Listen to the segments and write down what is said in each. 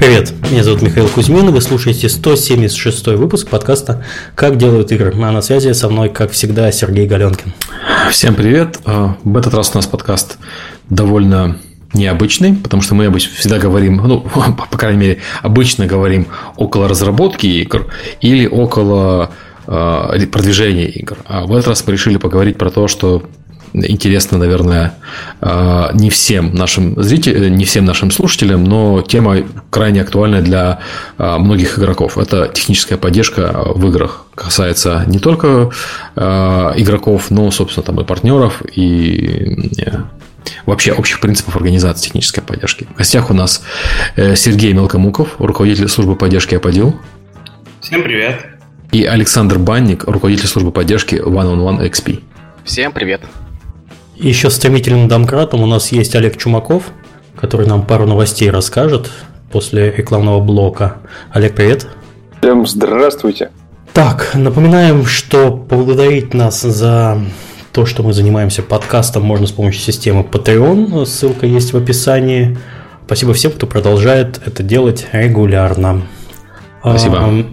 Привет, меня зовут Михаил Кузьмин, и вы слушаете 176-й выпуск подкаста «Как делают игры». А на связи со мной, как всегда, Сергей Галенкин. Всем привет. В этот раз у нас подкаст довольно необычный, потому что мы всегда говорим, по крайней мере, обычно говорим около разработки игр или около продвижения игр. А в этот раз мы решили поговорить про то, что интересно, наверное, не всем нашим зрителям, не всем нашим слушателям, но тема крайне актуальна для многих игроков. Это техническая поддержка в играх. Касается не только игроков, но, собственно, там и партнеров, и вообще общих принципов организации технической поддержки. В гостях у нас Сергей Мелкомуков, руководитель службы поддержки Аподил. Всем привет. И Александр Банник, руководитель службы поддержки One-on-One XP. Всем привет. Еще стремительным домкратом у нас есть Олег Чумаков, который нам пару новостей расскажет после рекламного блока. Олег, привет. Всем здравствуйте. Так, напоминаем, что поблагодарить нас за то, что мы занимаемся подкастом, можно с помощью системы Patreon. Ссылка есть в описании. Спасибо всем, кто продолжает это делать регулярно. Спасибо.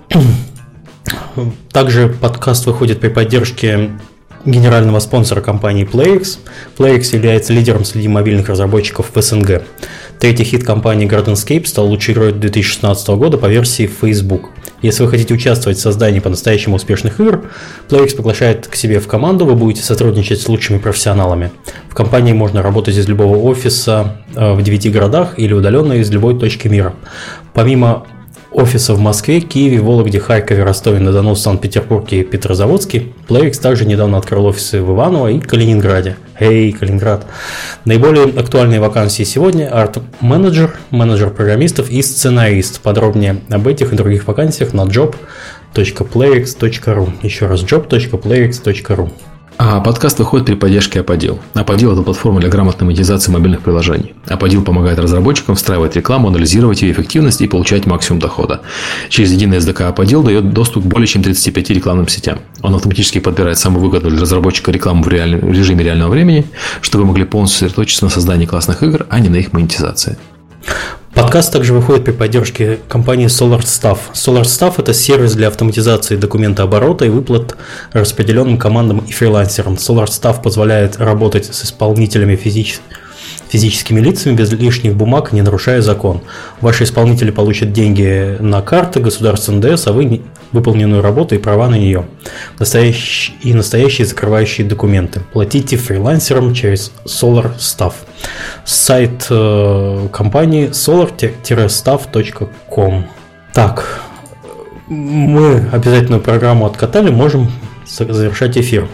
Также подкаст выходит при поддержке генерального спонсора компании PlayX. PlayX является лидером среди мобильных разработчиков в СНГ. Третий хит компании Gardenscape стал лучшей игрой 2016 года по версии Facebook. Если вы хотите участвовать в создании по-настоящему успешных игр, PlayX приглашает к себе в команду, вы будете сотрудничать с лучшими профессионалами. В компании можно работать из любого офиса в 9 городах или удаленно из любой точки мира. Помимо офиса в Москве, Киеве, Вологде, Харькове, Ростове-на-Дону, Санкт-Петербурге и Петрозаводске, PlayX также недавно открыл офисы в Иваново и Калининграде. Калининград. Наиболее актуальные вакансии сегодня – арт-менеджер, менеджер программистов и сценарист. Подробнее об этих и других вакансиях на job.playx.ru. Еще раз, job.playx.ru. А подкаст выходит при поддержке Аподил. Аподил – это платформа для грамотной монетизации мобильных приложений. Аподил помогает разработчикам встраивать рекламу, анализировать ее эффективность и получать максимум дохода. Через единый SDK Аподил дает доступ к более чем 35 рекламным сетям. Он автоматически подбирает самую выгодную для разработчика рекламу в режиме реального времени, чтобы вы могли полностью сосредоточиться на создании классных игр, а не на их монетизации. Подкаст также выходит при поддержке компании SolarStaff. SolarStaff – это сервис для автоматизации документооборота и выплат распределенным командам и фрилансерам. SolarStaff позволяет работать с исполнителями физическими лицами без лишних бумаг, не нарушая закон. Ваши исполнители получат деньги на карты, государственный НДС, а вы выполненную работу и права на нее. Настоящие закрывающие документы. Платите фрилансерам через SolarStaff. Сайт компании solar-staff.com. Так, мы обязательную программу откатали, можем завершать эфир.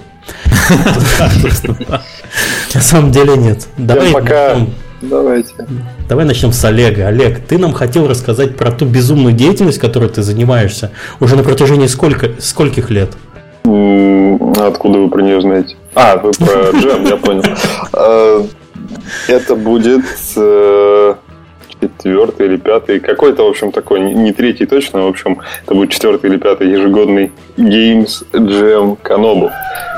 На самом деле нет. Давайте. Давай начнем с Олега. Олег, ты нам хотел рассказать про ту безумную деятельность, которой ты занимаешься уже на протяжении скольких лет? Откуда вы про нее знаете? Вы про джем, я понял. Это будет 4-й или 5-й, какой-то, в общем, такой, не 3-й точно, в общем, это будет 4-й или 5-й ежегодный Games Jam Канобу.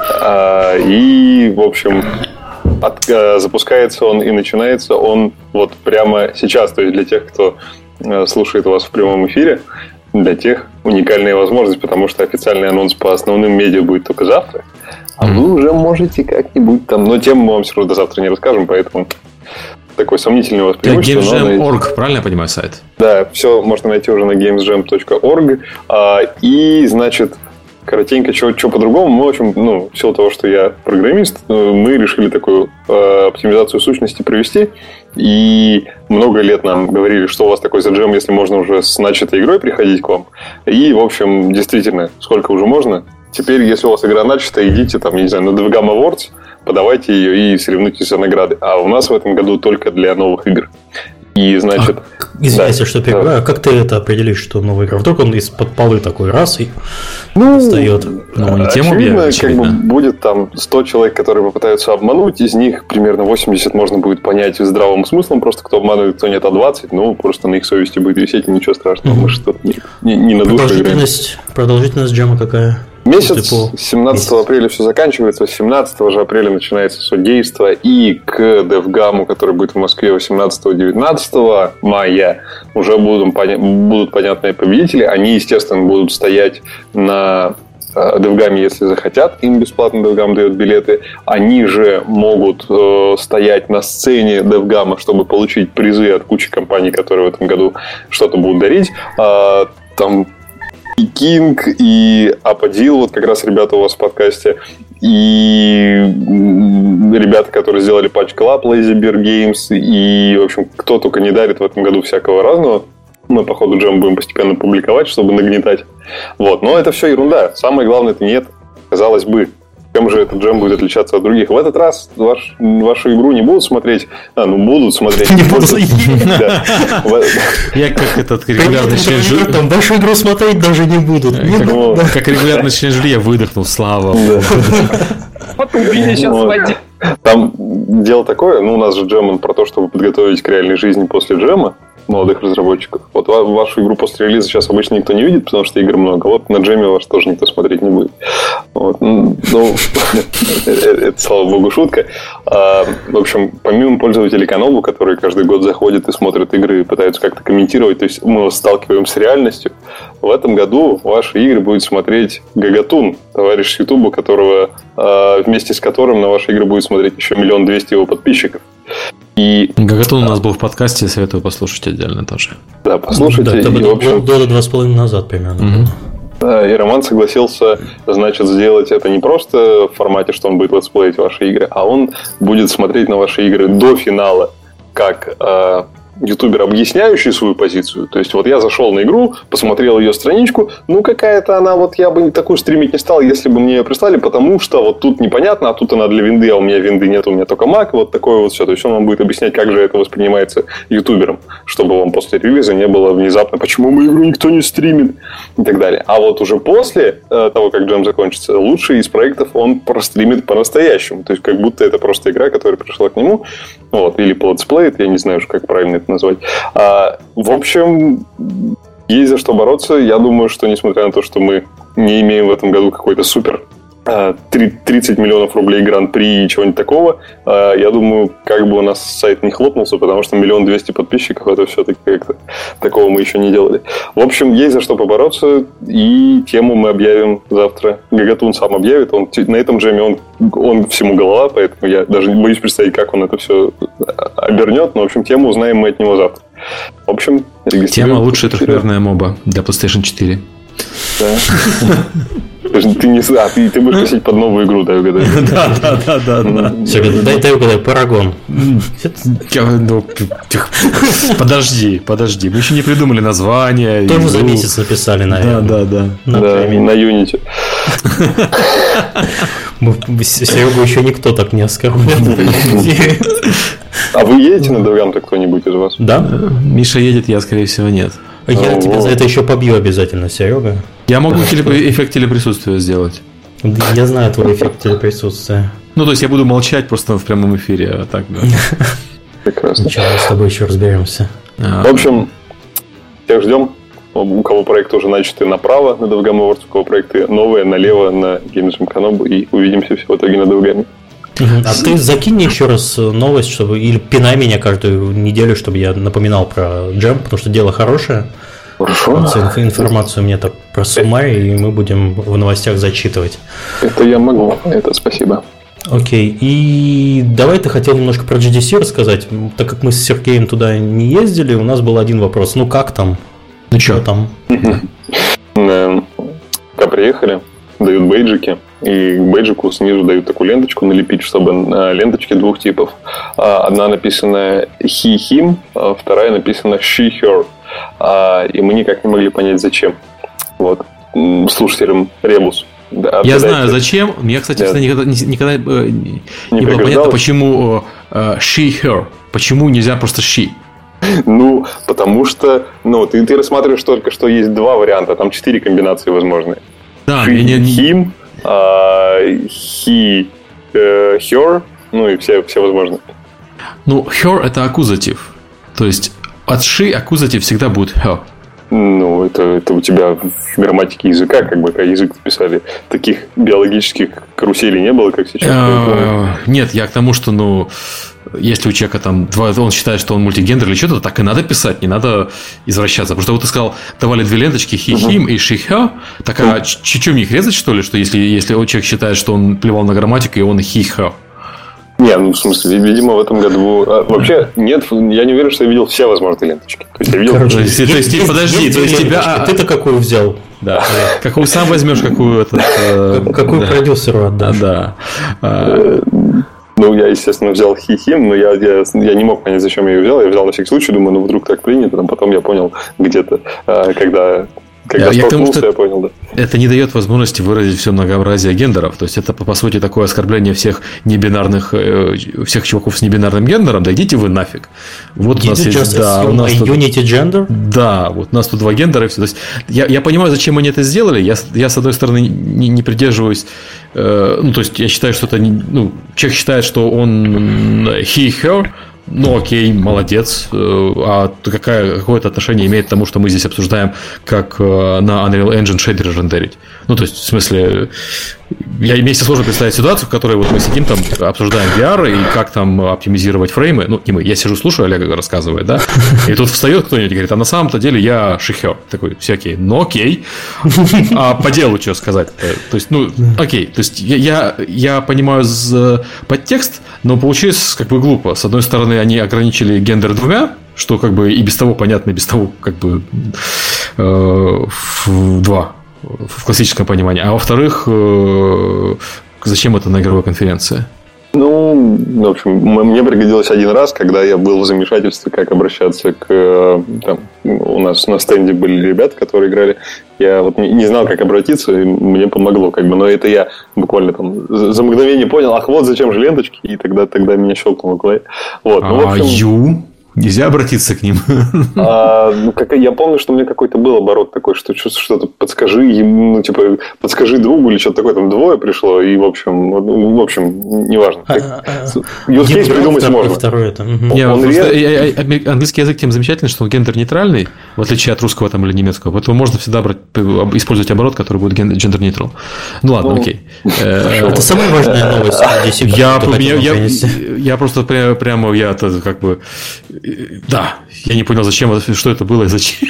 И, в общем, запускается он и начинается он вот прямо сейчас, то есть для тех, кто слушает вас в прямом эфире, для тех уникальная возможность, потому что официальный анонс по основным медиа будет только завтра, а вы уже можете как-нибудь там, но тему мы вам все равно до завтра не расскажем, поэтому такой сомнительный у вас преимущество. gamesjam.org, правильно я понимаю сайт? Да, все можно найти уже на gamesjam.org. И, значит, коротенько, что по-другому. Мы, в общем, в силу того, что я программист, мы решили такую оптимизацию сущности провести. И много лет нам говорили, что у вас такой за джем, если можно уже с начатой игрой приходить к вам. И, в общем, действительно, сколько уже можно. Теперь, если у вас игра начата, идите там, я не знаю, на DevGam Awards, подавайте ее и соревнуйтесь за награды. А у нас в этом году только для новых игр. И, значит... Извиняйся, что перебиваю. Как ты это определишь, что новая игра? Вдруг он из-под полы такой раз и встает. Очевидно, будет там 100 человек, которые попытаются обмануть. Из них примерно 80 можно будет понять здравым смыслом. Просто кто обманывает, кто нет, а 20. Просто на их совести будет висеть, и ничего страшного. Мы что-то не на душу играем. Продолжительность джема какая? Месяц, 17 апреля все заканчивается, 17 же апреля начинается судейство, и к DevGam, который будет в Москве 18-19 мая, уже будут понятные победители. Они, естественно, будут стоять на DevGam, если захотят, им бесплатно DevGam дает билеты. Они же могут стоять на сцене DevGam, чтобы получить призы от кучи компаний, которые в этом году что-то будут дарить. Там и King, и Аподил, вот как раз ребята у вас в подкасте, и ребята, которые сделали Patch Club, Lazy Bear Games, и, в общем, кто только не дарит в этом году всякого разного. Мы, по ходу джема, будем постепенно публиковать, чтобы нагнетать. Вот. Но это все ерунда. Самое главное, это не это. Казалось бы, чем же этот джем будет отличаться от других? В этот раз вашу игру не будут смотреть. Будут смотреть. Не будут. Я как этот регулярный член жюри. Там вашу игру смотреть даже не будут. Как регулярный член жюри я выдохнул, слава. Убили сейчас водить. Там дело такое, у нас же джем он про то, чтобы подготовить к реальной жизни после джема молодых разработчиков. Вот вашу игру после релиза сейчас обычно никто не видит, потому что игр много. Вот на джеме ваш тоже никто смотреть не будет. Вот. Это, слава богу, шутка. В общем, помимо пользователей Канобу, которые каждый год заходят и смотрят игры и пытаются как-то комментировать, то есть мы сталкиваемся с реальностью, в этом году ваши игры будет смотреть Гагатун, товарищ с Ютуба, вместе с которым на ваши игры будет смотреть еще 1 200 000 его подписчиков. И Гагатун у нас был в подкасте, советую послушать отдельно тоже. Да, послушайте. Это было года 2,5 назад примерно. Да, и Роман согласился, значит, сделать это не просто в формате, что он будет летсплеить ваши игры, а он будет смотреть на ваши игры до финала, как ютубер, объясняющий свою позицию. То есть, вот я зашел на игру, посмотрел ее страничку, какая-то она, вот я бы такую стримить не стал, если бы мне ее прислали, потому что вот тут непонятно, а тут она для винды, а у меня винды нет, у меня только Mac, вот такое вот все. То есть, он вам будет объяснять, как же это воспринимается ютубером, чтобы вам после релиза не было внезапно, почему мою игру никто не стримит и так далее. А вот уже после того, как джем закончится, лучший из проектов он простримит по-настоящему. То есть, как будто это просто игра, которая пришла к нему, или по летсплею, я не знаю, как правильно это назвать. В общем, есть за что бороться. Я думаю, что несмотря на то, что мы не имеем в этом году какой-то супер 30 миллионов рублей гран-при и чего-нибудь такого, я думаю, как бы у нас сайт не хлопнулся, потому что 1 200 000 подписчиков, это все-таки как-то такого мы еще не делали. В общем, есть за что побороться, и тему мы объявим завтра. Гагатун сам объявит, на этом джеме он всему голова, поэтому я даже боюсь представить, как он это все обернет, но, в общем, тему узнаем мы от него завтра. В общем, тема «Лучшая трехмерная моба» для PlayStation 4. Да. Ты будешь просить под новую игру, дай угадаю. Да. Дай угадаю, Парагон. Подожди. Мы еще не придумали название. Тоже за месяц написали, наверное. Да. На Unity. Серегу еще никто так не оскорбил. А вы едете на DevGam-то кто-нибудь из вас? Да. Миша едет, я, скорее всего, нет. Я тебя за это еще побью обязательно, Серега. Я могу эффект телеприсутствия сделать. Я знаю твой эффект телеприсутствия. То есть я буду молчать просто в прямом эфире, а так, да. Прекрасно. Ничего, с тобой еще разберемся. В общем, всех ждем. У кого проекты уже начаты направо на DevGam Awards, у кого проекты новые налево на Games Jam Канобу, и увидимся все в итоге на DevGam. А ты закинь мне еще раз новость, чтобы или пинай меня каждую неделю, чтобы я напоминал про джем, потому что дело хорошее. Хорошо. Информацию мне так просумай, и мы будем в новостях зачитывать. Это я могу, это спасибо. Окей, и давай ты хотел немножко про GDC рассказать. Так как мы с Сергеем туда не ездили, у нас был один вопрос. Как там? Что там? Когда приехали, дают бейджики, и к бейджику снизу дают такую ленточку налепить, чтобы на ленточке двух типов. Одна написана he, him, вторая написана she, her. И мы никак не могли понять, зачем. Вот. Слушателям ребус. Я знаю, зачем. Мне, кстати, никогда не было понятно, почему she, her. Почему нельзя просто she? Потому что ты рассматриваешь только, что есть два варианта, там 4 комбинации возможные. Да, him, he, her, и все возможные. Her это аккузатив. То есть от she аккузатив всегда будет her. Ну, это у тебя в грамматике языка, как бы, когда язык писали, таких биологических каруселей не было, как сейчас. Нет, я к тому, что, ну, если у человека там он считает, что он мультигендер или что-то, так и надо писать, не надо извращаться. Потому что вот ты сказал, давали две ленточки хи-хим и ши-хё. Так, а чуть-чуть их резать, что ли, что если человек считает, что он плевал на грамматику, и он хи-хё? Не, ну в смысле, видимо, в этом году... вообще, нет, я не уверен, что я видел все возможные ленточки. То есть, я видел... Короче, подожди, то есть тебя... Ты-то какую взял? Да. Какую сам возьмешь, какую этот... Какую продюсеру отдашь? Да. Ну, я, естественно, взял хи-хим, но я не мог понять, зачем я ее взял. Я взял на всякий случай, думаю, ну, вдруг так принято. Потом я понял где-то, когда столкнулся, я понял, да. Это не дает возможности выразить все многообразие гендеров. То есть, это, по сути, такое оскорбление всех небинарных, всех чуваков с небинарным гендером. Да идите вы нафиг. Вот у нас есть... Да, у нас Unity Gender? Да, вот у нас тут два гендера и все. То есть, я понимаю, зачем они это сделали. Я с одной стороны, не придерживаюсь... Ну, то есть, я считаю, что это... Ну, человек считает, что он he, her... Ну, окей, молодец. А какое-то отношение имеет к тому, что мы здесь обсуждаем, как на Unreal Engine шейдеры рендерить? Ну, то есть, в смысле, мне себе сложно представить ситуацию, в которой вот мы сидим там, обсуждаем VR и как там оптимизировать фреймы. Ну, не мы, я сижу, слушаю, Олега рассказывает, да? И тут встает кто-нибудь и говорит, а на самом-то деле я шихер. Такой, всякий, ну, окей. А по делу что сказать? То есть, ну, окей. То есть, я понимаю подтекст, но получилось как бы глупо. С одной стороны, они ограничили гендер двумя, что как бы и без того понятно, и без того как бы два в классическом понимании. А во-вторых, зачем это на игровой конференции? Ну, в общем, мне пригодилось один раз, когда я был в замешательстве, как обращаться к... Там, у нас на стенде были ребята, которые играли. Я вот не знал, как обратиться, и мне помогло. Как бы, но это я буквально там за мгновение понял, ах, вот зачем же ленточки, и тогда меня щелкнуло в голове. Вот, ну, в общем... Нельзя обратиться к ним. Я помню, что у меня какой-то был оборот такой, что что-то подскажи ему, ну, типа, подскажи другу или что-то такое, там двое пришло, и в общем, неважно. Use case придумать можно. Английский язык тем замечательный, что он гендер-нейтральный, в отличие от русского там, или немецкого, поэтому можно всегда использовать оборот, который будет гендер-нейтрал. Ну ладно, окей. Это самая важная новость. Я просто прямо, я как бы... Да, я не понял, зачем, что это было и зачем.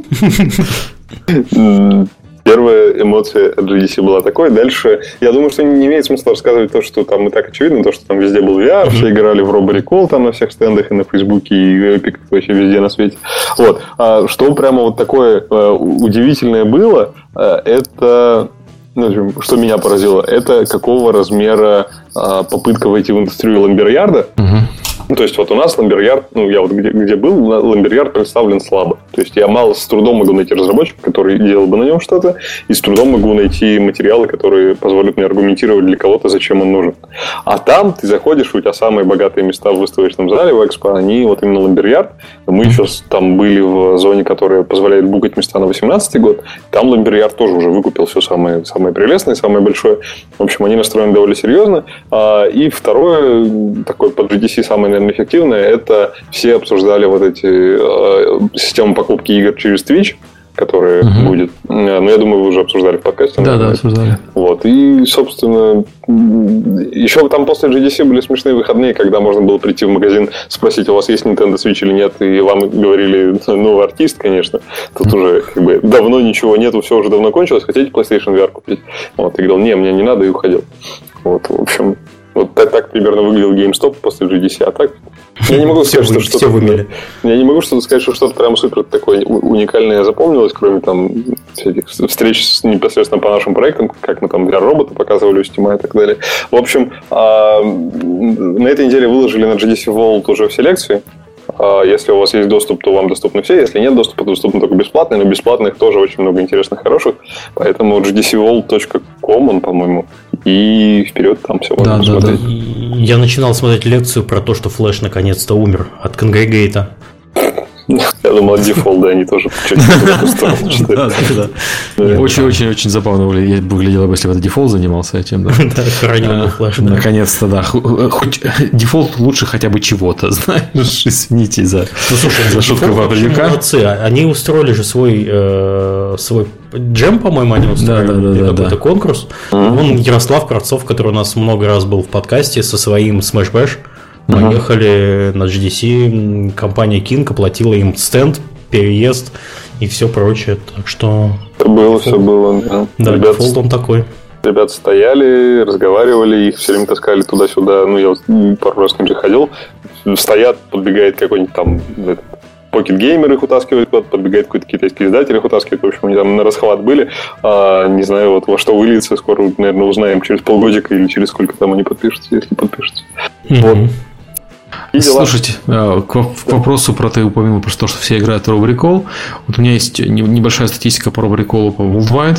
Первая эмоция от GDC была такой. Дальше, я думаю, что не имеет смысла рассказывать то, что там и так очевидно, то, что там везде был VR, все играли в Robo Recall там на всех стендах и на Фейсбуке, и Epic, вообще везде на свете. Вот. А что прямо вот такое удивительное было, это... Ну, что меня поразило, это какого размера попытка войти в индустрию ламберярда. Ну, то есть, вот у нас ламберярд, ну, я вот где был, ламберярд представлен слабо. То есть, я с трудом могу найти разработчика, который делал бы на нем что-то, и с трудом могу найти материалы, которые позволят мне аргументировать для кого-то, зачем он нужен. А там ты заходишь, у тебя самые богатые места в выставочном зале, в Экспо, они вот именно ламберярд. Мы еще там были в зоне, которая позволяет букать места на 2018 год. Там ламберярд тоже уже выкупил все самое прелестное, самое большое. В общем, они настроены довольно серьезно. И второе, такое под GDC самое, наверное, эффективное, это все обсуждали вот эти систему покупки игр через Twitch, которая будет. Но я думаю, вы уже обсуждали в подкасте. Да, обсуждали. Вот. И, собственно, еще там после GDC были смешные выходные, когда можно было прийти в магазин, спросить, у вас есть Nintendo Switch или нет, и вам говорили, ну, артист, конечно. Тут уже как бы давно ничего нету, все уже давно кончилось, хотите PlayStation VR купить? Вот. И говорил, не, мне не надо, и уходил. Вот, в общем... Вот так примерно выглядел GameStop после GDC. А так, я не могу сказать, что что-то... Я не могу сказать, что что-то прям супер такое уникальное запомнилось, кроме там всяких встреч непосредственно по нашим проектам, как мы там VR-робота показывали у Steam и так далее. В общем, на этой неделе выложили на GDC World уже все лекции. Если у вас есть доступ, то вам доступны все. Если нет доступа, то доступны только бесплатные. Но бесплатных тоже очень много интересных, хороших. Поэтому gdcworld.com, он, по-моему. И вперед, там все можно посмотреть. Я начинал смотреть лекцию про то, что Flash наконец-то умер от Конгрегейта. Я думал, дефолт, они тоже чуть-чуть в другую сторону шли. Очень забавно выглядело бы, если бы это дефолт занимался этим. Да, хранил флеш. Наконец-то, да. Хоть дефолт лучше хотя бы чего-то, знаешь, извините за шутку про Прилюка. Молодцы, они устроили же свой джем, по-моему, они устроили какой-то конкурс. Вон Ярослав Кравцов, который у нас много раз был в подкасте со своим Smash Bash, поехали на GDC, компания King оплатила им стенд, переезд и все прочее, так что... Все было. Да, дефолт он такой. Ребята стояли, разговаривали, их все время таскали туда-сюда. Я пару раз к ним заходил. Стоят, подбегает какой-нибудь там Pocket Gamer, их утаскивает куда-то, подбегает какой-то китайский издатель, их утаскивает. В общем, они там на расхват были. Не знаю, во что выльется, скоро, наверное, узнаем через полгодика или через сколько там они подпишутся, если подпишутся. Вот. Слушайте, к вопросу про ты упомянул про то, что все играют в Robo Recall. Вот у меня есть небольшая статистика по Robo Recall по Worldwide.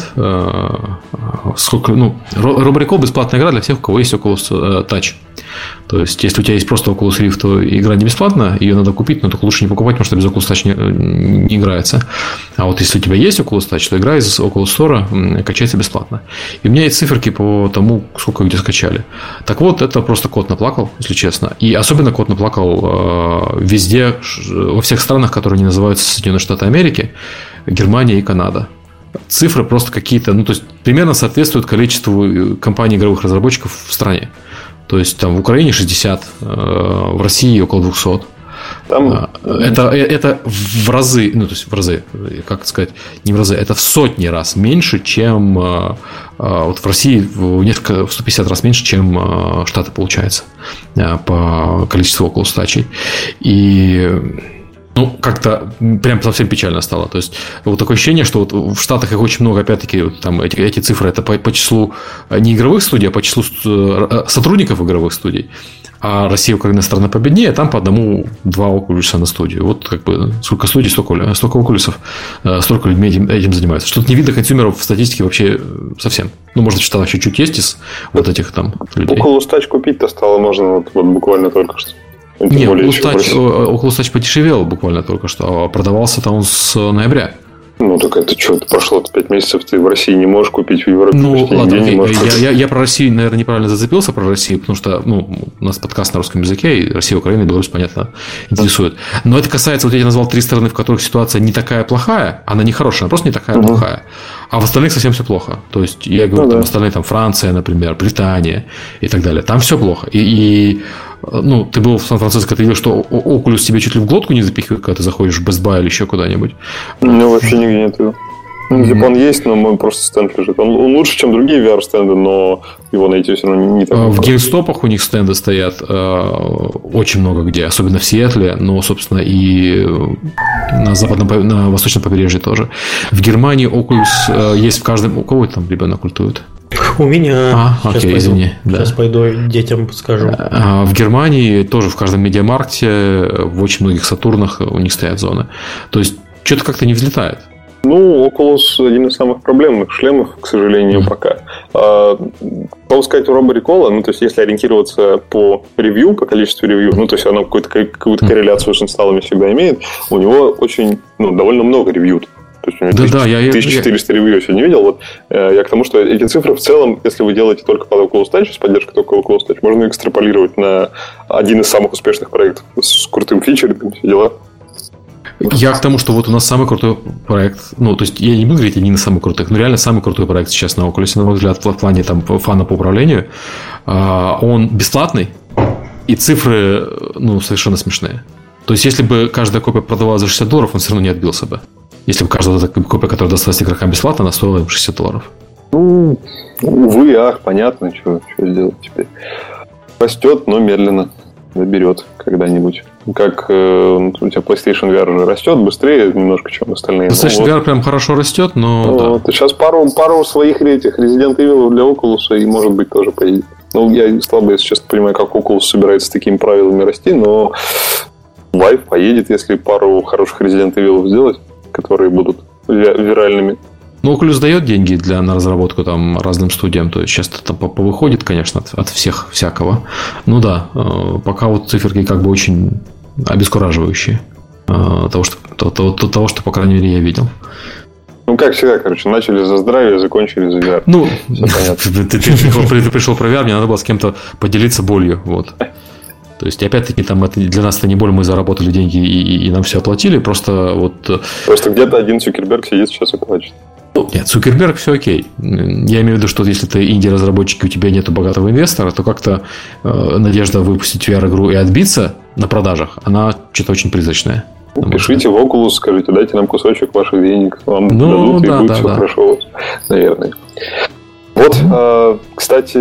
Robo Recall бесплатная игра для всех, у кого есть Oculus Touch. То есть, если у тебя есть просто Oculus Rift, то игра не бесплатна, ее надо купить, но только лучше не покупать, потому что без Oculus Touch не играется. А вот если у тебя есть Oculus Touch, то игра из Oculus Store качается бесплатно. И у меня есть циферки по тому, сколько где скачали. Так вот, это просто кот наплакал, если честно. И особенно кот наплакал везде, во всех странах, которые не называются Соединенные Штаты Америки, Германия и Канада. Цифры просто какие-то, то есть примерно соответствуют количеству компаний игровых разработчиков в стране. То есть там в Украине 60, в России около 200. Там... Это в разы, то есть в разы, как сказать, не в разы, это в сотни раз меньше, чем вот в России в 150 раз меньше, чем Штаты получается по количеству Oculus Touch. И как-то прям совсем печально стало. То есть, вот такое ощущение, что вот в Штатах их очень много, опять-таки, там эти цифры, это по числу не игровых студий, а по числу сотрудников игровых студий. А Россия, Украина страна победнее, там по 1-2 Oculus на студию. Вот как бы сколько студий, столько Oculus'ов, столько людей этим занимаются. Что-то не видно консюмеров в статистике вообще совсем. Может, в Штатах чуть-чуть есть из вот этих там людей. Oculus Touch купить-то стало можно вот буквально только что. Нет, Oculus Touch подешевел буквально только что. Продавался-то он с ноября. Так это что, прошло 5 месяцев, ты в России не можешь купить, в Европе ладно, не можешь купить. Я про Россию, наверное, неправильно зацепился про Россию, потому что у нас подкаст на русском языке, и Россия, Украина и Беларусь, понятно, интересует. Но это касается, вот я назвал 3 страны, в которых ситуация не такая плохая, она не хорошая, она просто не такая плохая. А в остальных совсем все плохо. То есть, я говорю, там остальные, там Франция, например, Британия и так далее. Там все плохо. И ты был в Сан-Франциско, ты видел, что Oculus тебе чуть ли в глотку не запихивает, когда ты заходишь в Best Buy или еще куда-нибудь. Вообще нигде нет его. Он есть, но мой просто стенд лежит. Он лучше, чем другие VR-стенды, но его найти все равно не так. В GameStop'ах у них стенды стоят очень много где, особенно в Сиэтле, но, собственно, и на восточном побережье тоже. В Германии Oculus есть в каждом... У кого там ребенок культует? У меня. Сейчас пойду детям скажу. В Германии тоже в каждом медиамаркте, в очень многих Сатурнах у них стоят зоны. То есть, что-то как-то не взлетает. Oculus один из самых проблемных шлемов, к сожалению, пока. Могу сказать, у Robo Recall, то есть, если ориентироваться по ревью, по количеству ревью, то есть, оно какую-то корреляцию с инсталлами всегда имеет, у него очень, довольно много ревью. То есть, у него 1400 ревью я сегодня видел. Вот, я к тому, что эти цифры в целом, если вы делаете только под Oculus Touch, с поддержкой только Oculus Touch, можно экстраполировать на один из самых успешных проектов с крутым фичером, все дела. Я к тому, что вот у нас самый крутой проект, то есть я не буду говорить один из самых крутых, но реально самый крутой проект сейчас на Oculus, на мой взгляд, в плане там фана по управлению. Он бесплатный, и цифры, совершенно смешные. То есть, если бы каждая копия продавалась за $60, он все равно не отбился бы. Если бы каждая копия, которая досталась игрокам бесплатно, она стоила им $60. Увы, ах, понятно, что сделать теперь. Растет, но медленно доберет когда-нибудь. Как у тебя PlayStation VR уже растет быстрее немножко, чем остальные. PlayStation VR прям хорошо растет, но... Сейчас пару своих этих Resident Evil для Oculus и, может быть, тоже поедет. Я слабо, если честно, понимаю, как Oculus собирается с такими правилами расти, но Vive поедет, если пару хороших Resident Evil сделать, которые будут виральными. Oculus дает деньги на разработку там разным студиям, то есть сейчас это повыходит, конечно, от всех всякого. Пока вот циферки как бы очень обескураживающие. того, что, по крайней мере, я видел. Ну, как всегда, начали за здравие, закончили за VR. Ну, ты пришел про VR, мне надо было с кем-то поделиться болью. Вот. То есть, опять-таки, там это для нас это не боль, мы заработали деньги и нам все оплатили. Просто где-то один Цукерберг сидит сейчас и плачет. Нет, Цукерберг все окей. Я имею в виду, что если ты инди-разработчик и у тебя нету богатого инвестора, то как-то надежда выпустить VR-игру и отбиться на продажах, она что-то очень призрачная. Пишите в Oculus, скажите, дайте нам кусочек ваших денег, вам дадут, и будет все хорошо, наверное. Вот, кстати,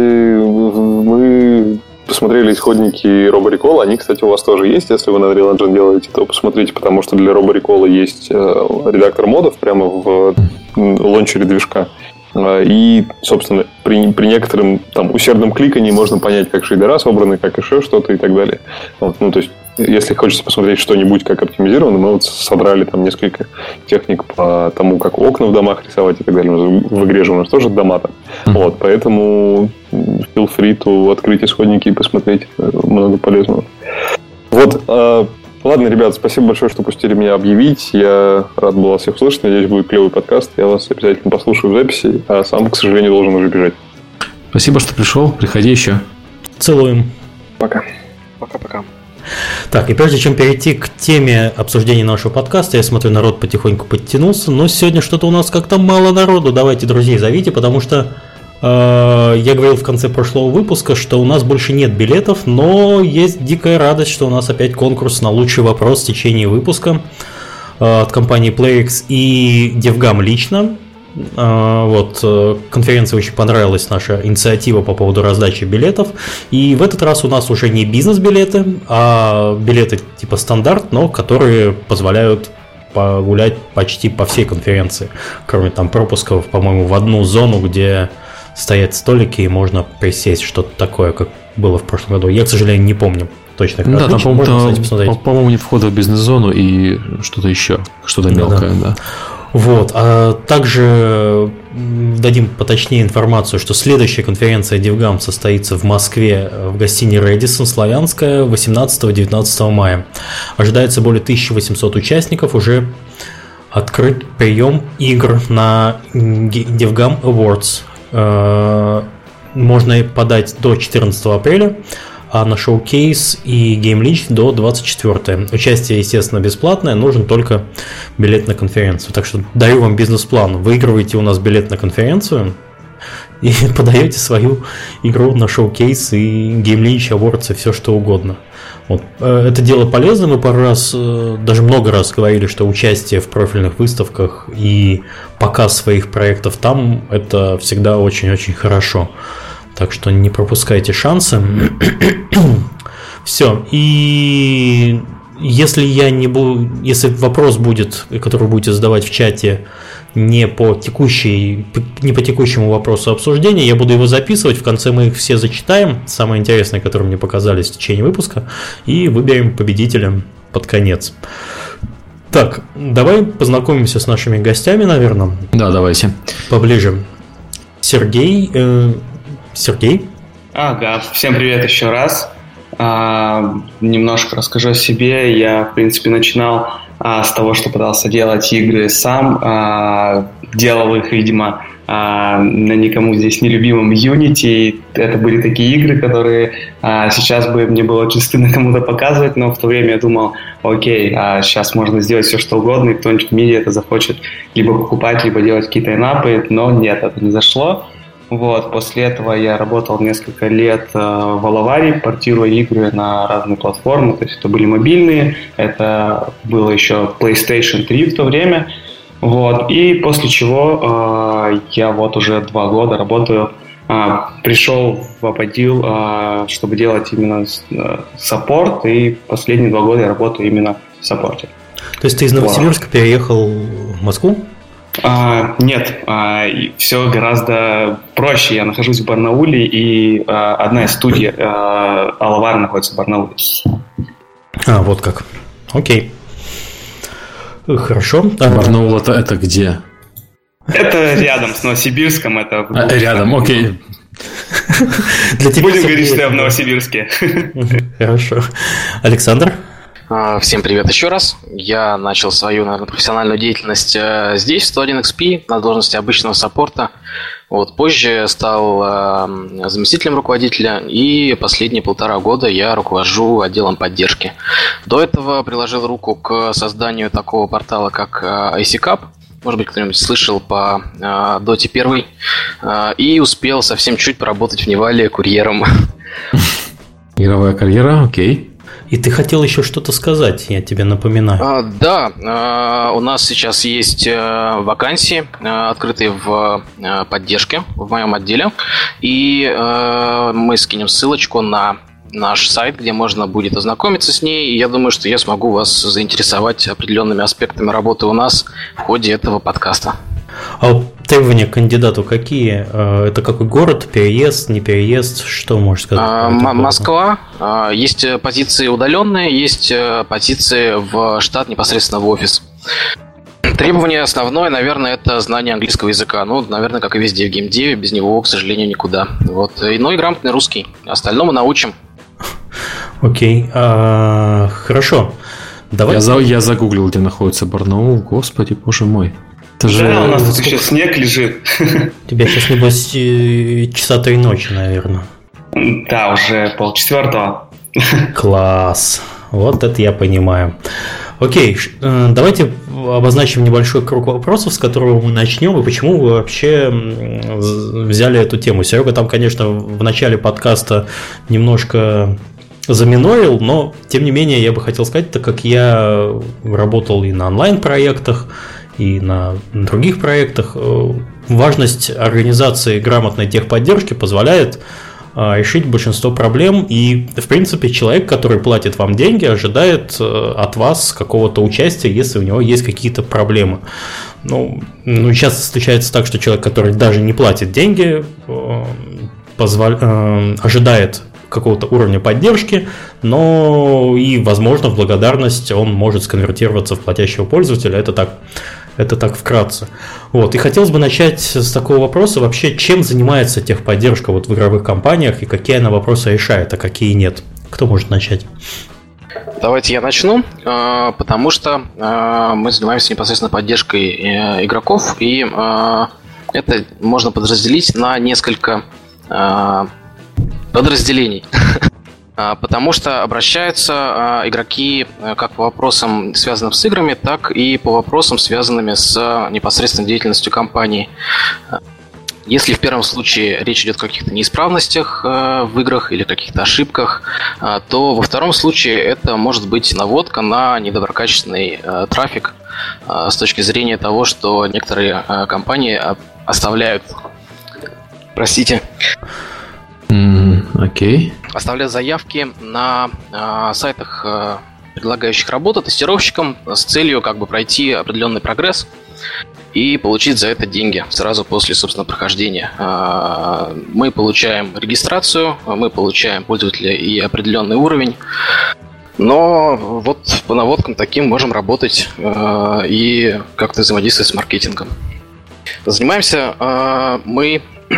мы посмотрели исходники RoboRecall, они, кстати, у вас тоже есть, если вы на Unreal Engine делаете, то посмотрите, потому что для RoboRecall есть редактор модов прямо в лончере движка. И, собственно, при некотором там усердном кликании можно понять, как шейдера собраны, как еще что-то и так далее. Вот, то есть, если хочется посмотреть что-нибудь, как оптимизировано, мы вот собрали там несколько техник по тому, как окна в домах рисовать и так далее. В игре же у нас тоже дома там. Вот, поэтому feel free to открыть исходники и посмотреть. Много полезного. Вот, ладно, ребят, спасибо большое, что пустили меня объявить. Я рад был вас всех услышать. Надеюсь, будет клевый подкаст. Я вас обязательно послушаю в записи, а сам, к сожалению, должен уже бежать. Спасибо, что пришел. Приходи еще. Целуем. Пока. Пока-пока. Так, и прежде чем перейти к теме обсуждения нашего подкаста, я смотрю, народ потихоньку подтянулся, но сегодня что-то у нас как-то мало народу. Давайте, друзей, зовите, потому что я говорил в конце прошлого выпуска, что у нас больше нет билетов, но есть дикая радость, что у нас опять конкурс на лучший вопрос в течение выпуска от компании PlayX и DevGam лично. Вот, конференции очень понравилась наша инициатива по поводу раздачи билетов. И в этот раз у нас уже не бизнес-билеты, а билеты типа стандарт, но которые позволяют погулять почти по всей конференции. Кроме там пропусков, по-моему, в одну зону, где стоят столики и можно присесть, что-то такое, как было в прошлом году. Я, к сожалению, не помню точно. Да, там, по-моему, нет входа в бизнес-зону и что-то еще, что-то мелкое, да. Вот, а также дадим поточнее информацию, что следующая конференция DevGam состоится в Москве в гостинице Рэдиссон Славянская 18-19 мая. Ожидается более 1800 участников, уже открыт прием игр на DevGam Awards. Можно подать до 14 апреля, а на шоу-кейс и гейм-линч до 24. Участие, естественно, бесплатное, нужен только билет на конференцию. Так что даю вам бизнес-план. Выигрываете у нас билет на конференцию и подаете свою игру на шоу-кейс и гейм-линч, awards и все что угодно. Вот. Это дело полезно. Мы пару раз, даже много раз говорили, что участие в профильных выставках и показ своих проектов там, это всегда очень-очень хорошо. Так что не пропускайте шансы. Все. И если вопрос будет, который вы будете задавать в чате, не по текущему вопросу обсуждения, я буду его записывать. В конце мы их все зачитаем, самые интересные, которые мне показались в течение выпуска, и выберем победителя под конец. Так, давай познакомимся с нашими гостями, наверное. Да, давайте. Поближе. Сергей. Ага, всем привет еще раз. Немножко расскажу о себе. Я, в принципе, начинал с того, что пытался делать игры сам. Делал их, видимо, на никому здесь нелюбимом Unity. Это были такие игры, которые сейчас бы мне было очень стыдно кому-то показывать, но в то время я думал, окей, сейчас можно сделать все, что угодно, и кто-нибудь в мире это захочет либо покупать, либо делать какие-то инапы, но нет, это не зашло. Вот, после этого я работал несколько лет в Алаваре, портируя игры на разные платформы, то есть это были мобильные, это было еще PlayStation 3 в то время, вот, и после чего я вот уже 2 года работаю, пришел в Аподил, чтобы делать именно саппорт, и последние 2 года я работаю именно в саппорте. То есть ты из Новосибирска переехал в Москву? Нет, все гораздо проще. Я нахожусь в Барнауле, и одна из студий Алавара находится в Барнауле. Вот как. Окей. Хорошо. Барнаул это где? Это рядом с Новосибирском. Это рядом, окей. Будем говорить, что я в Новосибирске. Хорошо. Александр? Всем привет еще раз. Я начал свою, наверное, профессиональную деятельность здесь, в 101XP, на должности обычного саппорта. Позже стал заместителем руководителя, и последние 1,5 года я руковожу отделом поддержки. До этого приложил руку к созданию такого портала, как ICCup. Может быть, кто-нибудь слышал по Dota 1. И успел совсем чуть поработать в Невале курьером. Игровая карьера, окей. И ты хотел еще что-то сказать, я тебе напоминаю. Да, у нас сейчас есть вакансии, открытые в поддержке в моем отделе. И мы скинем ссылочку на наш сайт, где можно будет ознакомиться с ней. И я думаю, что я смогу вас заинтересовать определенными аспектами работы у нас в ходе этого подкаста. А требования к кандидату какие? Это какой город? Переезд, не переезд? Что можешь сказать? Москва. Есть позиции удаленные, есть позиции в штат непосредственно в офис. Требование основное, наверное, это знание английского языка. Наверное, как и везде в геймдеве, без него, к сожалению, никуда. И грамотный русский. Остальному научим. Окей. Хорошо. Давай. Я загуглил, где находится Барнаул. Господи, боже мой. У нас тут еще снег лежит. У тебя сейчас, небось, 3 часа ночи, наверное. Да, уже 3:30. Класс. Вот это я понимаю. Окей, давайте обозначим небольшой круг вопросов, с которого мы начнем, и почему вы вообще взяли эту тему. Серега там, конечно, в начале подкаста немножко заминорил, но, тем не менее, я бы хотел сказать, так как я работал и на онлайн-проектах, и на других проектах, важность организации грамотной техподдержки позволяет решить большинство проблем, и, в принципе, человек, который платит вам деньги, ожидает от вас какого-то участия, если у него есть какие-то проблемы. Часто случается так, что человек, который даже не платит деньги, ожидает какого-то уровня поддержки, но и, возможно, в благодарность он может сконвертироваться в платящего пользователя. Это так вкратце. И хотелось бы начать с такого вопроса, вообще, чем занимается техподдержка в игровых компаниях, и какие она вопросы решает, а какие нет. Кто может начать? Давайте я начну, потому что мы занимаемся непосредственно поддержкой игроков, и это можно подразделить на несколько подразделений. Потому что обращаются игроки как по вопросам, связанным с играми, так и по вопросам, связанными с непосредственной деятельностью компании. Если в первом случае речь идет о каких-то неисправностях в играх или каких-то ошибках, то во втором случае это может быть наводка на недоброкачественный трафик с точки зрения того, что некоторые компании оставляют... Окей. Оставляют заявки на сайтах, предлагающих работу тестировщикам с целью пройти определенный прогресс и получить за это деньги сразу после, собственно, прохождения. Мы получаем регистрацию, мы получаем пользователя и определенный уровень, но по наводкам таким можем работать и как-то взаимодействовать с маркетингом. Занимаемся мы...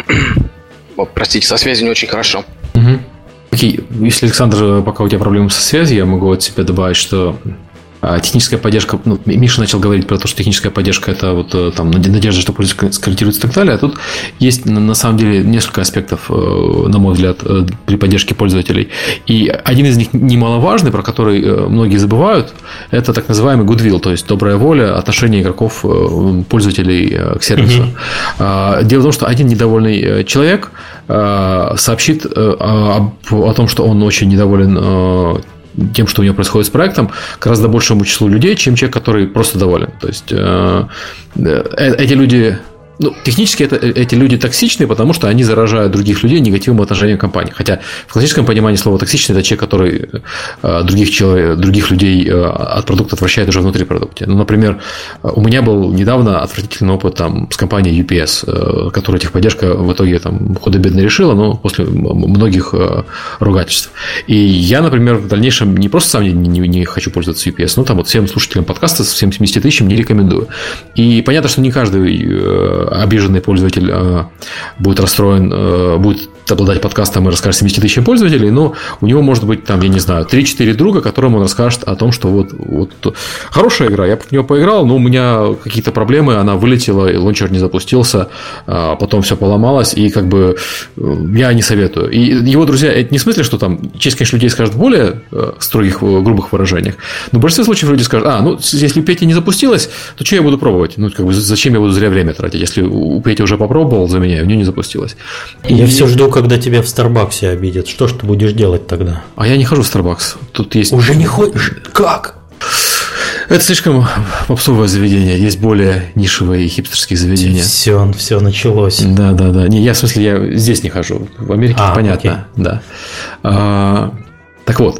со связью не очень хорошо. Окей, если, Александр, пока у тебя проблемы со связью, я могу от себя добавить, что техническая поддержка, Миша начал говорить про то, что техническая поддержка это надежда, что пользователь скорректируется и так далее, а тут есть на самом деле несколько аспектов, на мой взгляд, при поддержке пользователей. И один из них немаловажный, про который многие забывают, это так называемый goodwill, то есть добрая воля, отношение игроков, пользователей к сервису. Дело в том, что один недовольный человек сообщит о том, что он очень недоволен тем, что у него происходит с проектом, гораздо большему числу людей, чем человек, который просто доволен. То есть эти люди... технически эти люди токсичны, потому что они заражают других людей негативным отношением к компании. Хотя в классическом понимании слова «токсичный» – это человек, который других людей от продукта отвращает уже внутри продукта. Например, у меня был недавно отвратительный опыт с компанией UPS, которую техподдержка в итоге худо-бедно решила, но после многих ругательств. И я, например, в дальнейшем не просто сам не хочу пользоваться UPS, всем слушателям подкаста, всем 70 тысячам не рекомендую. И понятно, что не каждый обиженный пользователь будет расстроен, будет обладать подкастом и расскажет 70 тысяч пользователей, но у него может быть там, я не знаю, 3-4 друга, которым он расскажет о том, что вот хорошая игра, я в нее поиграл, но у меня какие-то проблемы, она вылетела, и лончер не запустился, потом все поломалось, и как бы я не советую. И его друзья, это не в смысле, что там часть, конечно, людей скажет в более строгих, грубых выражениях, но в большинстве случаев люди скажут, если Петя не запустилась, то что я буду пробовать? Как бы зачем я буду зря время тратить, если у Пети уже попробовал за меня, и у нее не запустилось. Я все жду, когда тебя в Старбаксе обидят. Что ж ты будешь делать тогда? А я не хожу в Старбакс. Тут есть... Уже не ходишь? Как? Это слишком попсовое заведение. Есть более нишевые и хипстерские заведения. Все началось. Да. Не, я в смысле, я здесь не хожу. В Америке понятно. Окей. Да. Так вот.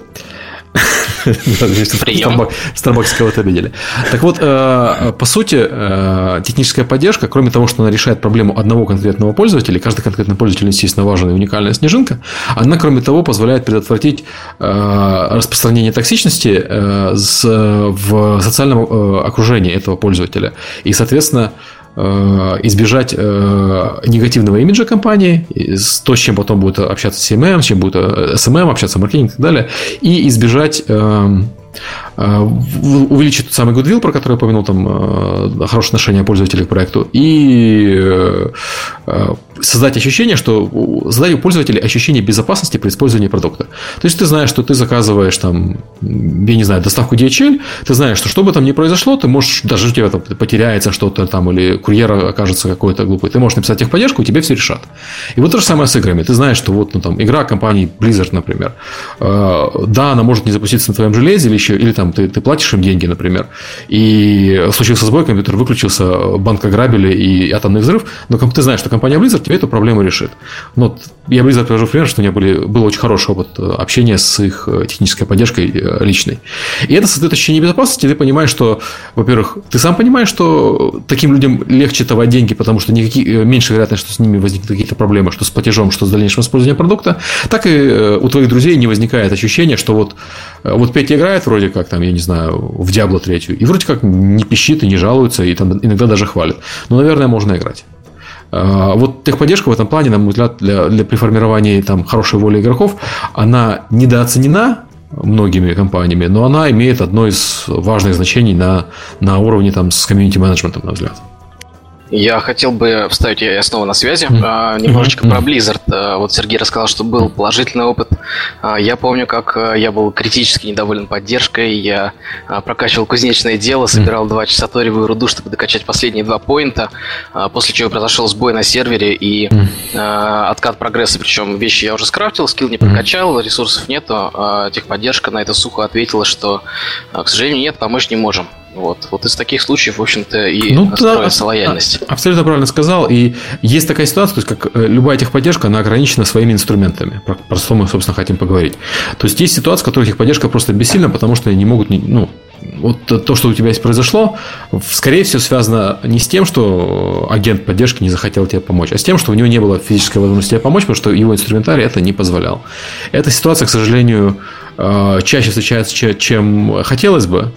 В Старбаксе кого-то обидели. Так вот, по сути, техническая поддержка, кроме того, что она решает проблему одного конкретного пользователя, каждый конкретный пользователь, естественно, важен и уникальная снежинка, она, кроме того, позволяет предотвратить распространение токсичности в социальном окружении этого пользователя. И, соответственно, избежать негативного имиджа компании, то, с чем потом будет общаться CMM, с чем будет SMM, общаться маркетинг и так далее, и избежать увеличить тот самый goodwill, про который я упомянул, там хорошее отношение пользователей к проекту, и создать у пользователей ощущение безопасности при использовании продукта. То есть ты знаешь, что ты заказываешь там, я не знаю, доставку DHL, ты знаешь, что бы там ни произошло, ты можешь, даже у тебя там потеряется что-то там, или курьер окажется какой-то глупый, ты можешь написать техподдержку, и тебе все решат. И вот то же самое с играми. Ты знаешь, что там игра компании Blizzard, например, да, она может не запуститься на твоем железе, или там ты платишь им деньги, например, и случился сбой, компьютер выключился, банк ограбили и атомный взрыв, но ты знаешь, что компания Blizzard тебе эту проблему решит. Но я Blizzard привожу пример, что у меня был очень хороший опыт общения с их технической поддержкой личной. И это создает ощущение безопасности, и ты понимаешь, что, во-первых, ты сам понимаешь, что таким людям легче давать деньги, потому что меньше вероятность, что с ними возникнут какие-то проблемы, что с платежом, что с дальнейшим использованием продукта, так и у твоих друзей не возникает ощущения, что вот Петя играет вроде как, там, я не знаю, в Diablo 3, и вроде как не пищит и не жалуется, и там иногда даже хвалит. Но, наверное, можно играть. Вот техподдержка в этом плане, на мой взгляд, при формировании там, хорошей воли игроков, она недооценена многими компаниями, но она имеет одно из важных значений на уровне там, с комьюнити-менеджментом, на мой взгляд. Я хотел бы вставить, я снова на связи, немножечко про Blizzard. Вот Сергей рассказал, что был положительный опыт. Я помню, как я был критически недоволен поддержкой. Я прокачивал кузнечное дело, собирал 2 часа торевую руду, чтобы докачать последние 2 поинта, после чего произошел сбой на сервере и откат прогресса. Причем вещи я уже скрафтил, скилл не прокачал, ресурсов нету. Техподдержка на это сухо ответила, что, к сожалению, нет, помочь не можем. Вот из таких случаев, в общем-то, и строится лояльность. Абсолютно правильно сказал. И есть такая ситуация, то есть, как любая техподдержка, она ограничена своими инструментами. Про что мы, собственно, хотим поговорить. То есть, есть ситуация, в которой техподдержка просто бессильна, потому что они не могут... Вот то, что у тебя произошло, скорее всего, связано не с тем, что агент поддержки не захотел тебе помочь, а с тем, что у него не было физической возможности тебе помочь, потому что его инструментарий это не позволял. Эта ситуация, к сожалению, чаще встречается, чем хотелось бы.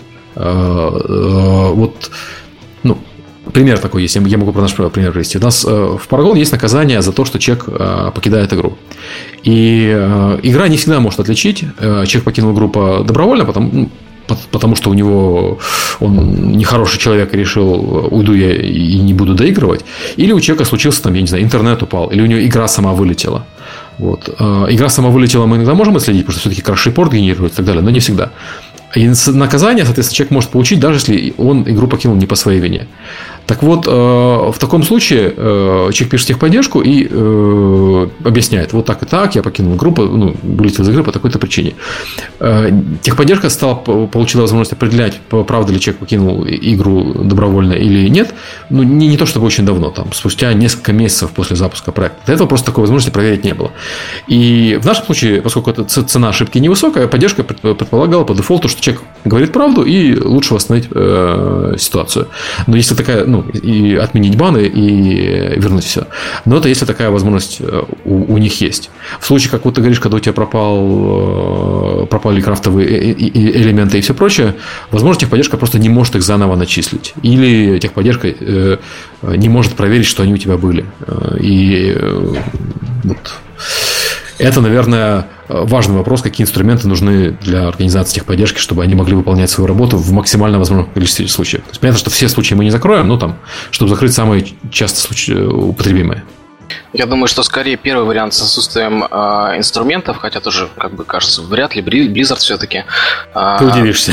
Пример такой есть. Я могу про наш пример привести. У нас в Paragon есть наказание за то, что человек покидает игру. И игра не всегда может отличить, человек покинул игру добровольно, потому что у него он нехороший человек и решил, уйду я и не буду доигрывать. Или у человека случился, там, я не знаю, интернет упал, или у него игра сама вылетела. Вот. Игра сама вылетела, мы иногда можем отследить, потому что все-таки краш-репорт генерируется и так далее, но не всегда. И наказание, соответственно, человек может получить, даже если он игру покинул не по своей вине. Так вот, в таком случае человек пишет техподдержку и объясняет, вот так и так, я покинул игру, вылетел из игры по такой-то причине. Техподдержка получила возможность определять, правда ли человек покинул игру добровольно или нет, не то чтобы очень давно, там, спустя несколько месяцев после запуска проекта. До этого просто такой возможности проверить не было. И в нашем случае, поскольку цена ошибки невысокая, поддержка предполагала по дефолту, что человек говорит правду и лучше восстановить ситуацию. Но если такая, и отменить баны и вернуть все. Но это если такая возможность у них есть. В случае, как вот ты говоришь, когда у тебя пропали крафтовые элементы и все прочее, возможно, техподдержка просто не может их заново начислить. Или техподдержка не может проверить, что они у тебя были. И вот Это, наверное, важный вопрос, какие инструменты нужны для организации техподдержки, чтобы они могли выполнять свою работу в максимально возможном количестве случаев. То есть, понятно, что все случаи мы не закроем, но там, чтобы закрыть самые часто употребимые. Я думаю, что скорее первый вариант с отсутствием инструментов, хотя тоже, как бы кажется, вряд ли Blizzard все-таки. Ты удивишься.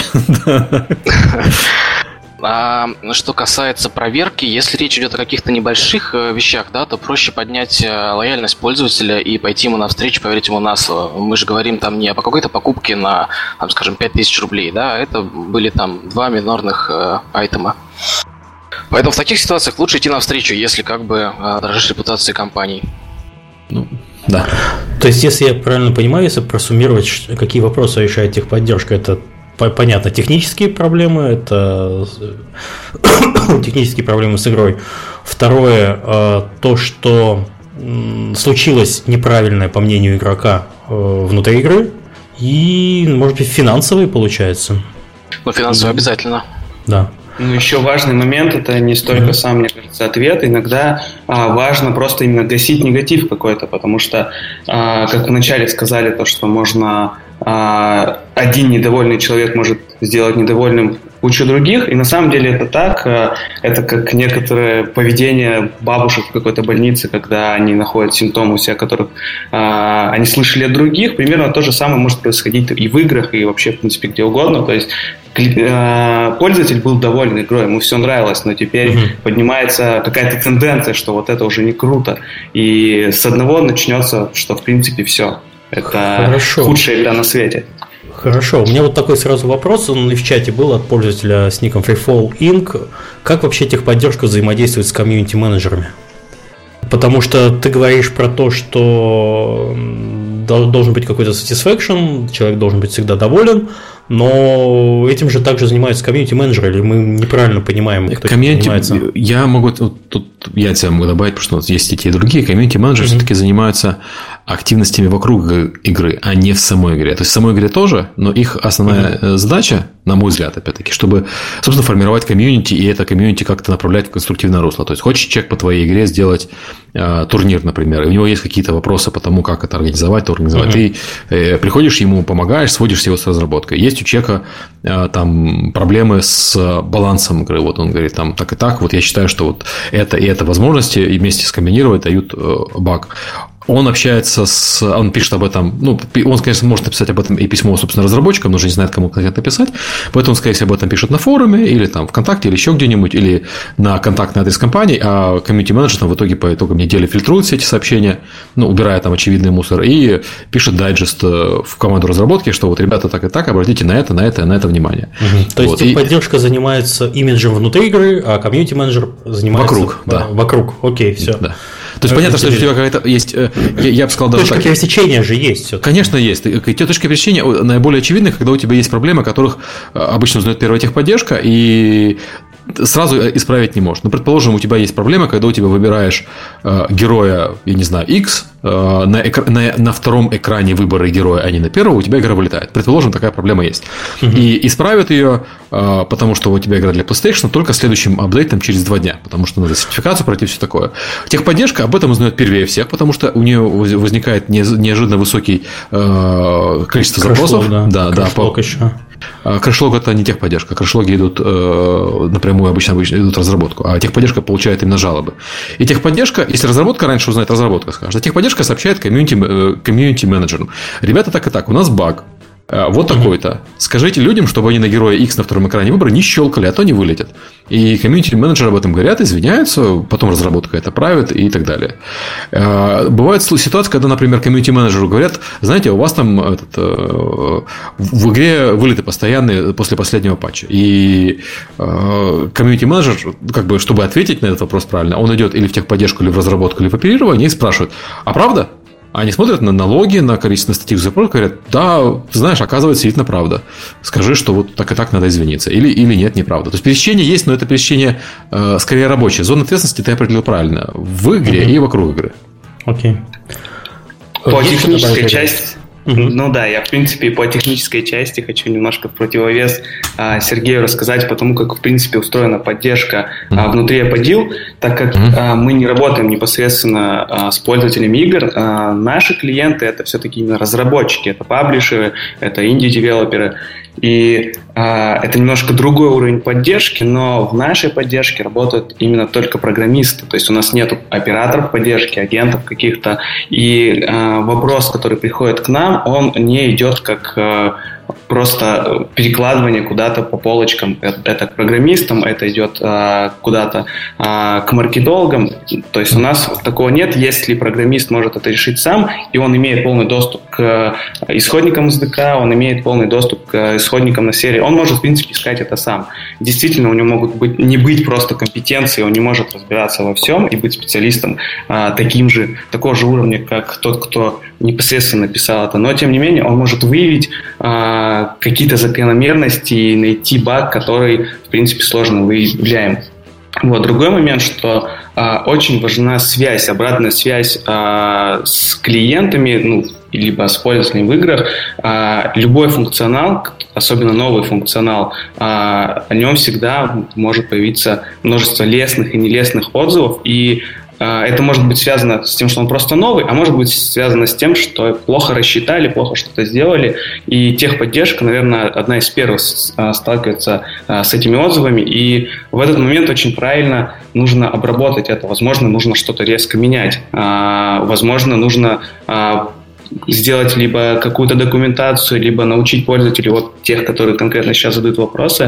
Что касается проверки, если речь идет о каких-то небольших вещах, да, то проще поднять лояльность пользователя и пойти ему навстречу, поверить ему на слово. Мы же говорим там не о какой-то покупке на, там, скажем, 5000 рублей, да, это были там 2 минорных айтема. Поэтому в таких ситуациях лучше идти навстречу, если как бы дорожишь репутацией компании. Ну, да. То есть, если я правильно понимаю, если просуммировать, какие вопросы решает техподдержка, это понятно, технические проблемы, это технические проблемы с игрой. Второе, то, что случилось неправильное, по мнению игрока, внутри игры, и, может быть, финансовые, получается. Ну, финансовые обязательно. Да. Ну, еще важный момент, это не столько сам, мне кажется, ответ. Иногда важно просто именно гасить негатив какой-то, потому что, как вначале сказали, то, что можно один недовольный человек может сделать недовольным кучу других, и на самом деле это так, это как некоторое поведение бабушек в какой-то больнице, когда они находят симптомы у себя, которых они слышали от других, примерно то же самое может происходить и в играх, и вообще, в принципе, где угодно, то есть пользователь был доволен игрой, ему все нравилось, но теперь поднимается какая-то тенденция, что вот это уже не круто, и с одного начнется, что в принципе все. Это худшая игра на свете. Хорошо, у меня вот такой сразу вопрос, он и в чате был от пользователя с ником FreeFall Inc. Как вообще техподдержка взаимодействует с комьюнити-менеджерами? Потому что ты говоришь про то, что должен быть какой-то satisfaction, человек должен быть всегда доволен, но этим же также занимаются комьюнити-менеджеры, или мы неправильно понимаем, кто этим занимается? Я могу, тут я тебя могу добавить, потому что вот есть и те, и другие. Комьюнити-менеджеры все-таки занимаются активностями вокруг игры, а не в самой игре. То есть в самой игре тоже, но их основная задача, на мой взгляд, опять-таки, чтобы, собственно, формировать комьюнити, и это комьюнити как-то направлять в конструктивное русло. То есть хочешь человек по твоей игре сделать турнир, например, и у него есть какие-то вопросы по тому, как это организовать, то организовать. Ты приходишь ему, помогаешь, сводишь его с разработкой. Есть у человека там проблемы с балансом игры. Вот он говорит, там так и так, вот я считаю, что вот это и это возможности и вместе скомбинировать дают баг. Он общается он пишет об этом, ну, он, конечно, может написать об этом и письмо, собственно, разработчикам, но уже не знает, кому конкретно писать, поэтому он, скорее всего, об этом пишет на форуме, или там ВКонтакте, или еще где-нибудь, или на контактный адрес компании, а комьюнити-менеджер там в итоге по итогам недели фильтрует все эти сообщения, ну, убирая там очевидный мусор, и пишет дайджест в команду разработки, что вот, ребята, так и так, обратите на это внимание. То есть техподдержка занимается имиджем внутри игры, а комьюнити-менеджер занимается вокруг, да. Вокруг, окей, все. Да. То есть понятно, что у тебя какая-то есть, я бы сказал, даже точка пересечения же есть. Все-таки. Конечно, есть. Точка пересечения наиболее очевидна, когда у тебя есть проблемы, которых обычно узнает первая техподдержка, и сразу исправить не можешь. Но, предположим, у тебя есть проблема, когда у тебя выбираешь героя, я не знаю, X, на втором экране выбора героя, а не на первом, у тебя игра вылетает. Предположим, такая проблема есть. И исправят ее, потому что у тебя игра для PlayStation только следующим апдейтом через 2 дня, потому что надо сертификацию пройти, все такое. Техподдержка об этом узнает первее всех, потому что у нее возникает неожиданно высокий количество запросов. Да, еще. Крэшлог – это не техподдержка. Крэшлоги идут напрямую, обычно идут в разработку, а техподдержка получает именно жалобы. И техподдержка, если разработка раньше узнает, разработка скажет, а техподдержка сообщает комьюнити-менеджеру. Ребята, так и так, у нас баг. Вот такой-то. Скажите людям, чтобы они на героя X на втором экране выбора не щелкали, а то не вылетят. И комьюнити-менеджеры об этом говорят, извиняются, потом разработка это правит и так далее. Бывает ситуация, когда, например, комьюнити-менеджеру говорят, знаете, у вас там в игре вылеты постоянные после последнего патча. И комьюнити-менеджер, как бы, чтобы ответить на этот вопрос правильно, он идет или в техподдержку, или в разработку, или в оперирование и спрашивает, а правда? Они смотрят на налоги, на количество статей запросов, говорят, да, знаешь, оказывается, действительно правда. Скажи, что вот так и так надо извиниться. Или нет, неправда. То есть пересечение есть, но это пересечение скорее рабочее. Зону ответственности ты определил правильно. В игре и вокруг игры. Окей. По технической части. Ну да, я, в принципе, по технической части хочу немножко в противовес Сергею рассказать по тому, как, в принципе, устроена поддержка внутри Apodil, так как мы не работаем непосредственно с пользователями игр. Наши клиенты — это все-таки именно разработчики, это паблишеры, это инди-девелоперы. И это немножко другой уровень поддержки, но в нашей поддержке работают именно только программисты. То есть у нас нет операторов поддержки, агентов каких-то. И вопрос, который приходит к нам, он не идет как просто перекладывание куда-то по полочкам. Это к программистам, это идет куда-то к маркетологам. То есть у нас такого нет. Если программист может это решить сам, и он имеет полный доступ к исходникам SDK, он имеет полный доступ к исходникам на серии, он может, в принципе, искать это сам. Действительно, у него могут не быть просто компетенции, он не может разбираться во всем и быть специалистом такого же уровня, как тот, кто непосредственно писал это. Но, тем не менее, он может выявить какие-то закономерности и найти баг, который, в принципе, сложно выявляем. Вот. Другой момент, что очень важна связь, обратная связь с клиентами, либо с пользователями в играх. Любой функционал, особенно новый функционал, о нем всегда может появиться множество лестных и нелестных отзывов, и это может быть связано с тем, что он просто новый, а может быть связано с тем, что плохо рассчитали, плохо что-то сделали. И техподдержка, наверное, одна из первых сталкивается с этими отзывами. И в этот момент очень правильно нужно обработать это. Возможно, нужно что-то резко менять. Возможно, нужно сделать либо какую-то документацию, либо научить пользователей, вот тех, которые конкретно сейчас задают вопросы,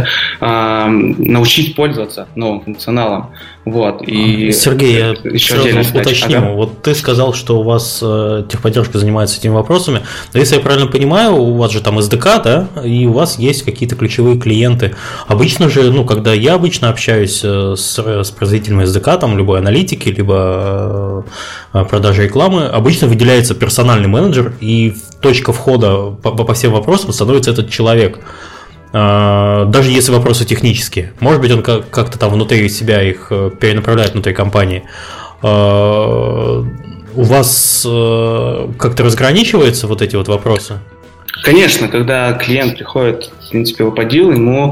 научить пользоваться новым функционалом. Вот. И Сергей, я сразу уточню. Ага. Вот ты сказал, что у вас техподдержка занимается этими вопросами. Но если я правильно понимаю, у вас же там SDK, да, и у вас есть какие-то ключевые клиенты. Обычно же, когда я обычно общаюсь с производителями SDK, там любой аналитики, либо продажи рекламы, обычно выделяется персональный менеджер, и точка входа по всем вопросам становится этот человек. Даже если вопросы технические. Может быть, он как-то там внутри себя их перенаправляет внутри компании. У вас как-то разграничиваются вот эти вот вопросы? Конечно, когда клиент приходит, в принципе, в Apodil,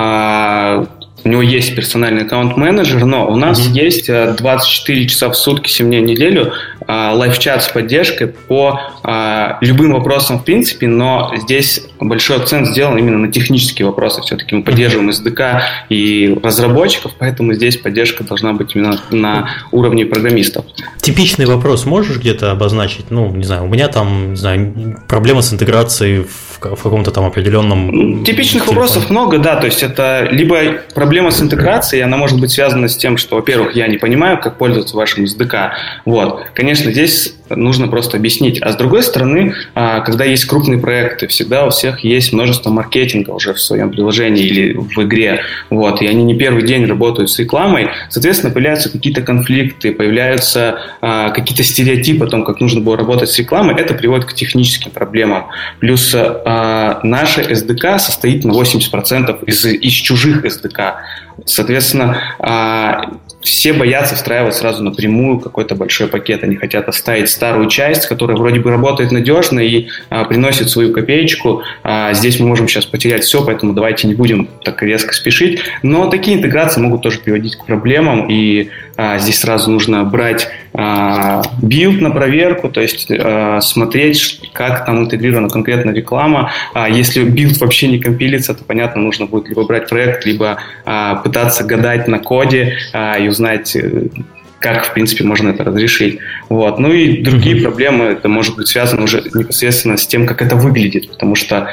у него есть персональный аккаунт-менеджер, но у нас есть 24 часа в сутки, 7 дней в неделю лайв-чат с поддержкой по любым вопросам в принципе, но здесь большой акцент сделан именно на технические вопросы. Все-таки мы поддерживаем SDK и разработчиков, поэтому здесь поддержка должна быть именно на уровне программистов. Типичный вопрос можешь где-то обозначить? Не знаю, у меня там, проблема с интеграцией в каком-то там определенном... Типичных вопросов много, да, то есть это либо проблема с интеграцией, она может быть связана с тем, что, во-первых, я не понимаю, как пользоваться вашим SDK. Вот. Конечно, здесь нужно просто объяснить. А с другой стороны, когда есть крупные проекты, всегда у всех есть множество маркетинга уже в своем приложении или в игре. Вот. И они не первый день работают с рекламой. Соответственно, появляются какие-то конфликты, появляются какие-то стереотипы о том, как нужно было работать с рекламой. Это приводит к техническим проблемам. Плюс наша SDK состоит на 80% из чужих SDK. Соответственно, все боятся встраивать сразу напрямую какой-то большой пакет. Они хотят оставить старую часть, которая вроде бы работает надежно и приносит свою копеечку. Здесь мы можем сейчас потерять все, поэтому давайте не будем так резко спешить. Но такие интеграции могут тоже приводить к проблемам, и здесь сразу нужно брать билд на проверку, то есть смотреть, как там интегрирована конкретно реклама. Если билд вообще не компилится, то, понятно, нужно будет либо брать проект, либо пытаться гадать на коде и узнать, как, в принципе, можно это разрешить. Вот. Ну и другие проблемы, это может быть связано уже непосредственно с тем, как это выглядит, потому что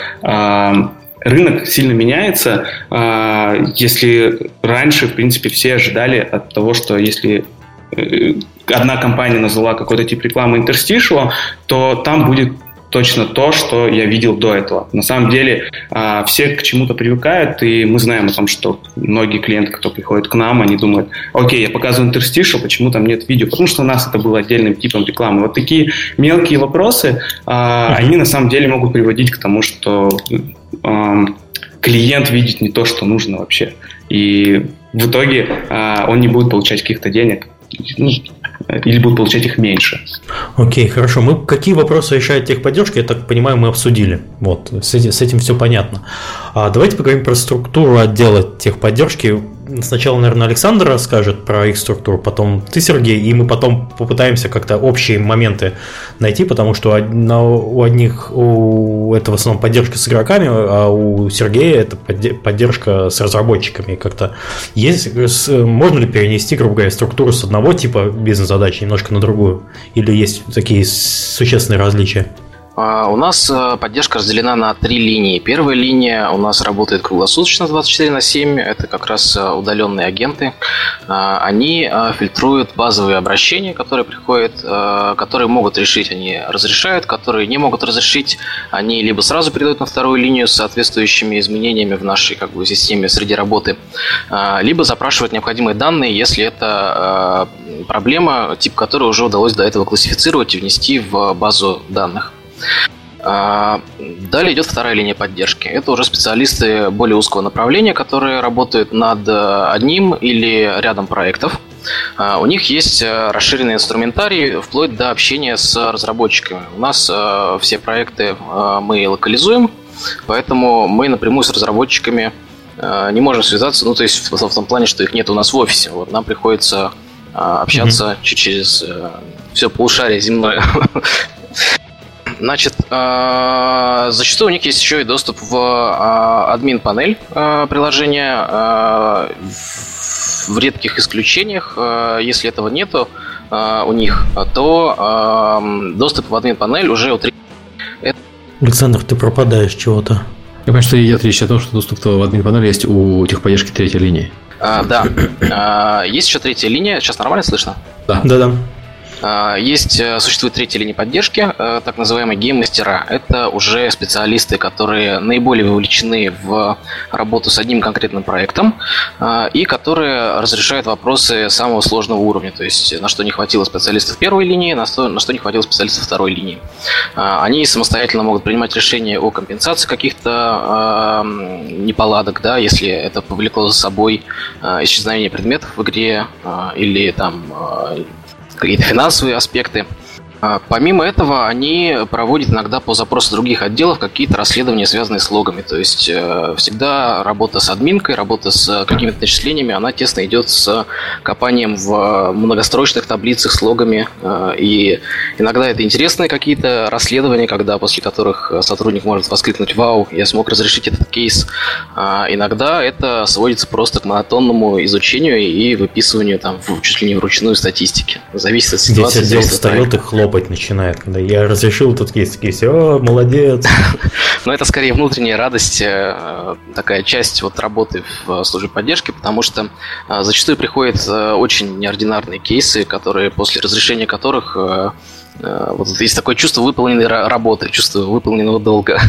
рынок сильно меняется. Если раньше, в принципе, все ожидали от того, что если одна компания назвала какой-то тип рекламы interstitial, то там будет точно то, что я видел до этого. На самом деле все к чему-то привыкают, и мы знаем о том, что многие клиенты, кто приходит к нам, они думают: окей, я показываю interstitial, почему там нет видео? Потому что у нас это было отдельным типом рекламы. Вот такие мелкие вопросы, они на самом деле могут приводить к тому, что клиент видит не то, что нужно вообще. И в итоге он не будет получать каких-то денег. или будут получать их меньше. Окей, хорошо. Мы какие вопросы решает техподдержка, я так понимаю, мы обсудили. Вот, с этим все понятно. Давайте поговорим про структуру отдела техподдержки. Сначала, наверное, Александр расскажет про их структуру, потом ты, Сергей, и мы потом попытаемся как-то общие моменты найти, потому что у это в основном поддержка с игроками, а у Сергея это поддержка с разработчиками. Как-то можно ли перенести, грубо говоря, структуру с одного типа бизнес-задачи немножко на другую? Или есть такие существенные различия? У нас поддержка разделена на 3 линии. Первая линия у нас работает круглосуточно 24/7. Это как раз удаленные агенты. Они фильтруют базовые обращения, которые приходят, которые могут решить, они разрешают, которые не могут разрешить, они либо сразу передают на вторую линию с соответствующими изменениями в нашей системе среди работы, либо запрашивают необходимые данные, если это проблема, тип которой уже удалось до этого классифицировать и внести в базу данных. Далее идет вторая линия поддержки. Это уже специалисты более узкого направления, которые работают над одним или рядом проектов. У них есть расширенный инструментарий вплоть до общения с разработчиками. У нас все проекты мы локализуем, поэтому мы напрямую с разработчиками не можем связаться, то есть в том плане, что их нет у нас в офисе. Вот, нам приходится общаться через все полушарие земное. Значит, зачастую у них есть еще и доступ в админ-панель приложения. В редких исключениях, если этого нету у них, то доступ в админ-панель уже у Александр, ты пропадаешь чего-то. Я понимаю, что идет речь о том, что доступ в админ-панель есть у техподдержки третьей линии. Да. Есть еще третья линия. Сейчас нормально слышно? Да. Существует третья линия поддержки, так называемые гейм-мастера. Это уже специалисты, которые наиболее вовлечены в работу с одним конкретным проектом и которые разрешают вопросы самого сложного уровня, то есть на что не хватило специалистов первой линии, на что не хватило специалистов второй линии. Они самостоятельно могут принимать решения о компенсации каких-то неполадок, да, если это повлекло за собой исчезновение предметов в игре или там какие-то финансовые аспекты. Помимо этого, они проводят иногда по запросу других отделов какие-то расследования, связанные с логами. То есть всегда работа с админкой, работа с какими-то начислениями, она тесно идет с копанием в многострочных таблицах с логами. И иногда это интересные какие-то расследования, после которых сотрудник может воскликнуть: «Вау, я смог разрешить этот кейс». Иногда это сводится просто к монотонному изучению и выписыванию чуть ли не вручную статистики. Зависит от ситуации. Здесь отдел встает и хлопает начинает, когда я разрешил этот кейс, молодец. Но это скорее внутренняя радость, такая часть работы в службе поддержки, потому что зачастую приходят очень неординарные кейсы, после разрешения которых есть такое чувство выполненной работы, чувство выполненного долга.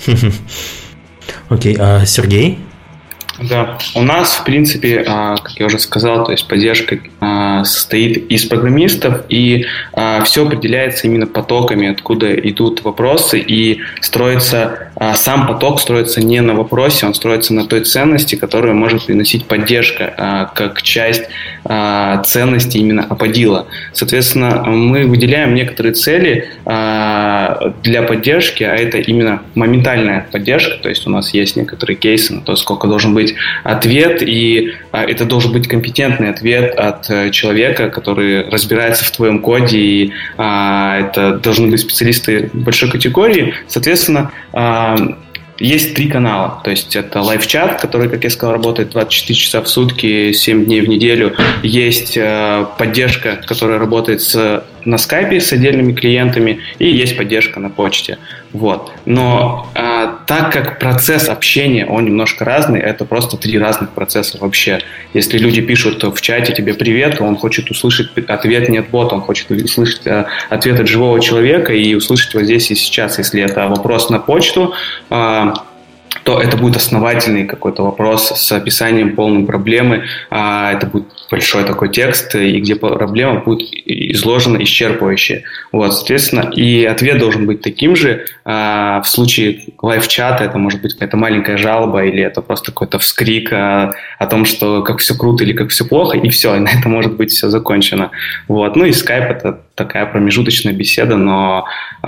Окей, а Сергей? Да, у нас, в принципе, как я уже сказал, то есть поддержка состоит из программистов, и все определяется именно потоками, откуда идут вопросы, и сам поток строится не на вопросе, он строится на той ценности, которую может приносить поддержка, как часть ценности именно Аподила. Соответственно, мы выделяем некоторые цели для поддержки, а это именно моментальная поддержка, то есть у нас есть некоторые кейсы на то, сколько должен быть ответ, и это должен быть компетентный ответ от человека, который разбирается в твоем коде, и это должны быть специалисты большой категории. Соответственно, есть 3 канала, то есть это лайв-чат, который, как я сказал, работает 24 часа в сутки, 7 дней в неделю. Есть поддержка, которая работает на скайпе с отдельными клиентами, и есть поддержка на почте. Вот. Но так как процесс общения, он немножко разный, это просто 3 разных процесса вообще. Если люди пишут в чате тебе привет, он хочет услышать ответ не от бота, он хочет услышать ответ от живого человека и услышать вот здесь и сейчас. Если это вопрос на почту, то это будет основательный какой-то вопрос с описанием полной проблемы. Это будет большой такой текст, и где проблема будет изложена исчерпывающе. Вот, соответственно, и ответ должен быть таким же. В случае лайв-чата это может быть какая-то маленькая жалоба или это просто какой-то вскрик о том, что как все круто или как все плохо, и все, и на этом может быть все закончено. Вот. Ну и Skype – это такая промежуточная беседа, но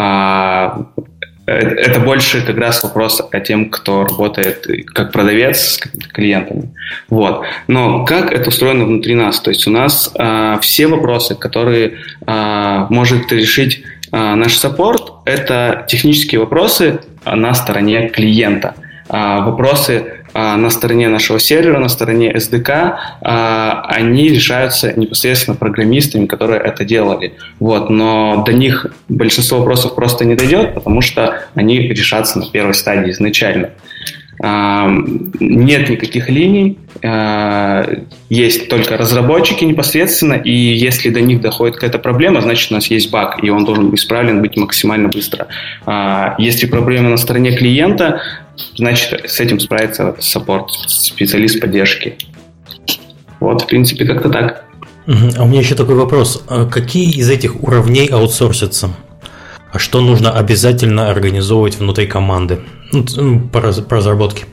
это больше как раз вопрос о тем, кто работает как продавец с клиентами. Вот. Но как это устроено внутри нас? То есть у нас все вопросы, которые может решить наш саппорт, это технические вопросы на стороне клиента. Вопросы на стороне нашего сервера, на стороне SDK, они решаются непосредственно программистами, которые это делали. Вот. Но до них большинство вопросов просто не дойдет, потому что они решатся на первой стадии изначально. Нет никаких линий, есть только разработчики непосредственно, и если до них доходит какая-то проблема, значит у нас есть баг, и он должен исправлен быть максимально быстро. Если проблема на стороне клиента, значит с этим справится саппорт, специалист поддержки. Вот, в принципе, как-то так. А у меня еще такой вопрос. Какие из этих уровней аутсорсятся? А что нужно обязательно организовывать внутри команды? По разработке.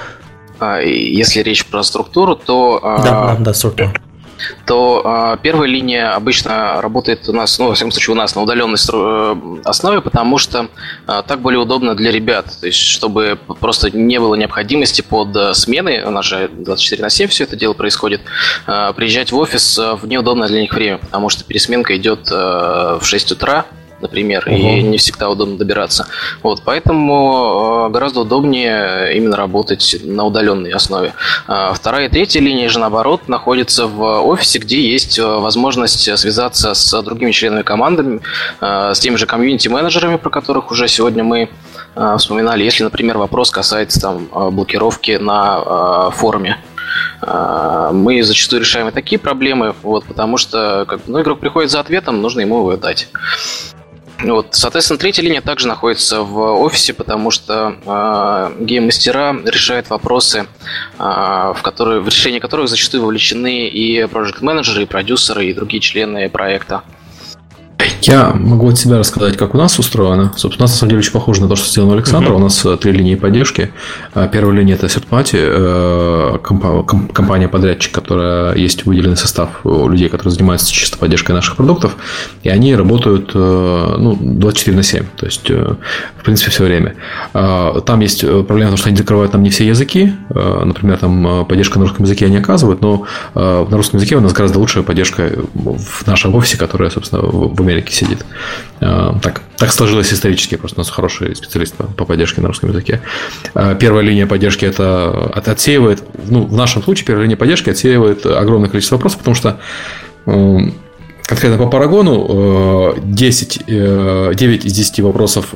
Если речь про структуру, то... Да, структура. То первая линия обычно работает у нас, во всяком случае у нас на удаленной основе, потому что так более удобно для ребят, то есть чтобы просто не было необходимости под смены, у нас же 24/7 все это дело происходит, приезжать в офис в неудобное для них время, потому что пересменка идет в 6 утра, например, и не всегда удобно добираться. Вот, поэтому гораздо удобнее именно работать на удаленной основе. Вторая и третья линия же, наоборот, находятся в офисе, где есть возможность связаться с другими членами команды, с теми же комьюнити-менеджерами, про которых уже сегодня мы вспоминали. Если, например, вопрос касается там блокировки на форуме. Мы зачастую решаем и такие проблемы, вот, потому что игрок приходит за ответом, нужно ему его дать. Вот, соответственно, третья линия также находится в офисе, потому что гейм-мастера решают вопросы, в решение которых зачастую вовлечены и проект-менеджеры, и продюсеры, и другие члены проекта. Я могу от себя рассказать, как у нас устроено. Собственно, у нас на самом деле очень похоже на то, что сделал Александр. У нас 3 линии поддержки. Первая линия – это third-party, компания-подрядчик, которая есть выделенный состав людей, которые занимаются чисто поддержкой наших продуктов. И они работают 24/7. То есть, в принципе, все время. Там есть проблема, потому что они закрывают там не все языки. Например, там поддержка на русском языке они оказывают, но на русском языке у нас гораздо лучшая поддержка в нашем офисе, которая, собственно, в Америке сидит. Так сложилось исторически, просто у нас хороший специалист по поддержке на русском языке. Первая линия поддержки это отсеивает, в нашем случае первая линия поддержки отсеивает огромное количество вопросов, потому что конкретно по Парагону 9 из 10 вопросов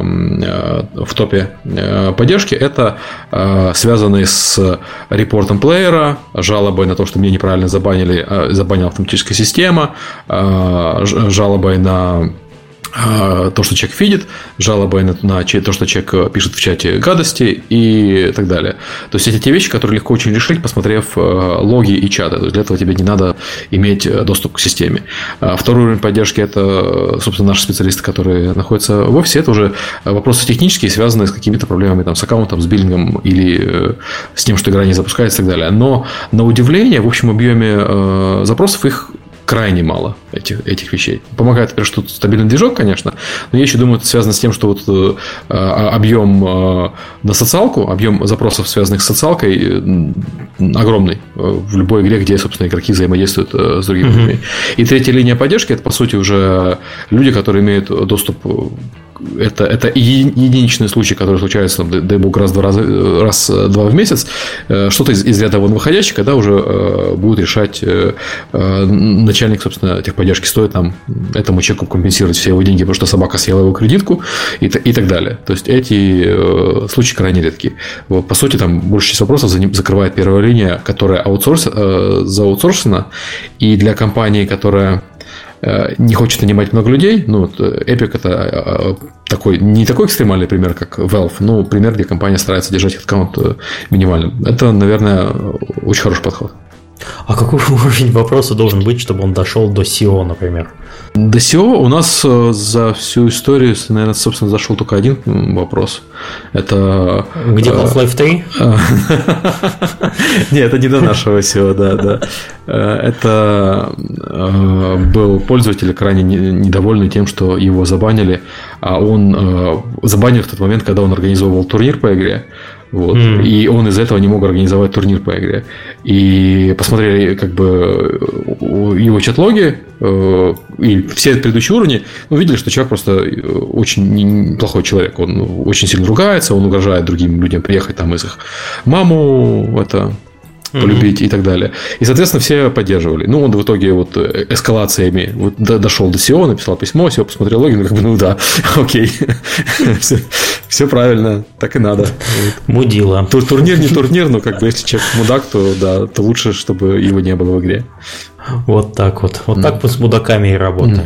в топе поддержки это связанные с репортом плеера, жалобой на то, что мне неправильно забанила автоматическая система, жалобой на то, что человек фидит, жалобы на то, что человек пишет в чате гадости и так далее. То есть, это те вещи, которые легко очень решить, посмотрев логи и чаты. То есть, для этого тебе не надо иметь доступ к системе. Второй уровень поддержки – это, собственно, наши специалисты, которые находятся в офисе. Это уже вопросы технические, связанные с какими-то проблемами с аккаунтом, с биллингом или с тем, что игра не запускается и так далее. Но, на удивление, в общем объеме запросов их крайне мало этих вещей. Помогает, например, что тут стабильный движок, конечно, но я еще думаю, это связано с тем, что вот объем на социалку, объем запросов, связанных с социалкой, огромный в любой игре, где, собственно, игроки взаимодействуют с другими людьми. И третья линия поддержки – это, по сути, уже люди, которые имеют доступ. Это единичный случай, который случается, дай бог, раз-два в месяц. Что-то из ряда вон выходящих, когда уже будет решать начальник, собственно, техподдержки, стоит там этому человеку компенсировать все его деньги, потому что собака съела его кредитку и так далее. То есть, эти случаи крайне редкие. Вот, по сути, там большая часть вопросов закрывает первая линия, которая зааутсорсена. И для компании, которая не хочет нанимать много людей. Ну, Epic – это такой, не такой экстремальный пример, как Valve, но пример, где компания старается держать аккаунт минимальным. Это, наверное, очень хороший подход. А какой уровень вопроса должен быть, чтобы он дошел до SEO, например? До SEO у нас за всю историю, наверное, собственно, зашел только один вопрос. Это... Где Half-Life 3? Нет, это не до нашего SEO, да. Это был пользователь крайне недовольный тем, что его забанили, а он забанил в тот момент, когда он организовывал турнир по игре. Вот. И он из-за этого не мог организовать турнир по игре. И посмотрели как бы его чат-логи и все предыдущие уровни, увидели, что человек просто очень плохой человек. Он очень сильно ругается, он угрожает другим людям приехать там из их маму полюбить и так далее. И, соответственно, все поддерживали. Ну, он в итоге вот эскалациями дошел до SEO, написал письмо, SEO посмотрел логин, как бы, ну да, окей. Все правильно, так и надо. Мудила. Турнир не турнир, но как бы если человек мудак, то да, то лучше, чтобы его не было в игре. Вот так вот. Вот так мы с мудаками и работаем.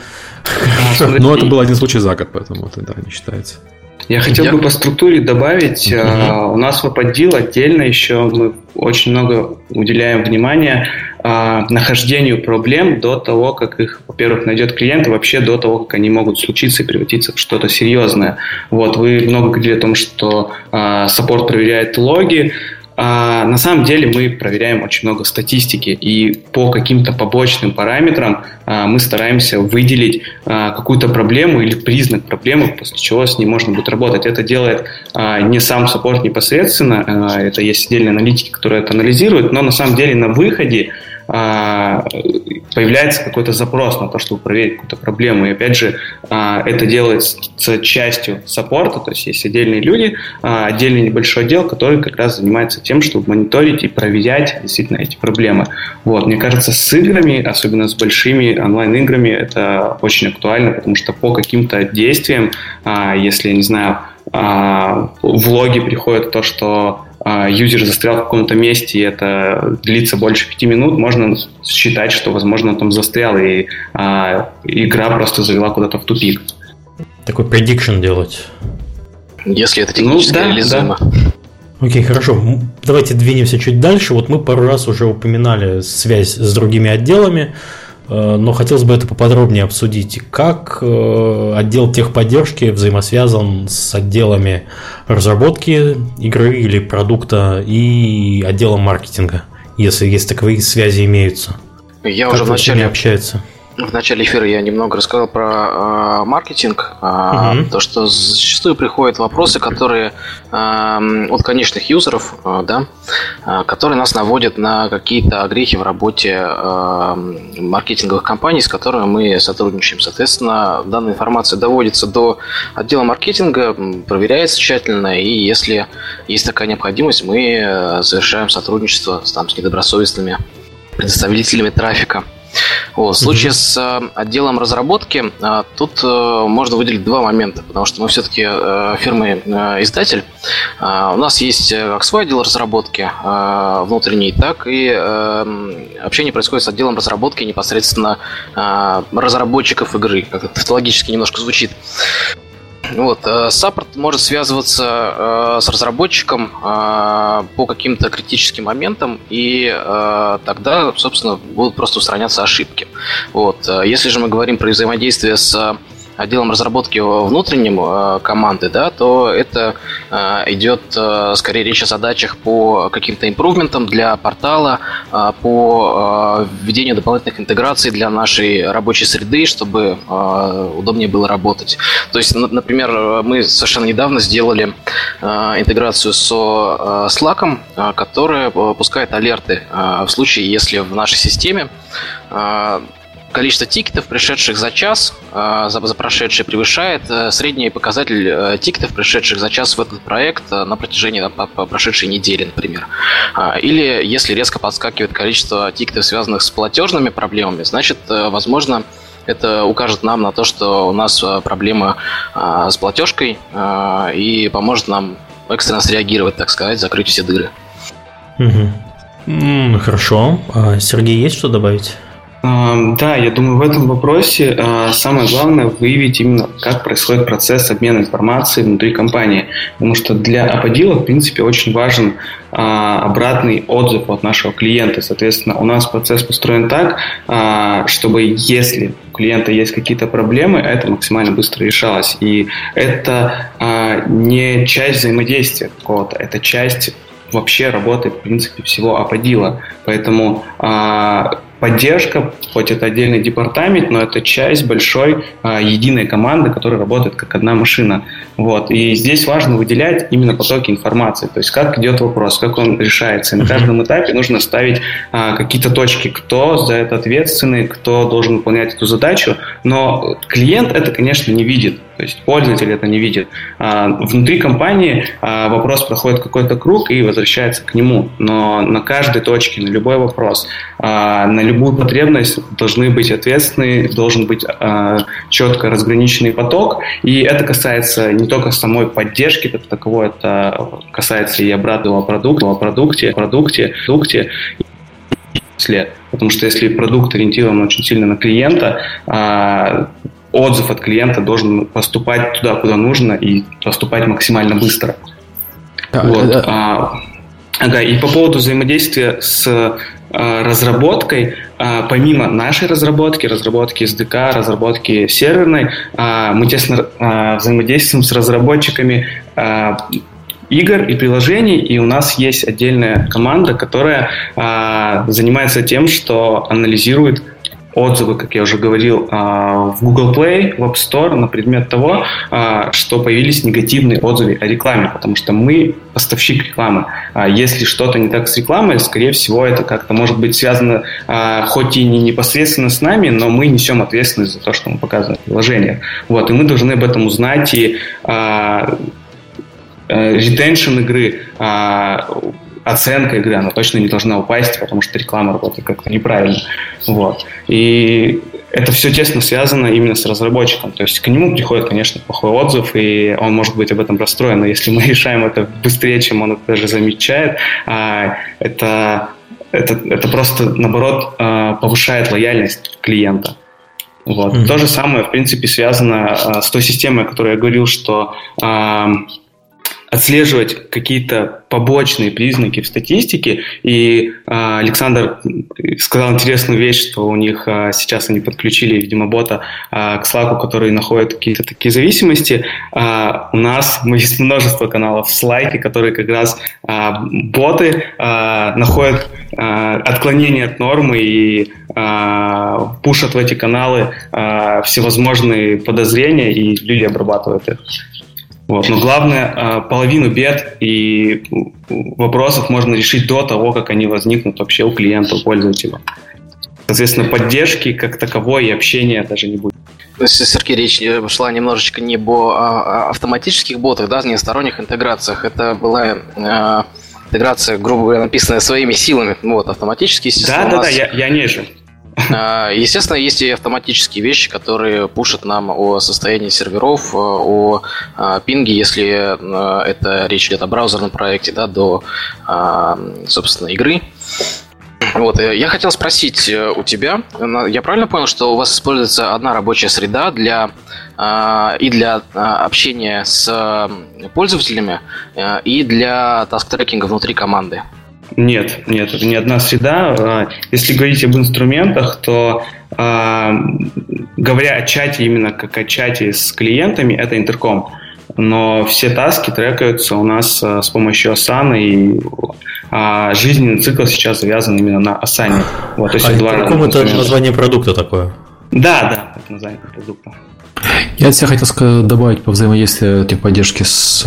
Но это был один случай за год, поэтому это, да, не считается. Я хотел бы по структуре добавить, у нас в Apodil отдельно еще мы очень много уделяем внимания нахождению проблем до того, как их, во-первых, найдет клиент, и вообще до того, как они могут случиться и превратиться в что-то серьезное. Вот, вы много говорили о том, что саппорт проверяет логи. На самом деле мы проверяем очень много статистики, и по каким-то побочным параметрам мы стараемся выделить какую-то проблему или признак проблемы, после чего с ней можно будет работать. Это делает не сам саппорт непосредственно, это есть отдельные аналитики, которые это анализируют, но на самом деле на выходе появляется какой-то запрос на то, чтобы проверить какую-то проблему. И опять же, это делается частью саппорта, то есть есть отдельные люди, отдельный небольшой отдел, который как раз занимается тем, чтобы мониторить и проверять действительно эти проблемы. Вот. Мне кажется, с играми, особенно с большими онлайн-играми, это очень актуально, потому что по каким-то действиям, если, я не знаю, в логи приходит то, что юзер застрял в каком-то месте, и это длится больше 5 минут, можно считать, что, возможно, он там застрял, и игра просто завела куда-то в тупик. Такой prediction делать. Если это технически реализуемо. Да. Окей, хорошо. Давайте двинемся чуть дальше. Вот мы пару раз уже упоминали связь с другими отделами, но хотелось бы это поподробнее обсудить. Как отдел техподдержки взаимосвязан с отделами разработки игры или продукта и отделом маркетинга, если таковые связи имеются? Я как уже вначале общаются? В начале эфира я немного рассказал про маркетинг, то, что зачастую приходят вопросы, которые от конечных юзеров, да, которые нас наводят на какие-то огрехи в работе маркетинговых компаний, с которыми мы сотрудничаем. Соответственно, данная информация доводится до отдела маркетинга, проверяется тщательно, и если есть такая необходимость, мы завершаем сотрудничество с недобросовестными предоставителями трафика. В случае с отделом разработки тут можно выделить два момента, потому что мы все-таки фирма-издатель. У нас есть как свой отдел разработки внутренний, так и общение происходит с отделом разработки непосредственно разработчиков игры, как это тавтологически немножко звучит. Саппорт может связываться с разработчиком по каким-то критическим моментам, и тогда, собственно, будут просто устраняться ошибки. Если же мы говорим про взаимодействие с отделом разработки внутренним команды, да, то это идет скорее речь о задачах по каким-то импрувментам для портала, по введению дополнительных интеграций для нашей рабочей среды, чтобы удобнее было работать. То есть, например, мы совершенно недавно сделали интеграцию со Slack, которая пускает алерты в случае, если в нашей системе количество тикетов, пришедших за час, за прошедший, превышает средний показатель тикетов, пришедших за час в этот проект на протяжении прошедшей недели, например. Или если резко подскакивает количество тикетов, связанных с платежными проблемами, значит, возможно, это укажет нам на то, что у нас проблема с платежкой и поможет нам экстренно среагировать, так сказать, закрыть все дыры. Хорошо. Сергей, есть что добавить? Да, я думаю, в этом вопросе самое главное выявить именно, как происходит процесс обмена информацией внутри компании. Потому что для Apodilla, в принципе, очень важен обратный отзыв от нашего клиента. Соответственно, у нас процесс построен так, чтобы если у клиента есть какие-то проблемы, это максимально быстро решалось. И это не часть взаимодействия какого-то, это часть вообще работы, в принципе, всего Apodilla. Поэтому поддержка, хоть это отдельный департамент, но это часть большой единой команды, которая работает как одна машина. Вот. И здесь важно выделять именно потоки информации, то есть как идет вопрос, как он решается. И на каждом этапе нужно ставить какие-то точки, кто за это ответственный, кто должен выполнять эту задачу. Но клиент это, конечно, не видит, то есть пользователь это не видит. Внутри компании вопрос проходит какой-то круг и возвращается к нему. Но на каждой точке, на любой вопрос, на любую потребность должны быть ответственны, должен быть четко разграниченный поток. И это касается не только самой поддержки как таковой, это касается и обратного продукте. Потому что если продукт ориентирован очень сильно на клиента, отзыв от клиента должен поступать туда, куда нужно, и поступать максимально быстро. Вот. И по поводу взаимодействия с разработкой, помимо нашей разработки SDK, разработки серверной, мы тесно взаимодействуем с разработчиками игр и приложений, и у нас есть отдельная команда, которая занимается тем, что анализирует отзывы, как я уже говорил, в Google Play, в App Store на предмет того, что появились негативные отзывы о рекламе, потому что мы поставщик рекламы. Если что-то не так с рекламой, скорее всего, это как-то может быть связано, хоть и не непосредственно с нами, но мы несем ответственность за то, что мы показываем в приложениях. Вот, и мы должны об этом узнать, и ретеншн игры, оценка игры, она точно не должна упасть, потому что реклама работает как-то неправильно. Вот. И это все тесно связано именно с разработчиком. То есть к нему приходит, конечно, плохой отзыв, и он может быть об этом расстроен. Но если мы решаем это быстрее, чем он это даже замечает, это просто, наоборот, повышает лояльность клиента. Вот. То же самое, в принципе, связано с той системой, о которой я говорил, что отслеживать какие-то побочные признаки в статистике. И Александр сказал интересную вещь, что у них сейчас они подключили, видимо, бота к Slack, который находит какие-то такие зависимости. У нас есть множество каналов в Slack, которые как раз боты находят отклонения от нормы и пушат в эти каналы всевозможные подозрения, и люди обрабатывают их. Вот. Но главное, половину бед и вопросов можно решить до того, как они возникнут вообще у клиента, у пользователя. Соответственно, поддержки как таковой и общения даже не будет. То есть, Сергей, речь шла немножечко не об автоматических ботах, да, не о сторонних интеграциях. Это была интеграция, грубо говоря, написанная своими силами. Вот, автоматически, естественно, Да, я не же. Естественно, есть и автоматические вещи, которые пушат нам о состоянии серверов, о пинге, если это речь идет о браузерном проекте, да, до, собственно, игры. Вот, я хотел спросить у тебя, я правильно понял, что у вас используется одна рабочая среда для общения с пользователями, и для таск-трекинга внутри команды? Нет, это не одна среда. Если говорить об инструментах, то говоря о чате именно как о чате с клиентами, это интерком. Но все таски трекаются у нас с помощью Asana, и жизненный цикл сейчас завязан именно на Asana. Вот, то есть интерком это название продукта такое? Да, это название продукта. Я от себя хотел добавить по взаимодействию техподдержки с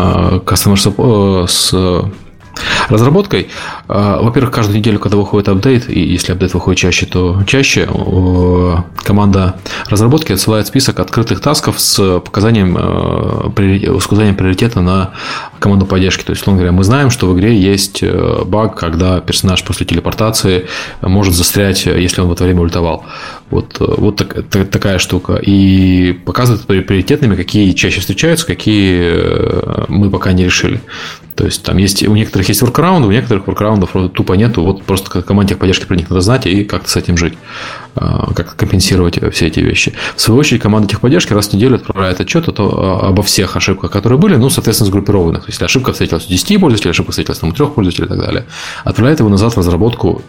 разработкой. Во-первых, каждую неделю, когда выходит апдейт, и если апдейт выходит чаще, то чаще, команда разработки отсылает список открытых тасков с указанием приоритета на команду поддержки. То есть, условно говоря, мы знаем, что в игре есть баг, когда персонаж после телепортации может застрять, если он в это время ультовал. Вот такая штука. И показывает приоритетными, какие чаще встречаются, какие мы пока не решили. То есть, там есть, у некоторых есть воркараунды, у некоторых воркараундов тупо нету. Вот просто команде техподдержки про них надо знать и как-то с этим жить. Как компенсировать все эти вещи. В свою очередь, команда техподдержки раз в неделю отправляет отчет обо всех ошибках, которые были, ну, соответственно, сгруппированных. Если ошибка встретилась у 10 пользователей, ошибка встретилась у 3 пользователей и так далее. Отправляет его назад в разработку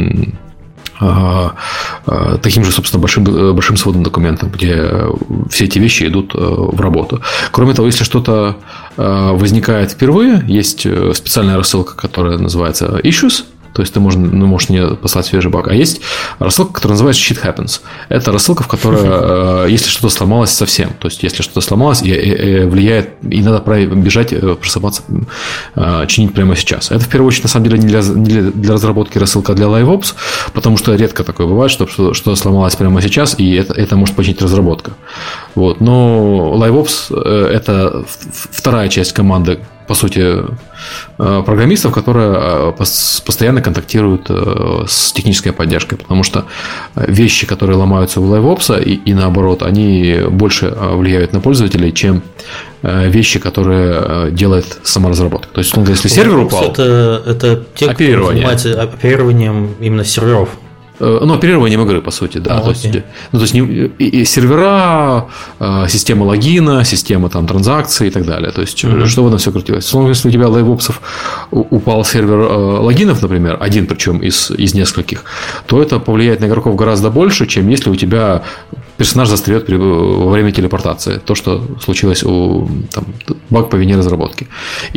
таким же, собственно, большим сводным документом, где все эти вещи идут в работу. Кроме того, если что-то возникает впервые, есть специальная рассылка, которая называется Issues. То есть ты можешь мне послать свежий баг. А есть рассылка, которая называется Shit Happens. Это рассылка, в которой, если что-то сломалось совсем, то есть если что-то сломалось и влияет, и надо бежать, просыпаться, чинить прямо сейчас. Это в первую очередь на самом деле не для разработки рассылка, а для LiveOps, потому что редко такое бывает, что что-то сломалось прямо сейчас, и это может починить разработка. Вот. Но LiveOps – это вторая часть команды, по сути, программистов, которые постоянно контактируют с технической поддержкой, потому что вещи, которые ломаются у LiveOps и наоборот, они больше влияют на пользователей, чем вещи, которые делает сама разработка. То есть, если сервер упал, это те, кто занимается оперированием именно серверов. Ну, оперированием игры, по сути, да. То есть и сервера, система логина, система там, транзакций и так далее. То есть, что в этом все крутилось. Если у тебя LiveOps упал сервер логинов, например, один причем из нескольких, то это повлияет на игроков гораздо больше, чем если у тебя персонаж застряет во время телепортации. То, что случилось у баг по вине разработки.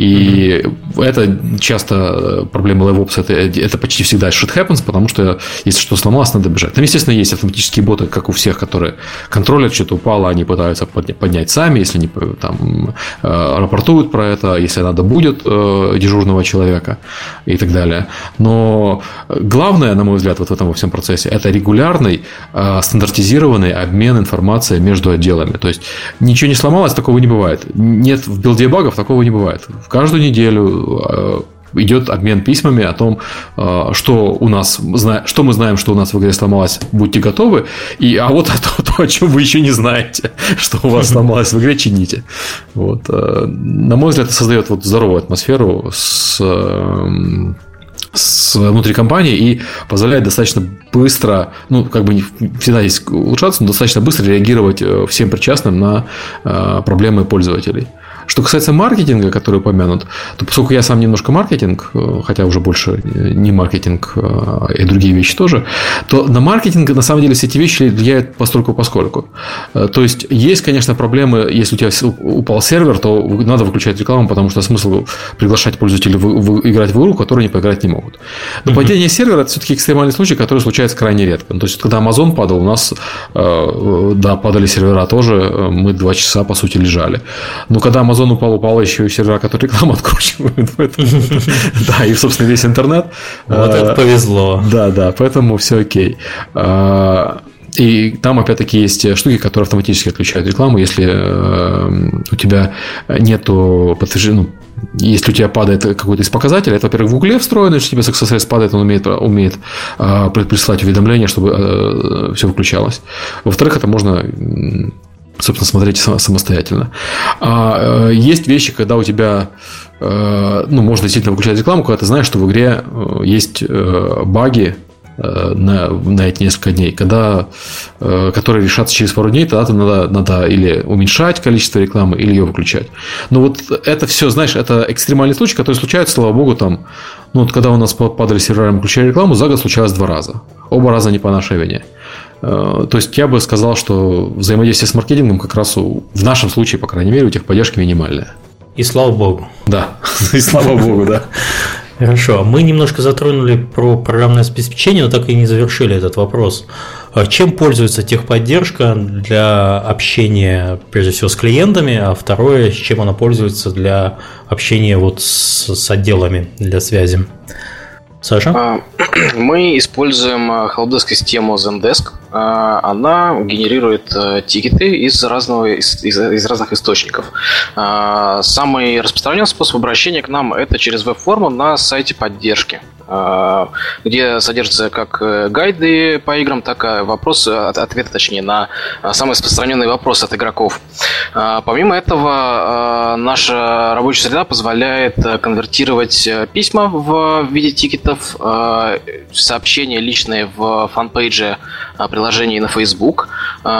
И это часто проблема LiveOps. Это почти всегда shit happens, потому что если что сломалось, надо бежать. Там, естественно, есть автоматические боты, как у всех, которые контролят, что-то упало, они пытаются поднять сами, если они там рапортуют про это, если надо будет дежурного человека и так далее. Но главное, на мой взгляд, вот в этом во всем процессе, это регулярный, стандартизированный обмен информацией между отделами. То есть ничего не сломалось, такого не бывает. Нет в билде багов, такого не бывает. В каждую неделю идет обмен письмами о том, что мы знаем, что у нас в игре сломалось, будьте готовы, а вот то, о чем вы еще не знаете, что у вас сломалось в игре, чините. Вот. На мой взгляд, это создает здоровую атмосферу внутри компании и позволяет достаточно быстро, всегда есть улучшаться, но достаточно быстро реагировать всем причастным на проблемы пользователей. Что касается маркетинга, который упомянут, то поскольку я сам немножко маркетинг, хотя уже больше не маркетинг, и другие вещи тоже, то на маркетинг на самом деле все эти вещи влияют постольку-поскольку. То есть, конечно, проблемы, если у тебя упал сервер, то надо выключать рекламу, потому что смысл приглашать пользователей играть в игру, в которую они поиграть не могут. Но падение сервера – это все-таки экстремальный случай, который случается крайне редко. То есть, когда Amazon падал, у нас падали сервера тоже, мы 2 часа, по сути, лежали. Но когда Amazon упал еще и сервера, которые рекламу откручивают. Да, и, собственно, весь интернет. Вот это повезло. Да, поэтому все окей. И там, опять-таки, есть штуки, которые автоматически отключают рекламу, если у тебя нету подтверждения. Если у тебя падает какой-то из показателей, это, во-первых, в угле встроено, если у тебя success падает, он умеет присылать уведомления, чтобы все выключалось. Во-вторых, это можно, собственно, смотреть самостоятельно. А есть вещи, когда у тебя можно действительно выключать рекламу, когда ты знаешь, что в игре есть баги на эти несколько дней, которые решатся через пару дней, тогда надо или уменьшать количество рекламы, или ее выключать. Но вот это все, знаешь, это экстремальный случай, который случается, слава богу, когда у нас падали сервера, мы включали рекламу, за год случалось 2 раза. Оба раза не по нашей вине. То есть я бы сказал, что взаимодействие с маркетингом как раз в нашем случае, по крайней мере, у техподдержки минимальное. И слава богу. Да, и слава богу, да. Хорошо, мы немножко затронули про программное обеспечение, но так и не завершили этот вопрос. Чем пользуется техподдержка для общения, прежде всего, с клиентами, а второе, чем она пользуется для общения с отделами для связи? Саша? Мы используем helpdesk систему Zendesk. Она генерирует тикеты из разных источников. Самый распространенный способ обращения к нам – это через веб-форму на сайте поддержки. где содержатся как гайды по играм, так и ответы, точнее, на самые распространенные вопросы от игроков. Помимо этого, наша рабочая среда позволяет конвертировать письма в виде тикетов, сообщения личные в фан-пейдже приложений на Facebook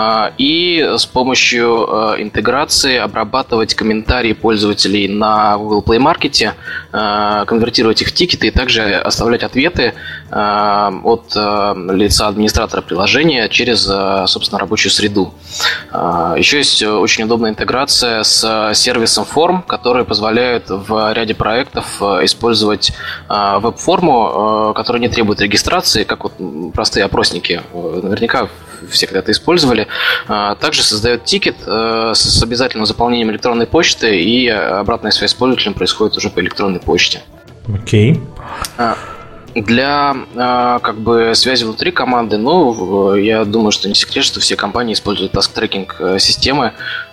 и с помощью интеграции обрабатывать комментарии пользователей на Google Play Market, конвертировать их в тикеты и также оставлять ответы от лица администратора приложения через, собственно, рабочую среду. Еще есть очень удобная интеграция с сервисом форм, которые позволяют в ряде проектов использовать веб-форму, которая не требует регистрации, как вот простые опросники. Наверняка все когда-то использовали. Также создает тикет с обязательным заполнением электронной почты, и обратная связь с пользователем происходит уже по электронной почте. Окей. Для связи внутри команды, я думаю, что не секрет, что все компании используют task-tracking системы.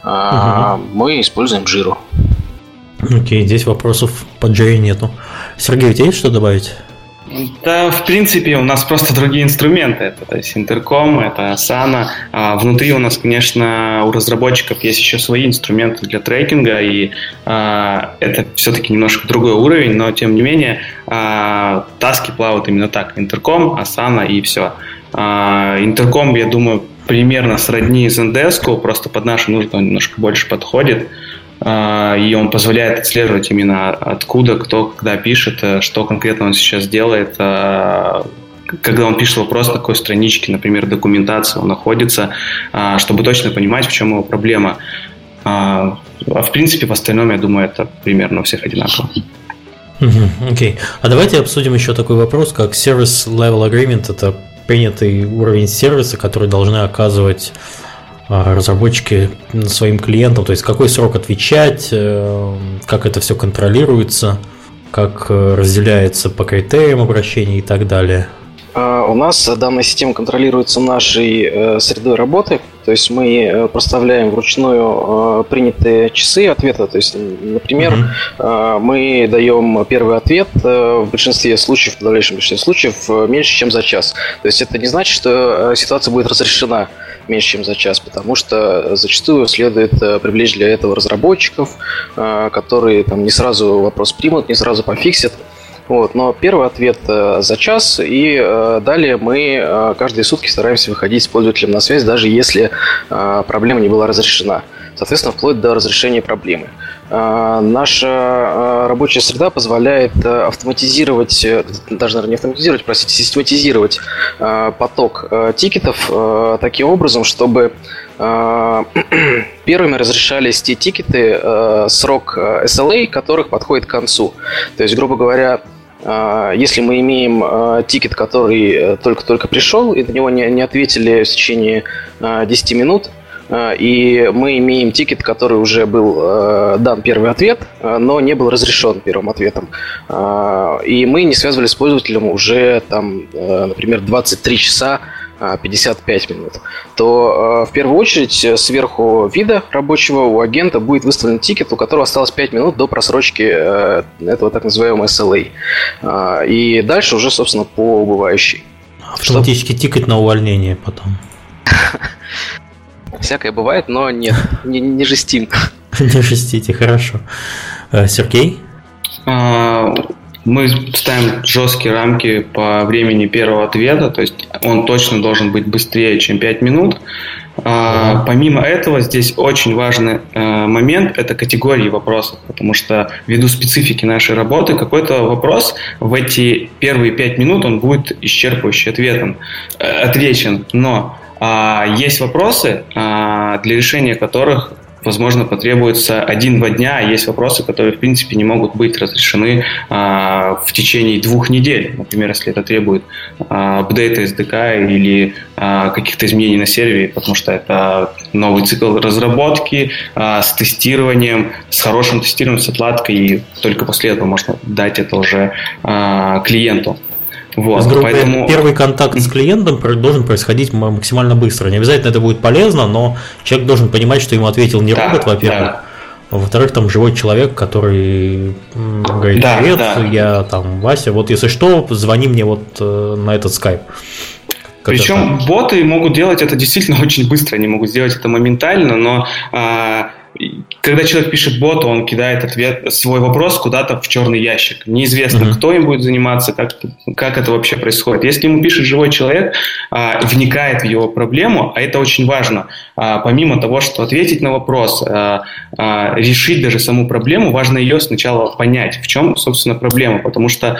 Мы используем Jira. Окей, здесь вопросов по Jira нету. Сергей, у тебя есть что добавить? Да, в принципе, у нас просто другие инструменты. Это Интерком, это Asana. Внутри у нас, конечно, у разработчиков есть еще свои инструменты для трекинга, и это все-таки немножко другой уровень, но тем не менее таски плавают именно так. Интерком, Asana и все. Интерком, я думаю, примерно сродни Zendesk, просто под наши нужды он немножко больше подходит. И он позволяет отслеживать именно откуда, кто, когда пишет, что конкретно он сейчас делает, когда он пишет вопрос, на какой страничке, например, документации он находится, чтобы точно понимать, в чем его проблема. А в принципе, в остальном, я думаю, это примерно у всех одинаково. Окей. А давайте обсудим еще такой вопрос, как Service Level Agreement. Это принятый уровень сервиса, который должны оказывать разработчики своим клиентам, то есть какой срок отвечать, как это все контролируется, как разделяется по критериям обращения и так далее. У нас данная система контролируется нашей средой работы, то есть мы проставляем вручную принятые часы ответа, то есть, например, мы даем первый ответ в большинстве случаев, в подавляющем большинстве случаев, меньше, чем за час. То есть это не значит, что ситуация будет разрешена меньше, чем за час, потому что зачастую следует привлечь для этого разработчиков, которые не сразу вопрос примут, не сразу пофиксят. Но первый ответ за час, и далее мы каждые сутки стараемся выходить с пользователем на связь, даже если проблема не была разрешена. Соответственно, вплоть до разрешения проблемы. Наша рабочая среда позволяет автоматизировать, даже, наверное, не автоматизировать, систематизировать поток тикетов таким образом, чтобы первыми разрешались те тикеты, срок SLA которых подходит к концу. То есть, грубо говоря, если мы имеем тикет, который только-только пришел, и на него не ответили в течение 10 минут, и мы имеем тикет, который уже был дан первый ответ, но не был разрешен первым ответом, и мы не связывались с пользователем уже, например, 23 часа 55 минут, то в первую очередь сверху вида рабочего у агента будет выставлен тикет, у которого осталось 5 минут до просрочки этого так называемого SLA. И дальше уже, собственно, по убывающей. Автоматический тикет на увольнение потом. Всякое бывает, но нет, не жестим. Не жестите, хорошо. Сергей? Мы ставим жесткие рамки по времени первого ответа, то есть он точно должен быть быстрее, чем 5 минут. Помимо этого, здесь очень важный момент – это категории вопросов, потому что ввиду специфики нашей работы какой-то вопрос в эти первые 5 минут он будет исчерпывающе отвечен, но есть вопросы, для решения которых, возможно, потребуется 1-2 дня, а есть вопросы, которые, в принципе, не могут быть разрешены в течение 2 недель. Например, если это требует апдейта SDK или каких-то изменений на сервере, потому что это новый цикл разработки с тестированием, с хорошим тестированием, с отладкой, и только после этого можно дать это уже клиенту. Поэтому первый контакт с клиентом должен происходить максимально быстро. Не обязательно это будет полезно, но человек должен понимать, что ему ответил не робот, во-первых, Во-вторых, там живой человек, который говорит: привет, я там Вася, вот если что, звони мне вот на этот скайп. Причем боты могут делать это действительно очень быстро, они могут сделать это моментально, но когда человек пишет боту, он кидает свой вопрос куда-то в черный ящик. Неизвестно, кто им будет заниматься, как это вообще происходит. Если ему пишет живой человек, вникает в его проблему, а это очень важно, помимо того, что ответить на вопрос, решить даже саму проблему, важно ее сначала понять, в чем, собственно, проблема, потому что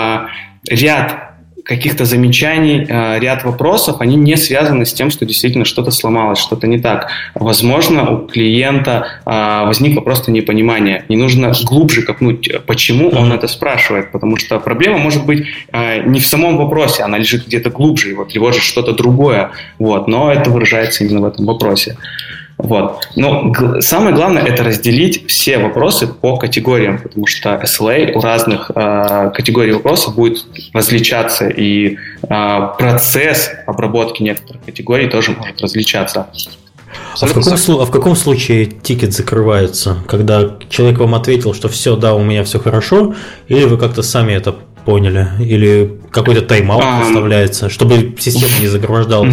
ряд каких-то замечаний, ряд вопросов, они не связаны с тем, что действительно что-то сломалось, что-то не так. Возможно, у клиента возникло просто непонимание. Не нужно глубже копнуть, почему он это спрашивает, потому что проблема может быть не в самом вопросе, она лежит где-то глубже, его тревожит что-то другое, вот, но это выражается именно в этом вопросе. Вот. Но самое главное – это разделить все вопросы по категориям, потому что SLA у разных категорий вопросов будет различаться, и процесс обработки некоторых категорий тоже может различаться. А в каком случае тикет закрывается? Когда человек вам ответил, что все, да, у меня все хорошо, или вы как-то сами это поняли? Или какой-то тайм-аут выставляется, чтобы система не загромождалась?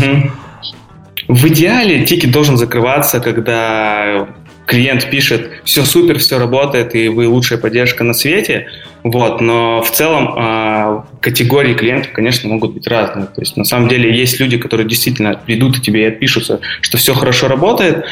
В идеале тикет должен закрываться, когда клиент пишет: все супер, все работает, и вы лучшая поддержка на свете. Вот, но в целом категории клиентов, конечно, могут быть разные. То есть на самом деле есть люди, которые действительно придут и тебе отпишутся, что все хорошо работает.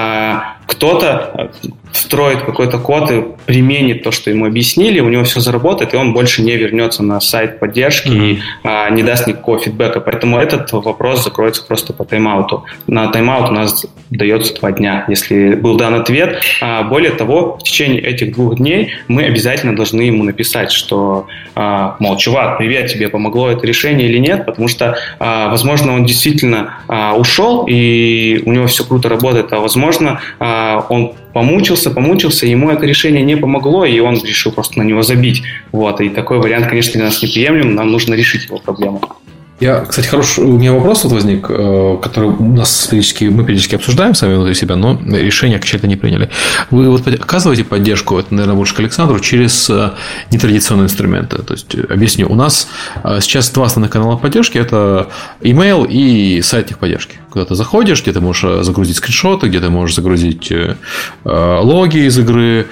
Кто-то встроит какой-то код и применит то, что ему объяснили, у него все заработает, и он больше не вернется на сайт поддержки и не даст никакого фидбэка. Поэтому этот вопрос закроется просто по тайм-ауту. На тайм-аут у нас дается 2 дня, если был дан ответ. Более того, в течение этих 2 дней мы обязательно должны ему написать, что, мол, чувак, привет, тебе помогло это решение или нет, потому что, возможно, он действительно ушел, и у него все круто работает, а возможно, он помучился, ему это решение не помогло, и он решил просто на него забить. Вот, и такой вариант, конечно, для нас неприемлем, нам нужно решить его проблему. Кстати, хороший у меня вопрос возник, который мы периодически обсуждаем сами внутри себя, но решение окончательно не приняли. Вы вот оказываете поддержку, это, наверное, больше к Александру, через нетрадиционные инструменты. То есть, объясню, у нас сейчас 2 основных канала поддержки – это email и сайт техподдержки. Куда ты заходишь, где ты можешь загрузить скриншоты, где ты можешь загрузить логи из игры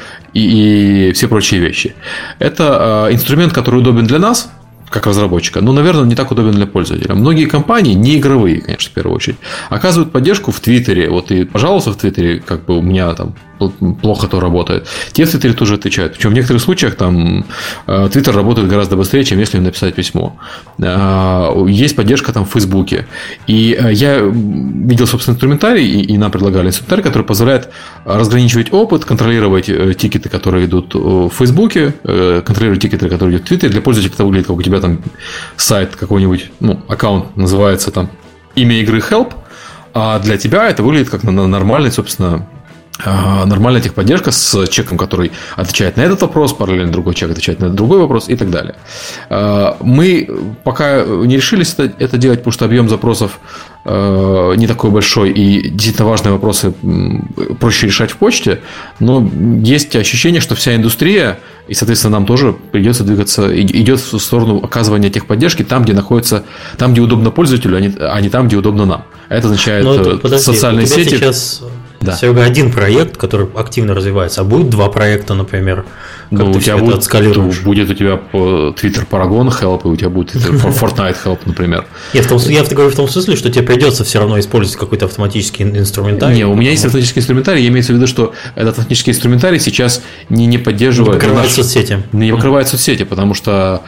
и все прочие вещи. Это инструмент, который удобен для нас, как разработчика, но, наверное, не так удобен для пользователя. Многие компании, не игровые, конечно, в первую очередь, оказывают поддержку в Твиттере. Вот и, пожалуйста, в Твиттере, как бы у меня там плохо то работает. Те в Твиттере тоже отвечают. Причем в некоторых случаях там Твиттер работает гораздо быстрее, чем если им написать письмо. Есть поддержка там в Фейсбуке. И я видел, собственно, инструментарий, и нам предлагали инструментарий, который позволяет разграничивать опыт, контролировать тикеты, которые идут в Фейсбуке, контролировать тикеты, которые идут в Твиттере. Для пользователя это выглядит, как у тебя там сайт какой-нибудь, аккаунт называется там имя игры Help, а для тебя это выглядит как нормальный, собственно, нормальная техподдержка с человеком, который отвечает на этот вопрос, параллельно другой человек отвечает на другой вопрос и так далее. Мы пока не решились это делать, потому что объем запросов не такой большой, и действительно важные вопросы проще решать в почте, но есть ощущение, что вся индустрия, и, соответственно, нам тоже придется двигаться, идет в сторону оказывания техподдержки там, где находится, там, где удобно пользователю, а не там, где удобно нам. Это означает социальные сети. Да. Серега, 1 проект, который активно развивается, а будет 2 проекта, например, как ты все это отскалируешь? Будет у тебя Twitter Paragon Help, и у тебя будет Fortnite Help, например. Нет, я говорю в том смысле, что тебе придется все равно использовать какой-то автоматический инструментарий. Не, у меня есть автоматический инструментарий, я имею в виду, что этот автоматический инструментарий сейчас не поддерживает... Не покрывает соцсети. Не покрывает соцсети, потому что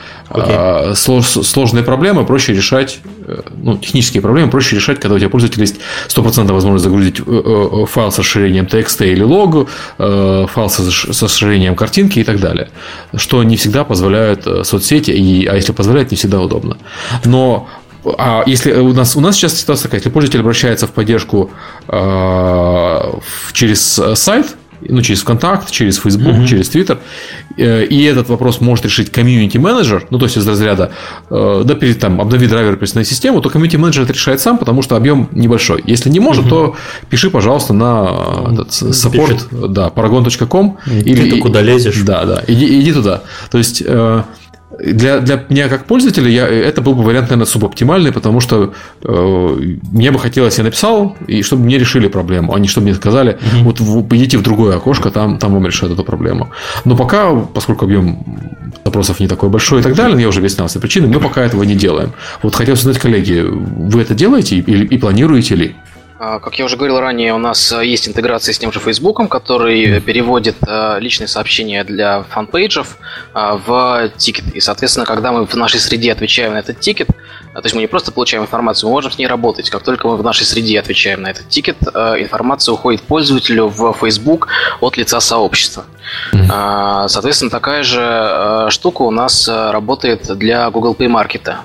сложные проблемы проще решать, технические проблемы проще решать, когда у тебя пользователь есть 100% возможность загрузить файл с расширением текста или логу, файл с расширением картинки и так далее. Что не всегда позволяют соцсети, а если позволяют, не всегда удобно. Но если у нас сейчас ситуация такая, если пользователь обращается в поддержку через сайт, через ВКонтакт, через Facebook, через Twitter. И этот вопрос может решить комьюнити-менеджер, то есть из разряда обнови драйвер операционной системы, то комьюнити-менеджер это решает сам, потому что объем небольшой. Если не может, то пиши, пожалуйста, на support, paragon.com. Или ты куда лезешь. Да, иди туда. То есть для меня как пользователя это был бы вариант, наверное, субоптимальный, потому что мне бы хотелось, я написал, и чтобы мне решили проблему, а не чтобы мне сказали, вот идите в другое окошко, там вам решают эту проблему. Но пока, поскольку объем запросов не такой большой и так далее, я уже объяснял все причины, мы пока этого не делаем. Вот хотел узнать, коллеги, вы это делаете и планируете ли? Как я уже говорил ранее, у нас есть интеграция с тем же Facebook, который переводит личные сообщения для фан-пейджев в тикет. И, соответственно, когда мы в нашей среде отвечаем на этот тикет, то есть мы не просто получаем информацию, мы можем с ней работать. Как только мы в нашей среде отвечаем на этот тикет, информация уходит пользователю в Facebook от лица сообщества. Соответственно, такая же штука у нас работает для Google Play Market.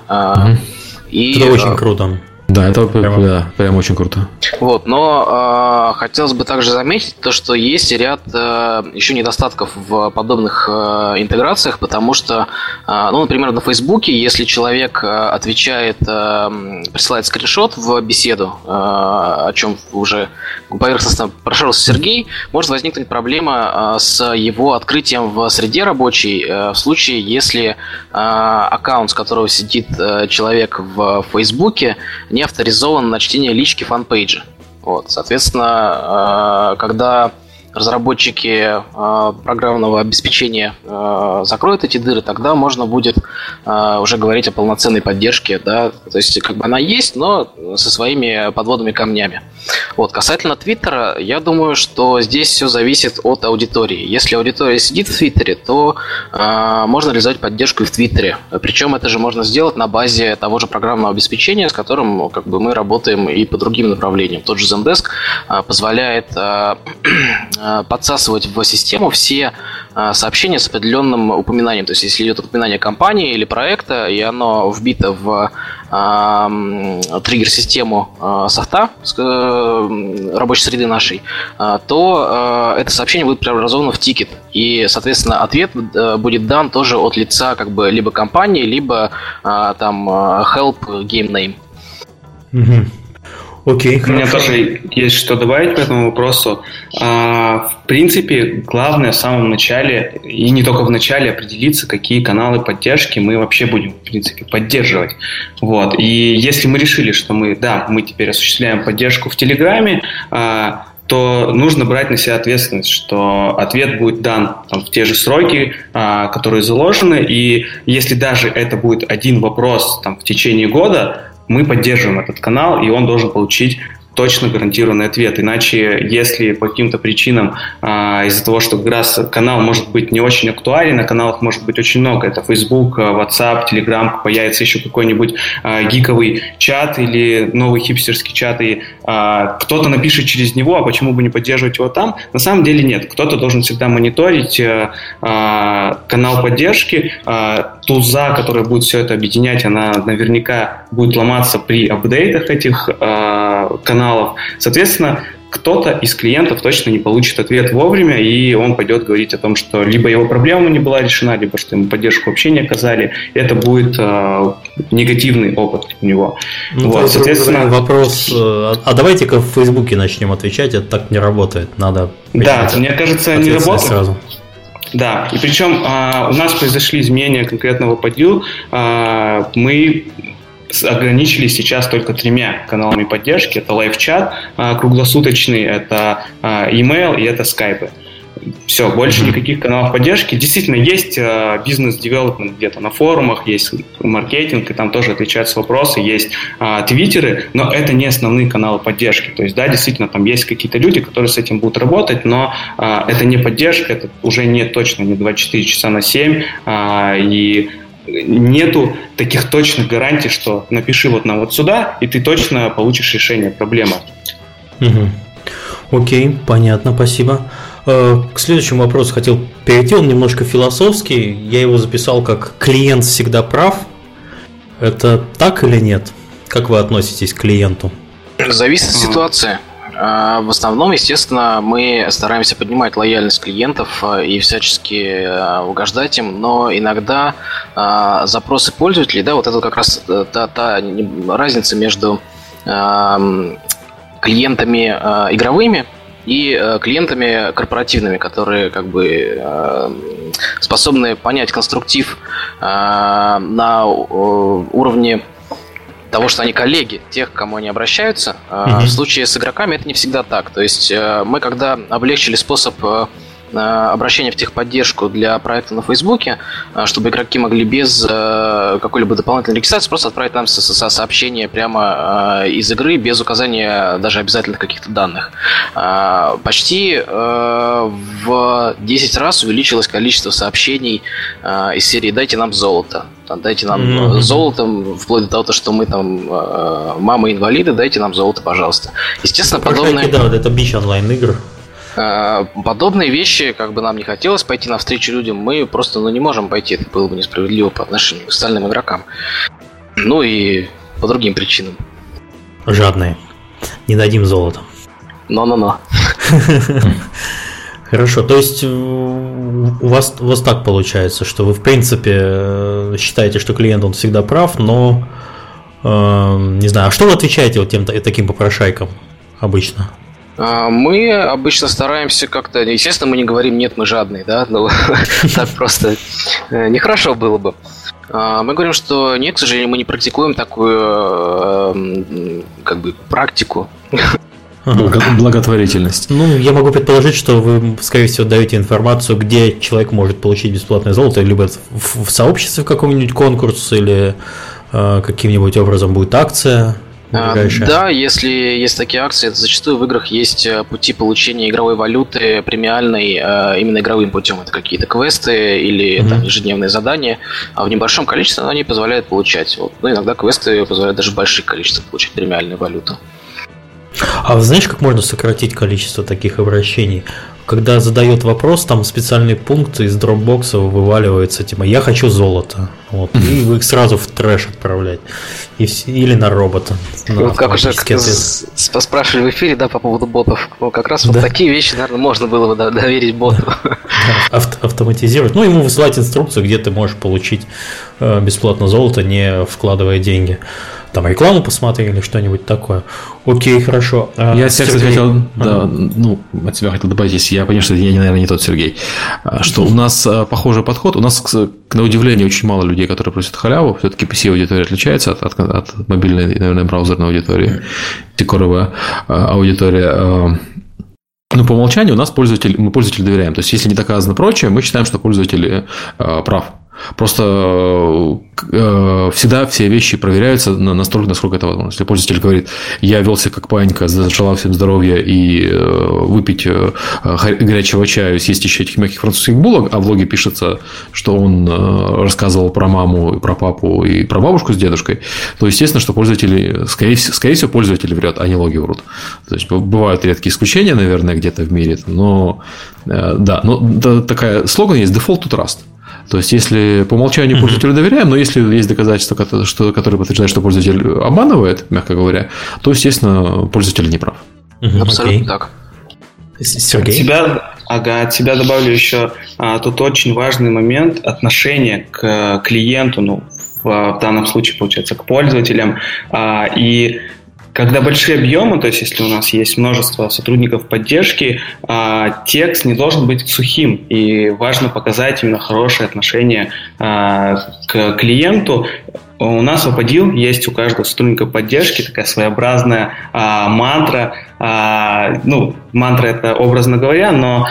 Это очень круто. Да, это прям очень круто. Вот, но хотелось бы также заметить то, что есть ряд еще недостатков в подобных интеграциях, потому что, например, на Фейсбуке, если человек отвечает, присылает скриншот в беседу, о чем уже поверхностно прошелся Сергей, может возникнуть проблема с его открытием в среде рабочей в случае, если аккаунт, с которого сидит человек в Фейсбуке, не авторизован на чтение лички фан-пейджа. Вот, соответственно, когда разработчики программного обеспечения закроют эти дыры, тогда можно будет уже говорить о полноценной поддержке, да, то есть как бы она есть, но со своими подводными камнями. Вот. Касательно Твиттера, я думаю, что здесь все зависит от аудитории. Если аудитория сидит в Твиттере, то можно реализовать поддержку и в Твиттере. Причем это же можно сделать на базе того же программного обеспечения, с которым как бы мы работаем и по другим направлениям. Тот же Zendesk позволяет подсасывать в систему все сообщения с определенным упоминанием. То есть, если идет упоминание компании или проекта, и оно вбито в триггер-систему софта рабочей среды нашей, то это сообщение будет преобразовано в тикет. И, соответственно, ответ будет дан тоже от лица как бы либо компании, либо там help game name. Окей, У меня тоже есть что добавить по этому вопросу. В принципе, главное в самом начале, и не только в начале, определиться, какие каналы поддержки мы вообще будем, в принципе, поддерживать. Вот. И если мы решили, что мы теперь осуществляем поддержку в Телеграме, то нужно брать на себя ответственность, что ответ будет дан в те же сроки, которые заложены, и если даже это будет один вопрос в течение года, мы поддерживаем этот канал, и он должен получить точно гарантированный ответ. Иначе, если по каким-то причинам из-за того, что как раз канал может быть не очень актуален, а каналов может быть очень много, это Facebook, WhatsApp, Telegram, появится еще какой-нибудь гиковый чат или новый хипстерский чат, и кто-то напишет через него, а почему бы не поддерживать его там? На самом деле нет. Кто-то должен всегда мониторить канал поддержки, тулза, которая будет все это объединять, она наверняка будет ломаться при апдейтах этих каналов. Соответственно, кто-то из клиентов точно не получит ответ вовремя, и он пойдет говорить о том, что либо его проблема не была решена, либо что ему поддержку вообще не оказали. Это будет негативный опыт у него. Соответственно, вопрос, а давайте-ка в Фейсбуке начнем отвечать, это так не работает. Надо. Да, мне кажется, не работает. Сразу. Да, и причем у нас произошли изменения конкретного по DIL. Мы ограничились сейчас только 3 каналами поддержки. Это лайв-чат круглосуточный, это email и это скайпы. Все, больше никаких каналов поддержки. Действительно, есть бизнес-девелопмент где-то на форумах, есть маркетинг, и там тоже отвечаются вопросы, есть твиттеры, но это не основные каналы поддержки. То есть, да, действительно, там есть какие-то люди, которые с этим будут работать, но это не поддержка, это уже точно не 24 часа на 7, и нету таких точных гарантий, что напиши нам вот сюда, и ты точно получишь решение проблемы. Окей, понятно, спасибо. К следующему вопросу хотел перейти, он немножко философский. Я его записал как «клиент всегда прав». Это так или нет? Как вы относитесь к клиенту? Зависит от ситуации. В основном, естественно, мы стараемся поднимать лояльность клиентов и всячески угождать им, но иногда запросы пользователей, да, вот это как раз та разница между клиентами игровыми и клиентами корпоративными, которые как бы способны понять конструктив на уровне того, что они коллеги тех, к кому они обращаются. В случае с игроками это не всегда так. То есть мы, когда облегчили способ обращения в техподдержку для проекта на Фейсбуке, чтобы игроки могли без какой-либо дополнительной регистрации просто отправить нам сообщение прямо из игры, без указания даже обязательных каких-то данных. Почти в 10 раз увеличилось количество сообщений из серии «Дайте нам золото». Дайте нам золото, вплоть до того, что мы там мамы-инвалиды, дайте нам золото, пожалуйста. Естественно, подобные... Да, это бич онлайн-игр. Подобные вещи, как бы нам не хотелось пойти навстречу людям, мы просто не можем пойти. Это было бы несправедливо по отношению к остальным игрокам. Ну и по другим причинам. Жадные. Не дадим золото. Но. Хорошо, то есть у вас так получается, что вы в принципе считаете, что клиент он всегда прав, но не знаю, а что вы отвечаете вот таким попрошайкам обычно? Мы обычно стараемся как-то... Естественно, мы не говорим «нет, мы жадные», да? Ну, так просто нехорошо было бы. Мы говорим, что нет, к сожалению, мы не практикуем такую как бы практику. Благотворительность. Ну, я могу предположить, что вы, скорее всего, даете информацию, где человек может получить бесплатное золото, либо в сообществе в каком-нибудь конкурсе, или каким-нибудь образом будет акция. Да, если есть такие акции, зачастую в играх есть пути получения игровой валюты премиальной именно игровым путем. Это какие-то квесты или там, ежедневные задания, а в небольшом количестве они позволяют получать. Вот. Ну, иногда квесты позволяют даже в больших количествах получить премиальную валюту. А вы знаешь, как можно сократить количество таких обращений? Когда задает вопрос, там специальный пункт из дропбокса вываливается, типа «я хочу золото». Вот, и вы их сразу в трэш отправлять. Или на робота. Вот как уже спрашивали в эфире, да, по поводу ботов. Ну, как раз вот такие вещи, наверное, можно было бы доверить боту. Автоматизировать. Ну, ему высылать инструкцию, где ты можешь получить бесплатно золото, не вкладывая деньги. Там рекламу посмотри или что-нибудь такое. Окей, хорошо. Я от себя хотел, от себя хотел добавить, если я понимаю, что я, наверное, не тот Сергей, что у нас похожий подход. У нас, на удивление, очень мало людей, которые просят халяву. Все-таки PC-аудитория отличается от мобильной, наверное, браузерной аудитории, тикоровая аудитория. Но по умолчанию у нас мы пользователю доверяем. То есть, если не доказано прочее, мы считаем, что пользователь прав. Просто всегда все вещи проверяются настолько, насколько это возможно. Если пользователь говорит, я велся как панька, зажелал всем здоровья и выпить горячего чаю, съесть еще этих мягких французских булок, а в логе пишется, что он рассказывал про маму, про папу и про бабушку с дедушкой, то естественно, что пользователи, скорее всего, пользователь врет, а не логи врут. То есть бывают редкие исключения, наверное, где-то в мире, но да, но такая слоган есть default to trust. То есть, если по умолчанию пользователю доверяем, но если есть доказательства, которые подтверждают, что пользователь обманывает, мягко говоря, то, естественно, пользователь не прав. Абсолютно так. Сергей? От себя добавлю еще тут очень важный момент отношения к клиенту, в данном случае, получается, к пользователям. И когда большие объемы, то есть если у нас есть множество сотрудников поддержки, текст не должен быть сухим, и важно показать именно хорошее отношение к клиенту. У нас в Apodil есть у каждого сотрудника поддержки такая своеобразная мантра. Мантра это образно говоря, но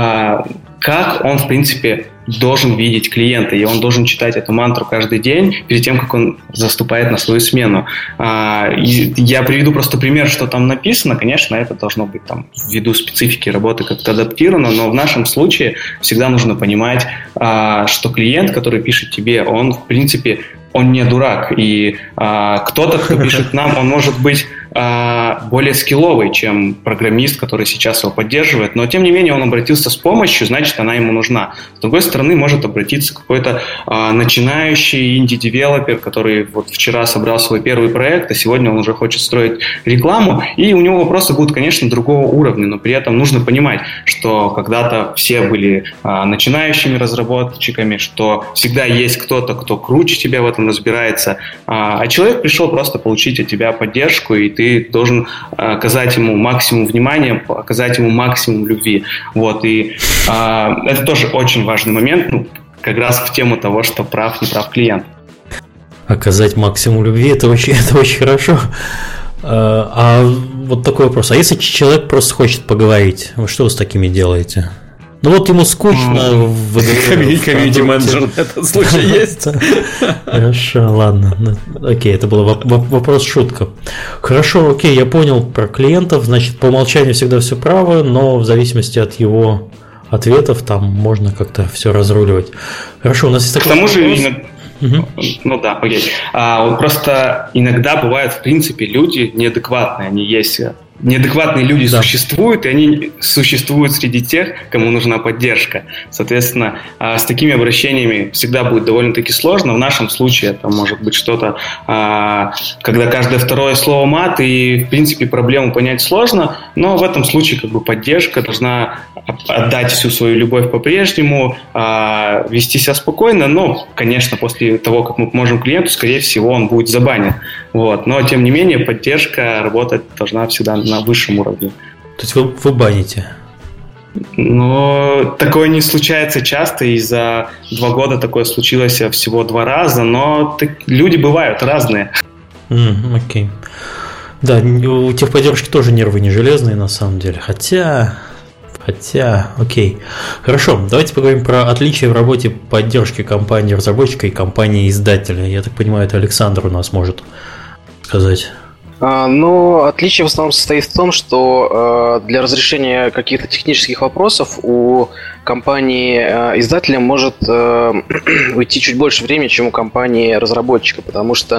как он, в принципе, должен видеть клиента, и он должен читать эту мантру каждый день перед тем, как он заступает на свою смену. И я приведу просто пример, что там написано. Конечно, это должно быть там ввиду специфики работы как-то адаптировано, но в нашем случае всегда нужно понимать, что клиент, который пишет тебе, он, в принципе, он не дурак. И кто-то, кто пишет нам, он может быть более скилловый, чем программист, который сейчас его поддерживает, но тем не менее он обратился с помощью, значит, она ему нужна. С другой стороны, может обратиться какой-то начинающий инди-девелопер, который вот вчера собрал свой первый проект, а сегодня он уже хочет строить рекламу, и у него вопросы будут, конечно, другого уровня, но при этом нужно понимать, что когда-то все были начинающими разработчиками, что всегда есть кто-то, кто круче тебя в этом разбирается, а человек пришел просто получить от тебя поддержку, и ты должен оказать ему максимум внимания, оказать ему максимум любви. Вот, и это тоже очень важный момент, ну, как раз в тему того, что прав, не прав клиент. Оказать максимум любви, это очень хорошо. А вот такой вопрос. А если человек просто хочет поговорить, вы что с такими делаете? Ну вот ему скучно. Комьюнити-менеджер в этом случае есть. Хорошо, ладно. Окей, это был вопрос-шутка. Хорошо, окей, я понял про клиентов. Значит, по умолчанию всегда все право, но в зависимости от его ответов там можно как-то все разруливать. Хорошо, у нас есть такой вопрос. К тому же, ну да, окей. Просто иногда бывают, в принципе, люди неадекватные, они есть. Неадекватные люди существуют, и они существуют среди тех, кому нужна поддержка. Соответственно, с такими обращениями всегда будет довольно-таки сложно. В нашем случае это может быть что-то, когда каждое второе слово мат, и, в принципе, проблему понять сложно, но в этом случае как бы поддержка должна отдать всю свою любовь по-прежнему, вести себя спокойно, но, конечно, после того, как мы поможем клиенту, скорее всего, он будет забанен. Вот. Но, тем не менее, поддержка работать должна всегда на высшем уровне. То есть вы баните? Но такое не случается часто, и за 2 года такое случилось всего 2 раза, но люди бывают разные. Окей. Да, у техподдержки тоже нервы не железные, на самом деле. Хотя, окей. Хорошо, давайте поговорим про отличия в работе поддержки компании-разработчика и компании-издателя. Я так понимаю, это Александр у нас может сказать. Ну, отличие в основном состоит в том, что для разрешения каких-то технических вопросов у компании-издателя может уйти чуть больше времени, чем у компании-разработчика, потому что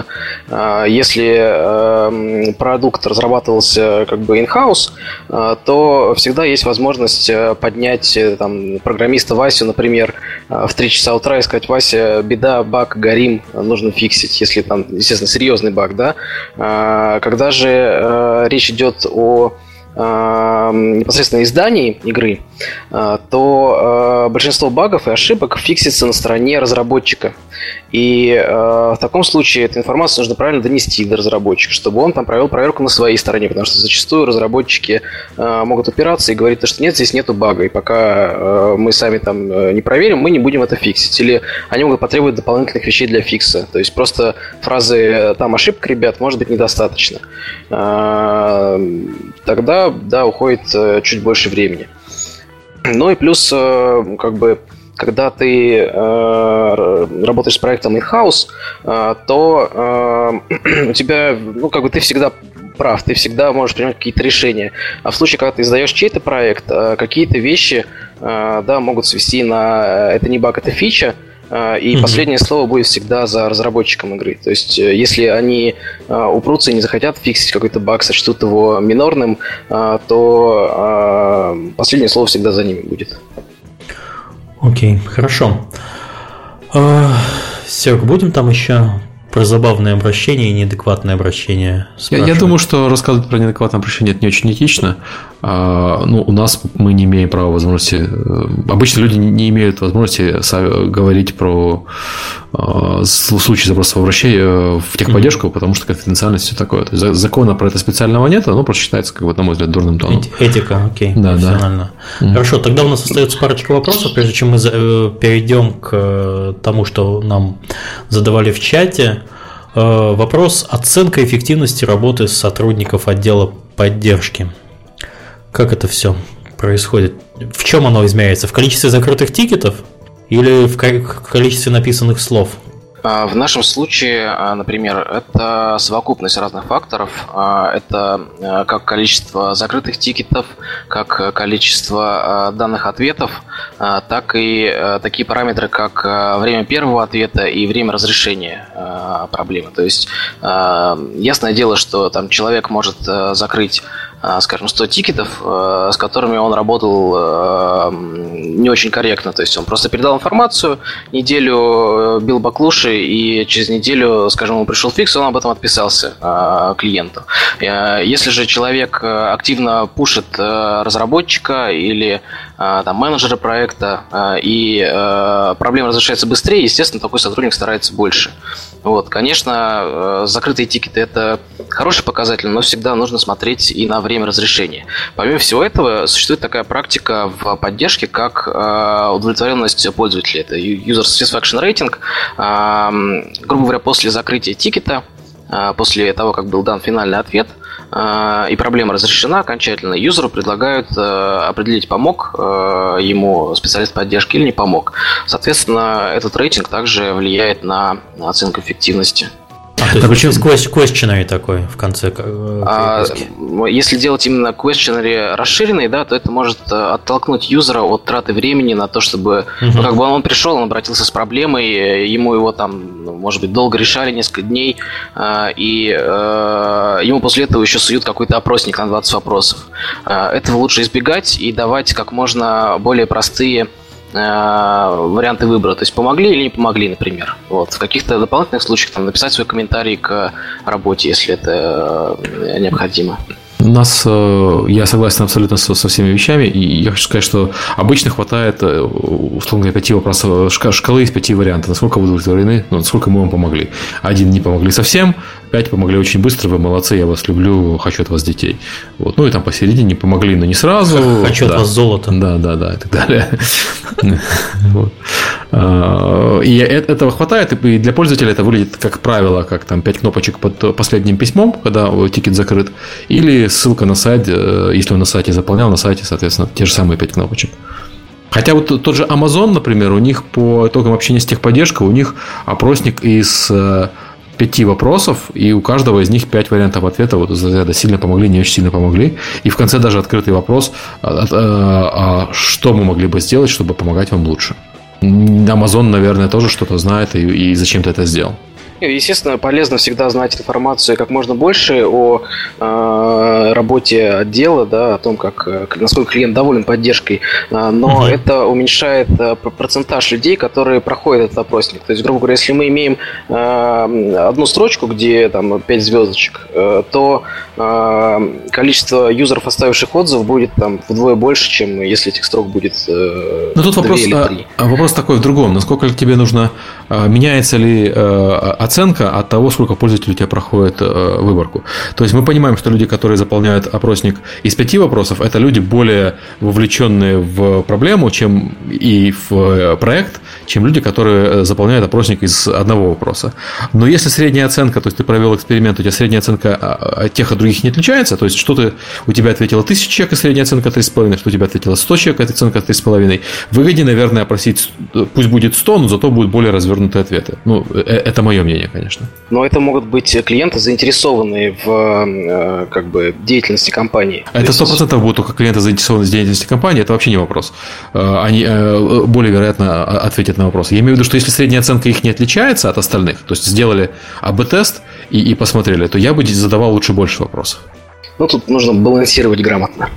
если продукт разрабатывался как бы in-house, то всегда есть возможность поднять там, программиста Васю, например, в 3 часа утра и сказать: Вася, беда, баг, горим, нужно фиксить, если там, естественно, серьезный баг, да. Когда же речь идет о непосредственно издании игры, то большинство багов и ошибок фиксится на стороне разработчика. И в таком случае эту информацию нужно правильно донести до разработчика, чтобы он там провел проверку на своей стороне, потому что зачастую разработчики могут упираться и говорить, что нет, здесь нету бага, и пока мы сами там не проверим, мы не будем это фиксить. Или они могут потребовать дополнительных вещей для фикса. То есть просто фразы «там ошибка, ребят» может быть недостаточно. Тогда, да, уходит чуть больше времени. Ну и плюс, как бы, когда ты работаешь с проектом in-house, то у тебя, ну, как бы ты всегда прав, ты всегда можешь принимать какие-то решения. А в случае, когда ты издаешь чей-то проект, какие-то вещи, да, могут свести на это не баг, это фича, и последнее слово будет всегда за разработчиком игры. То есть, если они упрутся и не захотят фиксить какой-то баг, сочтут его минорным, то последнее слово всегда за ними будет. Окей, хорошо. Серег, будем там еще про забавное обращение и неадекватное обращение спрашивать? Я думаю, что рассказывать про неадекватное обращение это не очень этично. Ну, у нас мы не имеем права возможности. Обычно люди не имеют возможности говорить про случаи забросов обращения в техподдержку, потому что конфиденциальность и все такое. То есть закона про это специального нет, оно просто считается, как бы, на мой взгляд, дурным тоном. Этика, окей, да, профессионально. Да. Хорошо, тогда у нас остается парочка вопросов, прежде чем мы перейдем к тому, что нам задавали в чате. Вопрос: оценка эффективности работы сотрудников отдела поддержки. Как это все происходит? В чем оно измеряется? В количестве закрытых тикетов или в количестве написанных слов? В нашем случае, например, это совокупность разных факторов. Это как количество закрытых тикетов, как количество данных ответов, так и такие параметры, как время первого ответа и время разрешения проблемы. То есть, ясное дело, что там человек может закрыть, скажем, 100 тикетов, с которыми он работал не очень корректно. То есть он просто передал информацию, неделю бил баклуши, и через неделю, скажем, ему пришел фикс, он об этом отписался клиенту. Если же человек активно пушит разработчика или там, менеджера проекта, и проблема разрешается быстрее, естественно, такой сотрудник старается больше. Вот, конечно, закрытые тикеты – это хороший показатель, но всегда нужно смотреть и на время разрешения. Помимо всего этого, существует такая практика в поддержке, как удовлетворенность пользователя. Это User Satisfaction Rating. Грубо говоря, после закрытия тикета, после того, как был дан финальный ответ, и проблема разрешена окончательно, юзеру предлагают определить, помог ему специалист поддержки или не помог. Соответственно, этот рейтинг также влияет на оценку эффективности. То есть причем questionary такой в конце. Если делать именно questionary расширенный, да, то это может оттолкнуть юзера от траты времени на то, чтобы ну, как бы он пришел, он обратился с проблемой, ему его там, может быть, долго решали, несколько дней, и ему после этого еще суют какой-то опросник на 20 вопросов. Этого лучше избегать и давать как можно более простые варианты выбора, то есть помогли или не помогли, например. Вот. В каких-то дополнительных случаях там, написать свой комментарий к работе, если это необходимо. Я согласен абсолютно со всеми вещами, и я хочу сказать, что обычно хватает, условно говоря, 5 вопросов, шкалы из 5 вариантов, насколько вы удовлетворены, насколько мы вам помогли. 1 не помогли совсем, 5 помогли очень быстро, вы молодцы, я вас люблю, хочу от вас детей. Вот. Ну и там посередине помогли, но не сразу. Хочу от вас золото. Да, и так далее. И этого хватает, и для пользователя это выглядит, как правило, как там 5 кнопочек под последним письмом, когда тикет закрыт, или ссылка на сайт, если он на сайте заполнял, на сайте, соответственно, те же самые 5 кнопочек. Хотя вот тот же Amazon, например, у них по итогам общения с техподдержкой, у них опросник из 5 вопросов, и у каждого из них 5 вариантов ответа. Вот сильно помогли, не очень сильно помогли. И в конце даже открытый вопрос, что мы могли бы сделать, чтобы помогать вам лучше. Amazon, наверное, тоже что-то знает и зачем-то это сделал. Естественно, полезно всегда знать информацию как можно больше о работе отдела, да, о том, насколько клиент доволен поддержкой, но это уменьшает процентаж людей, которые проходят этот опросник. То есть, грубо говоря, если мы имеем одну строчку, где там 5 звездочек, то количество юзеров, оставивших отзыв, будет там вдвое больше, чем если этих строк будет 2 тут вопрос, или 3. Вопрос такой в другом. Насколько тебе нужно, меняется ли оценка от того, сколько пользователей у тебя проходит выборку. То есть мы понимаем, что люди, которые заполняют опросник из 5 вопросов, это люди более вовлеченные в проблему, чем и в проект, чем люди, которые заполняют опросник из 1 вопроса. Но если средняя оценка, то есть ты провел эксперимент, у тебя средняя оценка от тех от других не отличается, то есть что у тебя ответило 1000 человек, и средняя оценка 3,5, что у тебя ответило 100 человек, и оценка 3,5, выгоднее, наверное, опросить, пусть будет 100, но зато будут более развернутые ответы. Ну, это мое мнение, конечно. Но это могут быть клиенты, заинтересованные в деятельности компании. Это 100% будут только клиенты, заинтересованные в деятельности компании, это вообще не вопрос. Они более вероятно ответят на вопрос. Я имею в виду, что если средняя оценка их не отличается от остальных, то есть сделали АБ-тест и посмотрели, то я бы задавал лучше больше вопросов. Ну, тут нужно балансировать грамотно.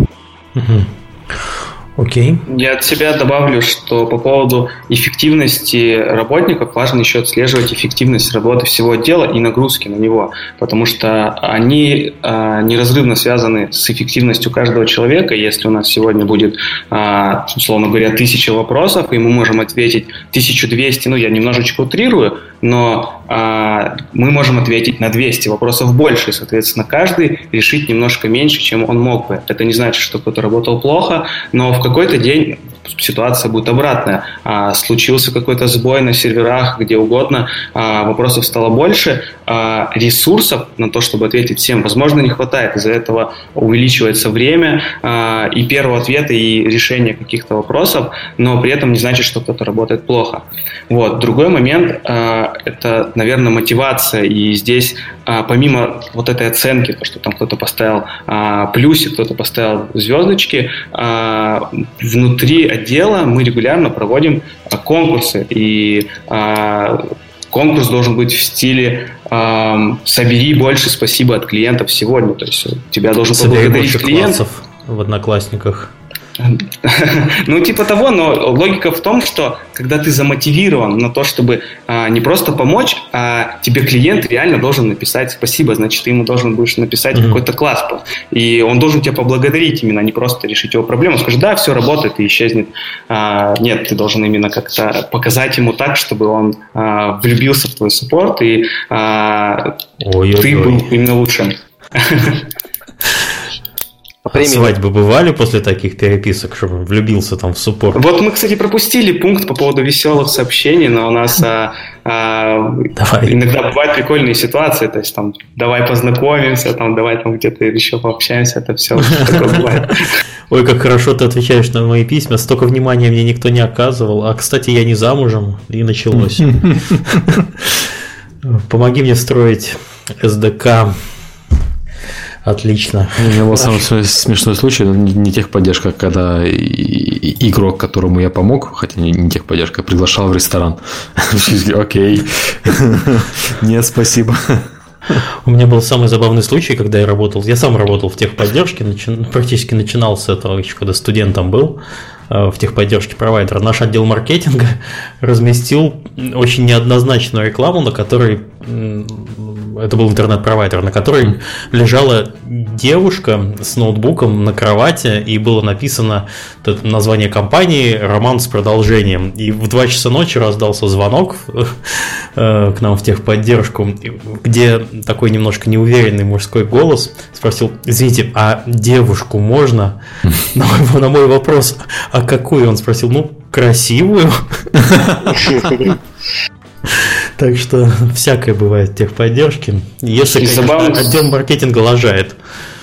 Окей. Я от себя добавлю, что по поводу эффективности работников важно еще отслеживать эффективность работы всего отдела и нагрузки на него, потому что они неразрывно связаны с эффективностью каждого человека. Если у нас сегодня будет, условно говоря, 1000 вопросов, и мы можем ответить 1200, я немножечко утрирую, но мы можем ответить на 200 вопросов больше, и, соответственно, каждый решить немножко меньше, чем он мог бы. Это не значит, что кто-то работал плохо, но в какой-то день ситуация будет обратная. Случился какой-то сбой на серверах, где угодно, вопросов стало больше, ресурсов на то, чтобы ответить всем, возможно, не хватает. Из-за этого увеличивается время и первого ответа, и решения каких-то вопросов, но при этом не значит, что кто-то работает плохо. Вот. Другой момент – это, наверное, мотивация. И здесь, помимо вот этой оценки, то, что там кто-то поставил плюсик, кто-то поставил звездочки, внутри отдела мы регулярно проводим конкурсы. И конкурс должен быть в стиле «собери больше спасибо от клиентов сегодня». То есть тебя должен поблагодарить клиент. В Одноклассниках. Ну, типа того, но логика в том, что когда ты замотивирован на то, чтобы не просто помочь, а тебе клиент реально должен написать спасибо, значит, ты ему должен будешь написать какой-то класс. И он должен тебя поблагодарить именно, не просто решить его проблему. Скажи, да, все работает и исчезнет. Нет, ты должен именно как-то показать ему так, чтобы он влюбился в твой саппорт, и ты был именно лучшим. Свадьбы бывали после таких переписок, чтобы влюбился там в суппорт? Вот мы, кстати, пропустили пункт по поводу веселых сообщений, но у нас иногда бывают прикольные ситуации, то есть там давай познакомимся, там давай там где-то еще пообщаемся, это все такое бывает. Ой, как хорошо ты отвечаешь на мои письма, столько внимания мне никто не оказывал, а, кстати, я не замужем, и началось. Помоги мне строить SDK. Отлично. У меня был самый смешной случай, не техподдержка, когда игрок, которому я помог, хотя не техподдержка, приглашал в ресторан. Окей. Нет, спасибо. У меня был самый забавный случай, когда я сам работал в техподдержке, практически начинал с этого, еще когда студентом был, в техподдержке провайдера. Наш отдел маркетинга разместил очень неоднозначную рекламу, на которой, это был интернет-провайдер, на которой лежала девушка с ноутбуком на кровати, и было написано название компании «Роман с продолжением». И в 2 часа ночи раздался звонок к нам в техподдержку, где такой немножко неуверенный мужской голос спросил: извините, а девушку можно? На мой вопрос: а какую? Он спросил: ну, красивую. Так что всякое бывает в техподдержке, если, конечно, отдел маркетинга лажает.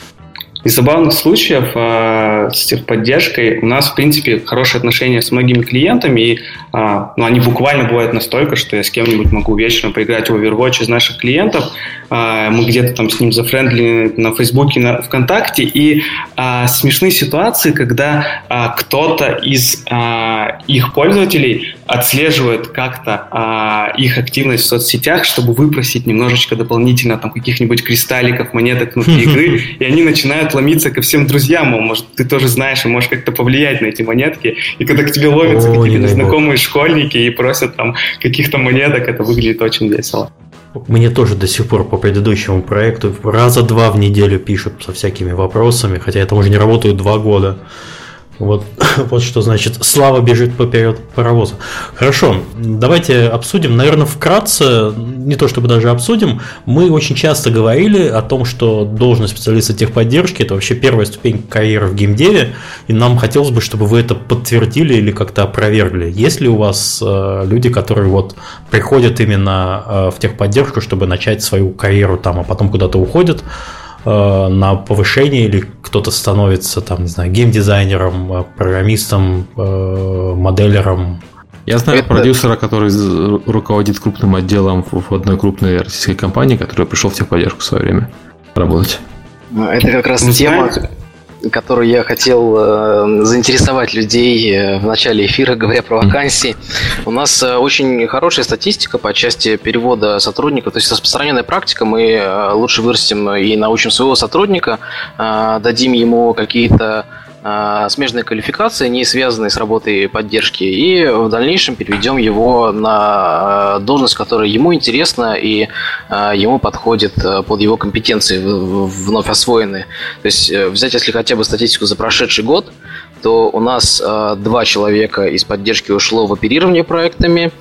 Из забавных случаев с техподдержкой у нас, в принципе, хорошие отношения с многими клиентами, и они буквально бывают настолько, что я с кем-нибудь могу вечером поиграть в Overwatch из наших клиентов, мы где-то там с ним зафрендли на Фейсбуке, на ВКонтакте, и смешные ситуации, когда кто-то из их пользователей отслеживает как-то их активность в соцсетях, чтобы выпросить немножечко дополнительно там каких-нибудь кристалликов, монеток внутри игры, и они начинают ломиться ко всем друзьям, мол, может, ты тоже знаешь и можешь как-то повлиять на эти монетки, и когда к тебе ломятся какие-то незнакомые школьники и просят там каких-то монеток, это выглядит очень весело. Мне тоже до сих пор по предыдущему проекту раза 2 в неделю пишут со всякими вопросами, хотя я там уже не работаю 2 года. Вот что значит слава бежит поперед паровоза. Хорошо, давайте обсудим, наверное, вкратце, не то чтобы даже обсудим, мы очень часто говорили о том, что должность специалиста техподдержки – это вообще первая ступень карьеры в геймдеве, и нам хотелось бы, чтобы вы это подтвердили или как-то опровергли. Есть ли у вас люди, которые вот приходят именно в техподдержку, чтобы начать свою карьеру там, а потом куда-то уходят на повышение, или кто-то становится там, не знаю, геймдизайнером, программистом, моделером? Я знаю продюсера, который руководит крупным отделом в одной крупной российской компании, который пришел в техподдержку в свое время работать. Это как раз тема, которую я хотел заинтересовать людей в начале эфира, говоря про вакансии. У нас очень хорошая статистика по части перевода сотрудников, то есть распространенная практика. Мы лучше вырастим и научим своего сотрудника, дадим ему какие-то смежные квалификации, не связанные с работой поддержки, и в дальнейшем переведем его на должность, которая ему интересна и ему подходит под его компетенции, вновь освоенные. То есть взять, если хотя бы статистику за прошедший год, то у нас 2 человека из поддержки ушло в оперирование проектами,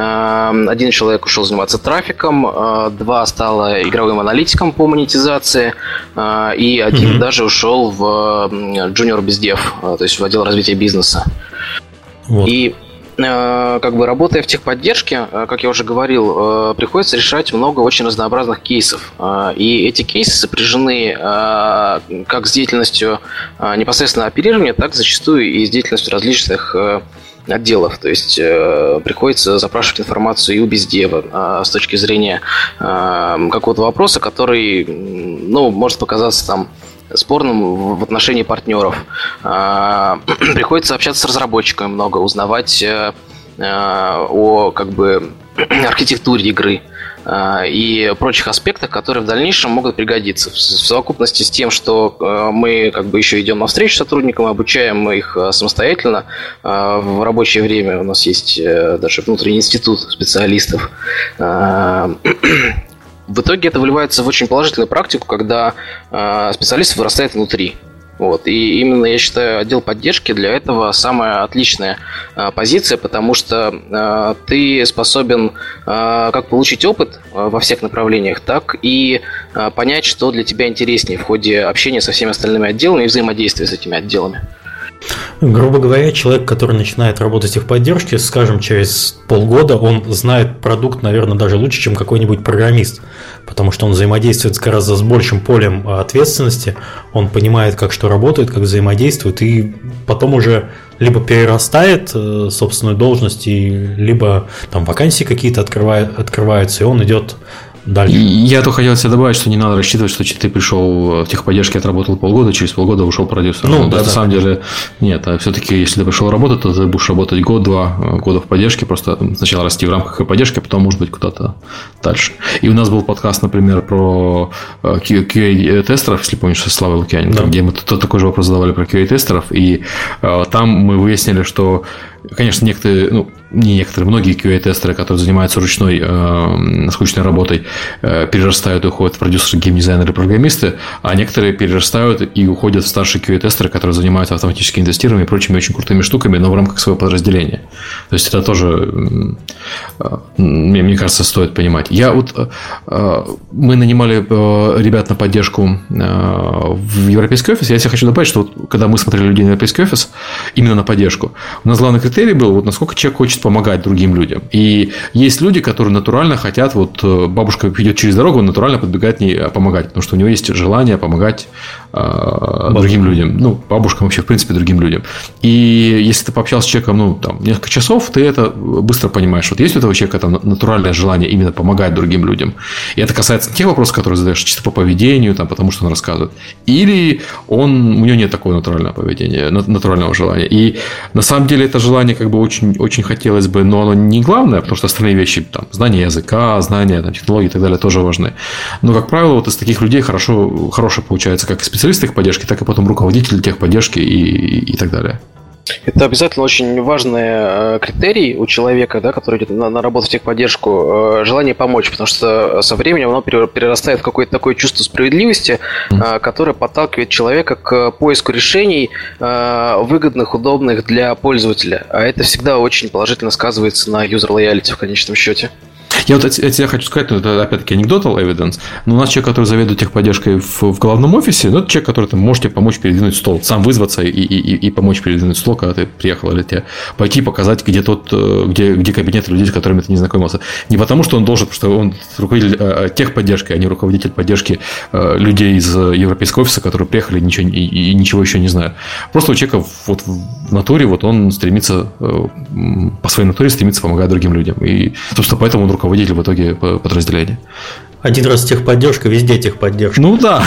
1 человек ушел заниматься трафиком, 2 стало игровым аналитиком по монетизации, и 1 даже ушел в Junior BizDev, то есть в отдел развития бизнеса. Вот. И работая в техподдержке, как я уже говорил, приходится решать много очень разнообразных кейсов. И эти кейсы сопряжены как с деятельностью непосредственно оперирования, так зачастую и с деятельностью различных отделов. То есть приходится запрашивать информацию и у бездева с точки зрения какого-то вопроса, который, может показаться там спорным в отношении партнеров. Приходится общаться с разработчиками много, узнавать о архитектуре игры и прочих аспектах, которые в дальнейшем могут пригодиться. В совокупности с тем, что мы еще идем навстречу сотрудникам, обучаем их самостоятельно в рабочее время. У нас есть даже внутренний институт специалистов. В итоге это выливается в очень положительную практику, когда специалист вырастает внутри. Вот. И именно, я считаю, отдел поддержки для этого самая отличная позиция, потому что ты способен как получить опыт во всех направлениях, так и понять, что для тебя интереснее в ходе общения со всеми остальными отделами и взаимодействия с этими отделами. Грубо говоря, человек, который начинает работать в техподдержке, скажем, через полгода, он знает продукт, наверное, даже лучше, чем какой-нибудь программист, потому что он взаимодействует гораздо с большим полем ответственности, он понимает, как что работает, как взаимодействует, и потом уже либо перерастает собственную должность, либо там вакансии какие-то открываются, и он идет дальше. Я только хотел себе добавить, что не надо рассчитывать, что ты пришел в техподдержке, отработал полгода, через полгода ушел продюсером. На самом деле нет. А все-таки, если ты пришел работать, то ты будешь работать год-два года в поддержке, просто сначала расти в рамках поддержки, а потом, может быть, куда-то дальше. И у нас был подкаст, например, про QA-тестеров, если помнишь, со Славой Лукьяниным, где мы такой же вопрос задавали про QA-тестеров, и там мы выяснили, что, конечно, многие QA-тестеры, которые занимаются ручной скучной работой, перерастают и уходят в продюсеры, геймдизайнеры, программисты, а некоторые перерастают и уходят в старшие QA-тестеры, которые занимаются автоматическим тестированием и прочими очень крутыми штуками, но в рамках своего подразделения. То есть это тоже, мне кажется, стоит понимать. Мы нанимали ребят на поддержку в европейский офис. Я себе хочу добавить, что когда мы смотрели людей на европейский офис, именно на поддержку, у нас главный критерий был, насколько человек хочет помогать другим людям. И есть люди, которые натурально хотят, бабушка идет через дорогу, он натурально подбегает к ней помогать, потому что у него есть желание помогать другим людям. Бабушкам вообще, в принципе, другим людям. И если ты пообщался с человеком, несколько часов, ты это быстро понимаешь. Есть у этого человека натуральное желание именно помогать другим людям. И это касается не тех вопросов, которые задаешь чисто по поведению, потому что он рассказывает. Или у него нет такого натурального поведения, натурального желания. И на самом деле это желание очень, очень хотелось бы, но оно не главное, потому что остальные вещи, знание языка, знание технологий и так далее тоже важны. Но, как правило, из таких людей хорошо получается как специалисты техподдержки, так и потом руководители техподдержки и так далее. Это обязательно очень важный критерий у человека, который идет на работу в техподдержку, желание помочь, потому что со временем оно перерастает в какое-то такое чувство справедливости, которое подталкивает человека к поиску решений, выгодных, удобных для пользователя. А это всегда очень положительно сказывается на юзер-лоялити в конечном счете. Я я хочу сказать, это опять-таки anecdotal evidence, но у нас человек, который заведует техподдержкой в главном офисе, это человек, который может тебе помочь передвинуть стол, сам вызваться и помочь передвинуть стол, когда ты приехал, или тебе пойти показать, где кабинет людей, с которыми ты не знакомился. Не потому, что он должен, потому что он руководитель техподдержки, а не руководитель поддержки людей из европейского офиса, которые приехали и ничего еще не знают. Просто у человека в натуре он стремится, по своей натуре стремится помогать другим людям. И, собственно, поэтому он руководитель в итоге подразделения. Один раз техподдержка, везде техподдержка. Да.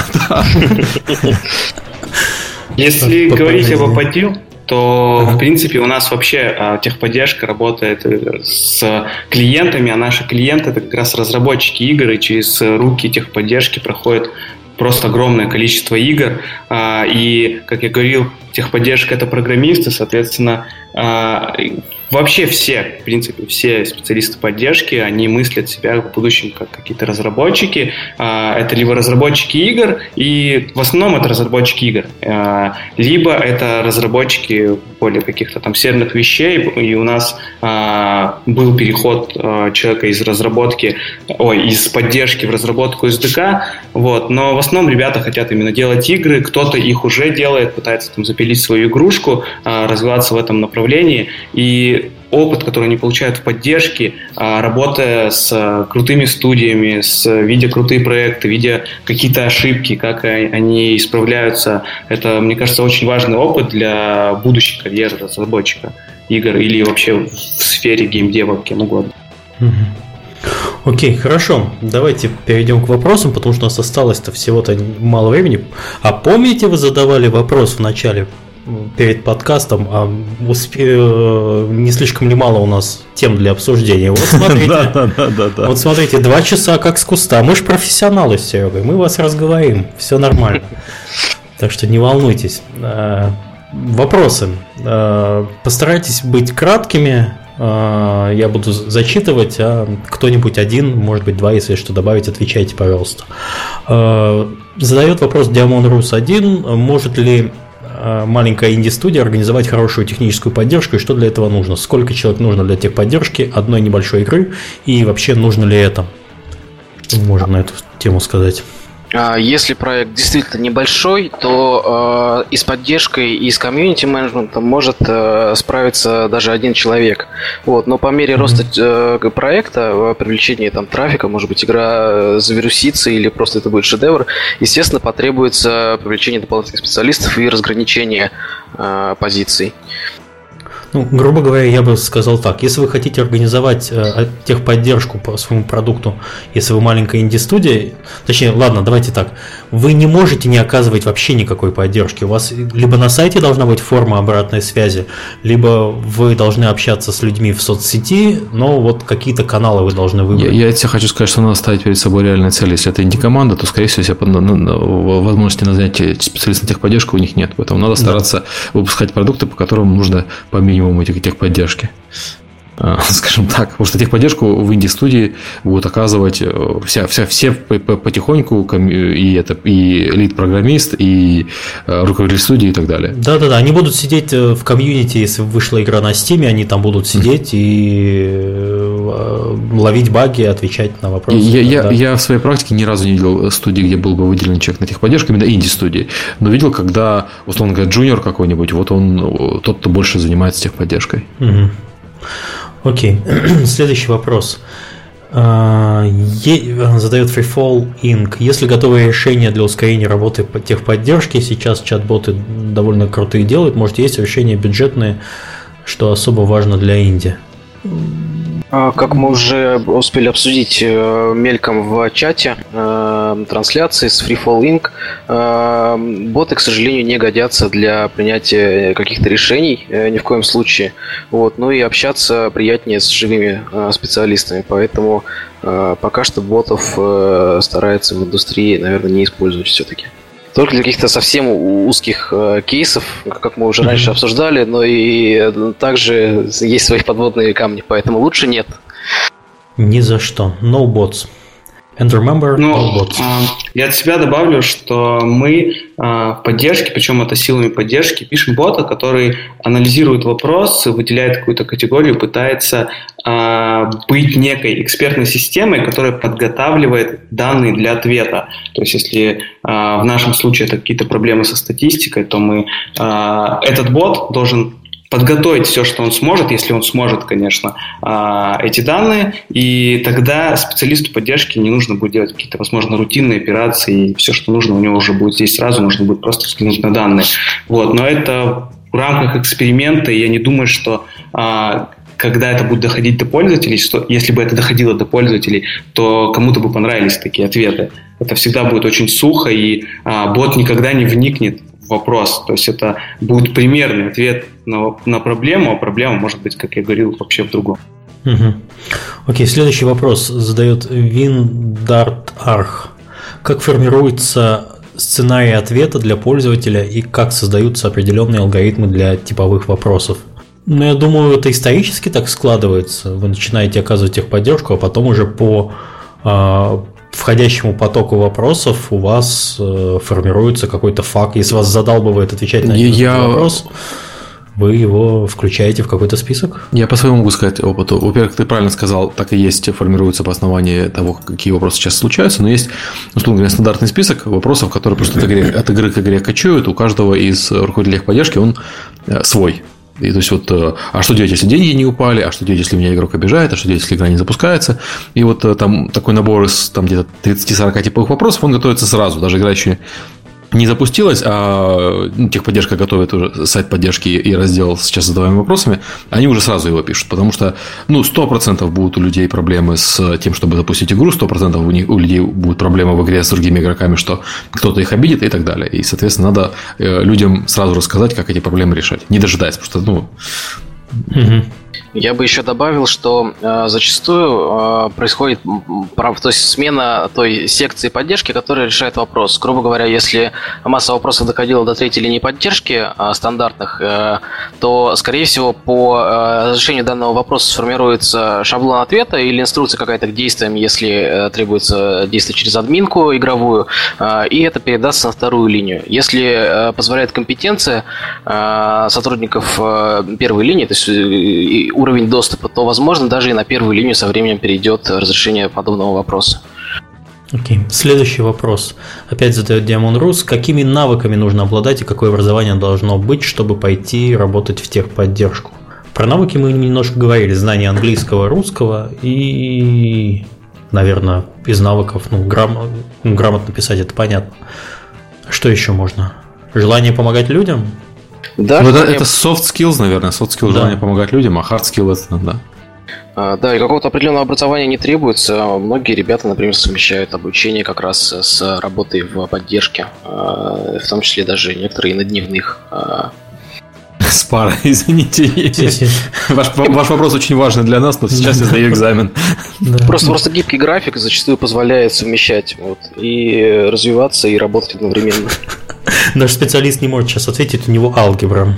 Если говорить об ОПАДИЛ, то, в принципе, у нас вообще техподдержка работает с клиентами, а наши клиенты – это как раз разработчики игр, и через руки техподдержки проходит просто огромное количество игр. И, как я говорил, техподдержка – это программисты, соответственно, вообще все, в принципе, все специалисты поддержки, они мыслят себя в будущем как какие-то разработчики. Это либо разработчики игр, и в основном это разработчики игр, либо это разработчики более каких-то там серверных вещей, и у нас был переход человека из поддержки в разработку SDK, вот, но в основном ребята хотят именно делать игры, кто-то их уже делает, пытается там запилить свою игрушку, развиваться в этом направлении, и опыт, который они получают в поддержке, работая с крутыми студиями, видя крутые проекты, видя какие-то ошибки, как они исправляются, это, мне кажется, очень важный опыт для будущей карьеры разработчика игр или вообще в сфере геймдева, кем угодно. Окей, хорошо. Давайте перейдем к вопросам, потому что у нас осталось-то всего-то мало времени. А помните, вы задавали вопрос в начале перед подкастом, не слишком ли мало у нас тем для обсуждения? Вот смотрите, вот смотрите, 2 часа как с куста. Мы же профессионалы с Серегой, мы вас разговорим, все нормально. Так что не волнуйтесь. Вопросы. Постарайтесь быть краткими. Я буду зачитывать, а кто-нибудь один, может быть 2, если что добавить, отвечайте, пожалуйста. Задает вопрос Diamond Rus 1. Может ли маленькая инди-студия организовать хорошую техническую поддержку, и что для этого нужно? Сколько человек нужно для техподдержки одной небольшой игры, и вообще нужно ли это? Можно на эту тему сказать. Если проект действительно небольшой, то и с поддержкой, и с комьюнити-менеджментом может справиться даже один человек. Вот. Но по мере роста проекта, привлечения там, трафика, может быть, игра завирусится или просто это будет шедевр, естественно, потребуется привлечение дополнительных специалистов и разграничение позиций. Ну, грубо говоря, я бы сказал так. Если вы хотите организовать техподдержку по своему продукту, если вы маленькая инди-студия, точнее, ладно, давайте так, вы не можете не оказывать вообще никакой поддержки. У вас либо на сайте должна быть форма обратной связи, либо вы должны общаться с людьми в соцсети, но вот какие-то каналы вы должны выбрать. Я тебе хочу сказать, что надо ставить перед собой реальные цели. Если это инди-команда, то, скорее всего, возможности нанять специалиста на техподдержку у них нет. Поэтому надо стараться выпускать продукты, по которым нужно по минимуму техподдержки. Скажем так, потому что техподдержку в инди-студии будут оказывать все потихоньку, и лид-программист, и руководитель студии и так далее. Да-да-да, они будут сидеть в комьюнити, если вышла игра на Steam, они там будут сидеть и ловить баги, отвечать на вопросы. Я в своей практике ни разу не видел студии, где был бы выделен человек на техподдержку, именно инди-студии, но видел, когда, условно говоря, джуниор какой-нибудь, вот он тот, кто больше занимается техподдержкой. Окей. Следующий вопрос. Задает Freefall Inc. Если готовые решения для ускорения работы по техподдержке, сейчас чат-боты довольно крутые делают, может, есть решения бюджетные, что особо важно для инди? Как мы уже успели обсудить мельком в чате трансляции с Freefall Inc., боты, к сожалению, не годятся для принятия каких-то решений ни в коем случае. Вот. Ну и общаться приятнее с живыми специалистами. Поэтому пока что ботов стараются в индустрии, наверное, не использовать все-таки. Только для каких-то совсем узких кейсов, как мы уже раньше обсуждали, но и также есть свои подводные камни, поэтому лучше нет. Ни за что. No bots. And remember, no bots. Я от себя добавлю, что мы в поддержке, причем это силами поддержки, пишем бота, который анализирует вопрос, выделяет какую-то категорию, пытается быть некой экспертной системой, которая подготавливает данные для ответа. То есть, если в нашем случае это какие-то проблемы со статистикой, то этот бот должен подготовить все, что он сможет, если он сможет, конечно, эти данные, и тогда специалисту поддержки не нужно будет делать какие-то, возможно, рутинные операции, и все, что нужно, у него уже будет здесь сразу, нужно будет просто взглянуть на данные. Вот. Но это в рамках эксперимента, и я не думаю, что когда это будет доходить до пользователей, что если бы это доходило до пользователей, то кому-то бы понравились такие ответы. Это всегда будет очень сухо, и бот никогда не вникнет в вопрос. То есть это будет примерный ответ на проблему, а проблема может быть, как я говорил, вообще в другом. Окей, следующий вопрос задает Виндарт-Арх. Как формируется сценарий ответа для пользователя и как создаются определенные алгоритмы для типовых вопросов? Ну, я думаю, это исторически так складывается. Вы начинаете оказывать техподдержку, а потом уже по входящему потоку вопросов у вас формируется какой-то факт. Если вас задалбывает отвечать на один вопрос, вы его включаете в какой-то список? Я по своему могу сказать опыту. Во-первых, ты правильно сказал, так и есть, формируется по основанию того, какие вопросы сейчас случаются, но есть, условно говоря, стандартный список вопросов, которые просто от игры к игре кочуют. У каждого из руководителей поддержки он свой. И то есть вот, а что делать, если деньги не упали, а что делать, если меня игрок обижает, а что делать, если игра не запускается. И вот там такой набор из там, где-то 30-40 типовых вопросов, он готовится сразу, даже игра еще не запустилась, а техподдержка готовит уже сайт поддержки и раздел с сейчас задаваемыми вопросами, они уже сразу его пишут, потому что 100% будут у людей проблемы с тем, чтобы запустить игру, 100% у людей будут проблемы в игре с другими игроками, что кто-то их обидит и так далее. И, соответственно, надо людям сразу рассказать, как эти проблемы решать, не дожидаясь, потому что, Я бы еще добавил, что зачастую происходит то есть смена той секции поддержки, которая решает вопрос. Грубо говоря, если масса вопросов доходила до третьей линии поддержки стандартных, то, скорее всего, по разрешению данного вопроса сформируется шаблон ответа или инструкция какая-то к действиям, если требуется действие через админку игровую, и это передастся на вторую линию. Если позволяет компетенция сотрудников первой линии, то есть уровень доступа, то, возможно, даже и на первую линию со временем перейдет разрешение подобного вопроса. Окей. Следующий вопрос. Опять задает Diamond Rus. Какими навыками нужно обладать и какое образование должно быть, чтобы пойти работать в техподдержку? Про навыки мы немножко говорили. Знание английского, русского и, наверное, из навыков грамотно писать, это понятно. Что еще можно? Желание помогать людям? Да, это soft skills, наверное. Soft skills, желание помогать людям, а hard skill это, да. Да, и какого-то определенного образования не требуется. Многие ребята, например, совмещают обучение как раз с работой в поддержке, в том числе даже некоторые на дневных. С парой, извините. Ваш вопрос очень важный для нас, но сейчас я сдаю экзамен. Просто гибкий график зачастую позволяет совмещать и развиваться, и работать одновременно. Наш специалист не может сейчас ответить, у него алгебра.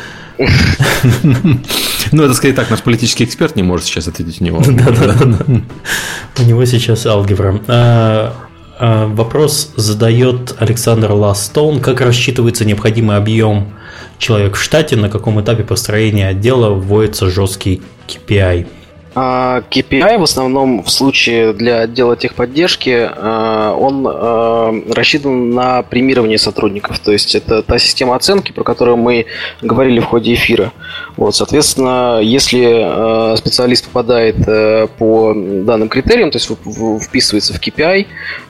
Это скорее так, наш политический эксперт не может сейчас ответить у него. Да. У него сейчас алгебра. Вопрос задает Александр Ластоун. Как рассчитывается необходимый объем человек в штате, на каком этапе построения отдела вводится жесткий KPI? KPI в основном в случае для отдела техподдержки он рассчитан на премирование сотрудников. То есть это та система оценки, про которую мы говорили в ходе эфира. Соответственно, если специалист попадает по данным критериям, то есть вписывается в KPI,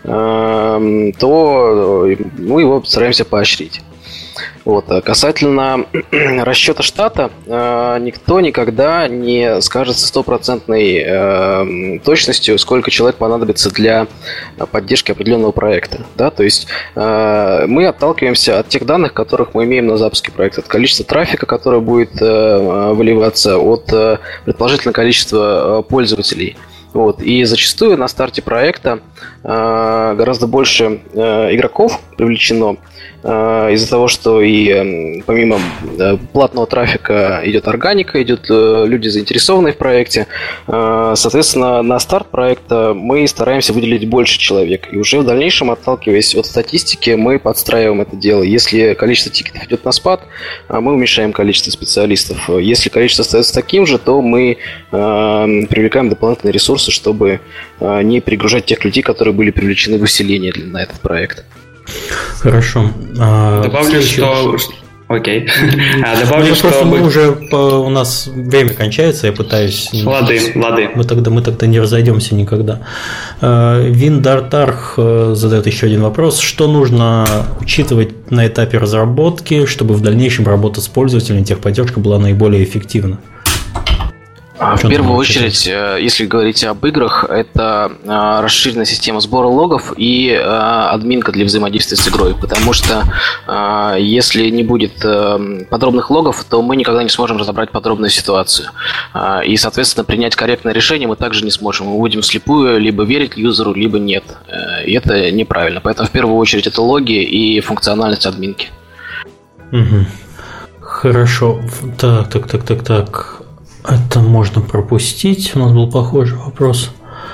то мы его стараемся поощрить. Касательно расчета штата, никто никогда не скажет с 100% точностью, сколько человек понадобится для поддержки определенного проекта. Да? То есть мы отталкиваемся от тех данных, которых мы имеем на запуске проекта, от количества трафика, которое будет выливаться, от предположительного количества пользователей. И зачастую на старте проекта гораздо больше игроков привлечено из-за того, что и помимо платного трафика идет органика, идут люди, заинтересованные в проекте. Соответственно, на старт проекта мы стараемся выделить больше человек. И уже в дальнейшем, отталкиваясь от статистики, мы подстраиваем это дело. Если количество тикетов идет на спад, мы уменьшаем количество специалистов. Если количество остается таким же, то мы привлекаем дополнительные ресурсы, чтобы не перегружать тех людей, которые были привлечены в усиление на этот проект. Хорошо. Добавлю, что... Окей. Добавлю, что... Мы уже... У нас время кончается, я пытаюсь... Лады. Мы тогда не разойдемся никогда. Виндартарх задает еще один вопрос. Что нужно учитывать на этапе разработки, чтобы в дальнейшем работа с пользователем техподдержка была наиболее эффективна? В первую очередь, если говорить об играх, это расширенная система сбора логов и админка для взаимодействия с игрой. Потому что если не будет подробных логов, то мы никогда не сможем разобрать подробную ситуацию. И, соответственно, принять корректное решение мы также не сможем. Мы будем вслепую либо верить юзеру, либо нет. И это неправильно. Поэтому в первую очередь это логи и функциональность админки. Угу. Хорошо. Так. Это можно пропустить. У нас был похожий вопрос.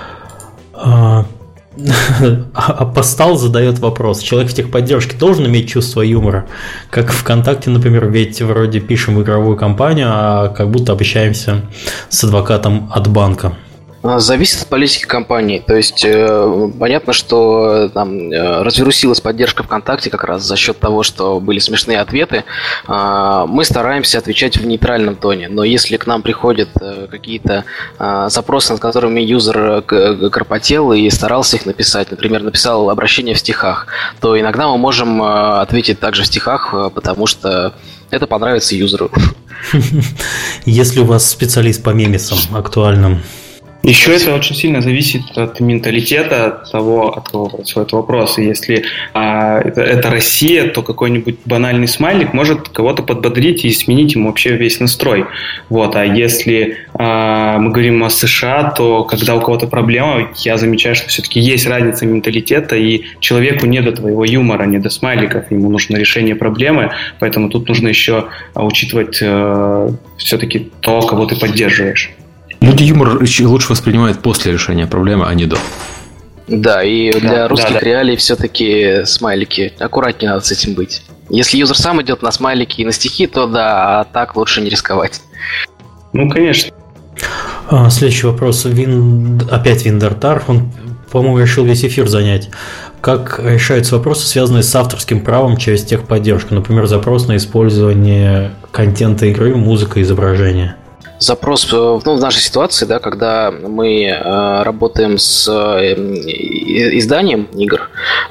Апостал задает вопрос. Человек в техподдержке должен иметь чувство юмора? Как ВКонтакте, например, ведь вроде пишем игровую кампанию, а как будто общаемся с адвокатом от банка. Зависит от политики компании. То есть понятно, что там развирусилась поддержка ВКонтакте как раз за счет того, что были смешные ответы. Мы стараемся отвечать в нейтральном тоне. Но если к нам приходят какие-то запросы, над которыми юзер кропотел и старался их написать, например, написал обращение в стихах, то иногда мы можем ответить также в стихах, потому что это понравится юзеру. Если у вас специалист по мемесам актуальным. Еще это очень сильно зависит от менталитета того, от кого происходит вопрос. И если это Россия, то какой-нибудь банальный смайлик может кого-то подбодрить и сменить ему вообще весь настрой. Вот. А если мы говорим о США, то когда у кого-то проблема, я замечаю, что все-таки есть разница менталитета, и человеку не до твоего юмора, не до смайликов, ему нужно решение проблемы, поэтому тут нужно еще учитывать все-таки то, кого ты поддерживаешь. Люди юмор лучше воспринимают после решения проблемы, а не до. Да, и для русских реалий все-таки смайлики. Аккуратнее надо с этим быть. Если юзер сам идет на смайлики и на стихи, то да, а так лучше не рисковать. Ну, конечно. Следующий вопрос. Опять Виндартар. Он, по-моему, решил весь эфир занять. Как решаются вопросы, связанные с авторским правом через техподдержку? Например, запрос на использование контента игры, музыка, изображения. Запрос, в нашей ситуации, да, когда мы работаем с изданием игр,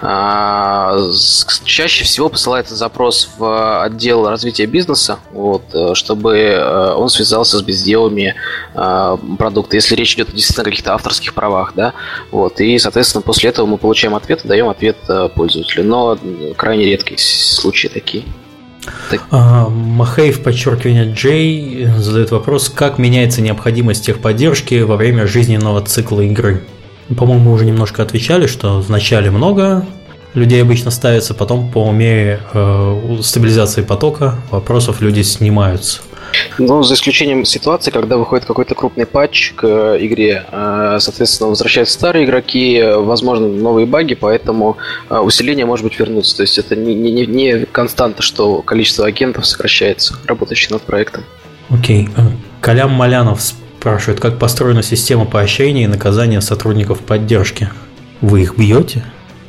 чаще всего посылается запрос в отдел развития бизнеса, чтобы он связался с безделами продукта, если речь идет действительно о каких-то авторских правах, да, и, соответственно, после этого мы получаем ответ и даем ответ пользователю, но крайне редкие случаи такие. Махеев, подчеркивание Джей, задает вопрос, как меняется необходимость техподдержки во время жизненного цикла игры. По-моему, мы уже немножко отвечали, что вначале много людей обычно ставится, потом по мере стабилизации потока вопросов люди снимаются. Ну, за исключением ситуации, когда выходит какой-то крупный патч к игре, соответственно, возвращаются старые игроки, возможно, новые баги, поэтому усиление может быть вернуться. То есть это не константа, что количество агентов сокращается, работающих над проектом. Окей. Калям Малянов спрашивает, как построена система поощрения и наказания сотрудников поддержки? Вы их бьете?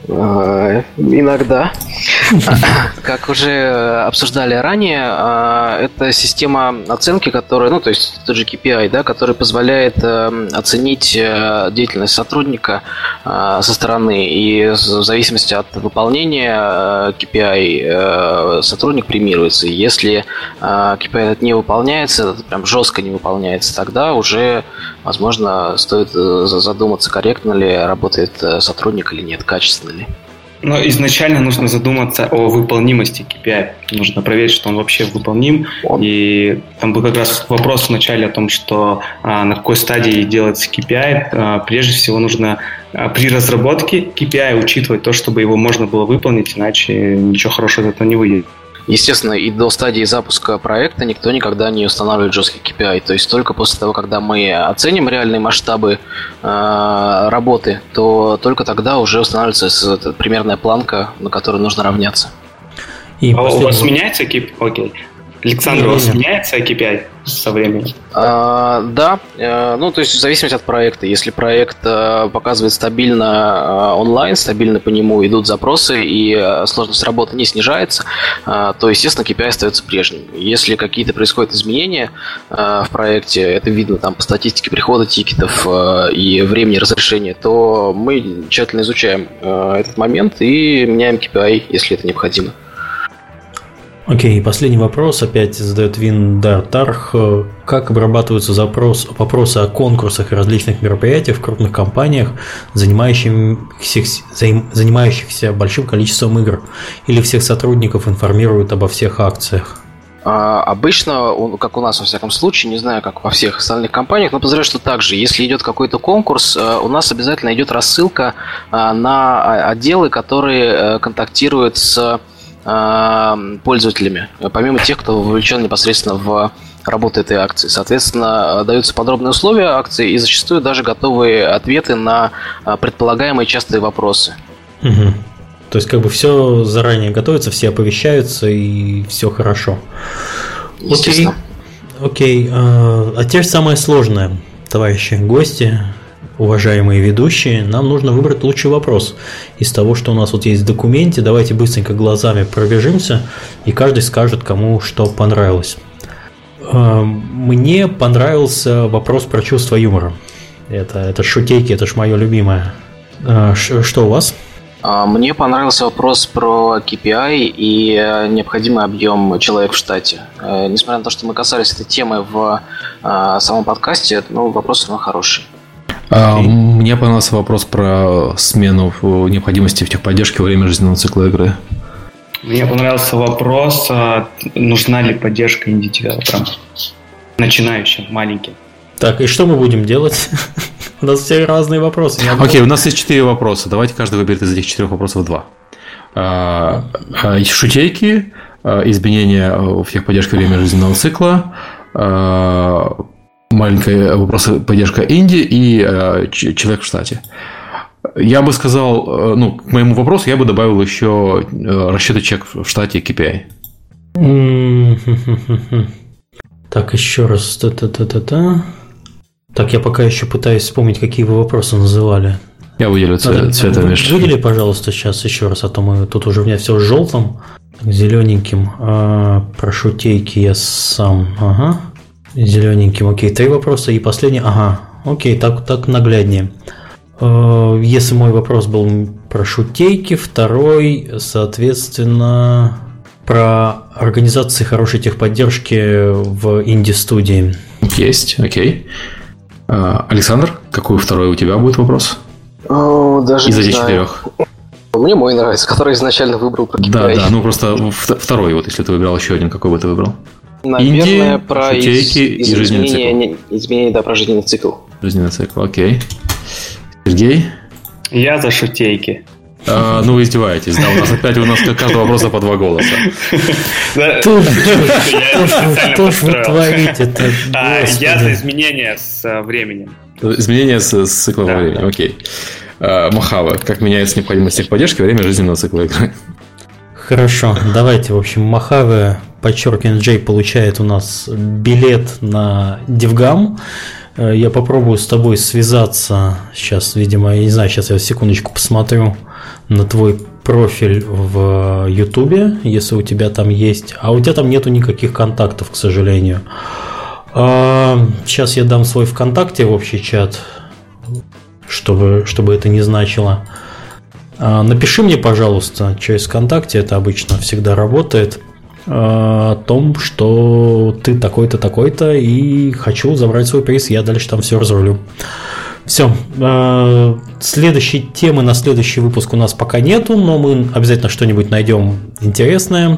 Иногда. Как уже обсуждали ранее, это система оценки, которая, то есть тот же KPI, да, который позволяет оценить деятельность сотрудника со стороны, и в зависимости от выполнения KPI сотрудник премируется. Если KPI не выполняется, прям жестко не выполняется, тогда уже, возможно, стоит задуматься, корректно ли работает сотрудник или нет, качественно ли. Но изначально нужно задуматься о выполнимости KPI. Нужно проверить, что он вообще выполним. И там был как раз вопрос в начале о том, что на какой стадии делается KPI. Прежде всего нужно при разработке KPI учитывать то, чтобы его можно было выполнить, иначе ничего хорошего из этого не выйдет. Естественно, и до стадии запуска проекта никто никогда не устанавливает жесткий KPI. То есть только после того, когда мы оценим реальные масштабы работы, то только тогда уже устанавливается примерная планка, на которую нужно равняться. И у вас меняется KPI? Окей. Александр, у вас меняется KPI со временем? Да, то есть в зависимости от проекта. Если проект показывает стабильно онлайн, стабильно по нему идут запросы и сложность работы не снижается, то, естественно, KPI остается прежним. Если какие-то происходят изменения в проекте, это видно там по статистике прихода тикетов и времени разрешения, то мы тщательно изучаем этот момент и меняем KPI, если это необходимо. Окей, последний вопрос опять задает Виндартарх. Как обрабатываются вопросы о конкурсах и различных мероприятиях в крупных компаниях, занимающихся большим количеством игр? Или всех сотрудников информируют обо всех акциях? Обычно, как у нас во всяком случае, не знаю, как во всех остальных компаниях, но подозреваю, что также, если идет какой-то конкурс, у нас обязательно идет рассылка на отделы, которые контактируют с пользователями, помимо тех, кто вовлечен непосредственно в работу этой акции. Соответственно, даются подробные условия акции и зачастую даже готовые ответы на предполагаемые частые вопросы. Угу. То есть, как бы все заранее готовится, все оповещаются и все хорошо. Окей. А теперь самое сложное, товарищи гости, уважаемые ведущие, нам нужно выбрать лучший вопрос из того, что у нас вот есть в документе. Давайте быстренько глазами пробежимся, и каждый скажет, кому что понравилось. Мне понравился вопрос про чувство юмора. Это шутейки, это ж мое любимое. Что у вас? Мне понравился вопрос про KPI и необходимый объем человек в штате. Несмотря на то, что мы касались этой темы в самом подкасте, вопрос все равно хороший. Мне понравился вопрос про смену необходимости в техподдержке во время жизненного цикла игры. Мне понравился вопрос, нужна ли поддержка инди-девелоперам, начинающим, маленьким. Так, и что мы будем делать? У нас все разные вопросы. Окей, у нас есть 4 вопроса. Давайте каждый выберет из этих 4 вопросов 2. Шутейки, изменения в техподдержке во время жизненного цикла, маленькая вопрос поддержка инди и человек в штате. Я бы сказал, к моему вопросу я бы добавил еще расчеты чек в штате KPI. Так, еще раз. Так, я пока еще пытаюсь вспомнить, какие вы вопросы называли. Я выделю цветом. Выдели, пожалуйста, сейчас еще раз, а то мы тут уже у меня все желтым, зелененьким. Про шутейки я сам. Ага. Зелененьким. Окей, 3 вопроса и последний. Ага. Окей, так нагляднее. Если мой вопрос был про шутейки, второй, соответственно, про организации хорошей техподдержки в инди-студии. Есть, окей. Александр, какой второй у тебя будет вопрос? Даже из этих 4. Мне мой нравится, который изначально выбрал про KPI. Да, просто второй, вот если ты выбрал еще один, какой бы ты выбрал? Наверное, инди, про изменение, про жизненный цикл. Жизненный цикл, окей. Сергей? Я за шутейки. Вы издеваетесь, да? У нас каждого вопроса по 2 голоса. Что ж вы творите? Я за изменения с временем. Изменения с циклом времени, окей. Мохаве, как меняется необходимость техподдержки во время жизненного цикла игры? Хорошо, давайте, в общем, Мохаве, подчеркивание J, получает у нас билет на DevGam. Я попробую с тобой связаться. Сейчас, видимо, я не знаю, сейчас я секундочку посмотрю на твой профиль в Ютубе, если у тебя там есть. А у тебя там нету никаких контактов, к сожалению. Сейчас я дам свой ВКонтакте в общий чат, чтобы это не значило. Напиши мне, пожалуйста, через ВКонтакте, это обычно всегда работает, о том, что ты такой-то, такой-то, и хочу забрать свой приз, я дальше там все разрулю. Все. Следующей темы на следующий выпуск у нас пока нету, но мы обязательно что-нибудь найдем интересное.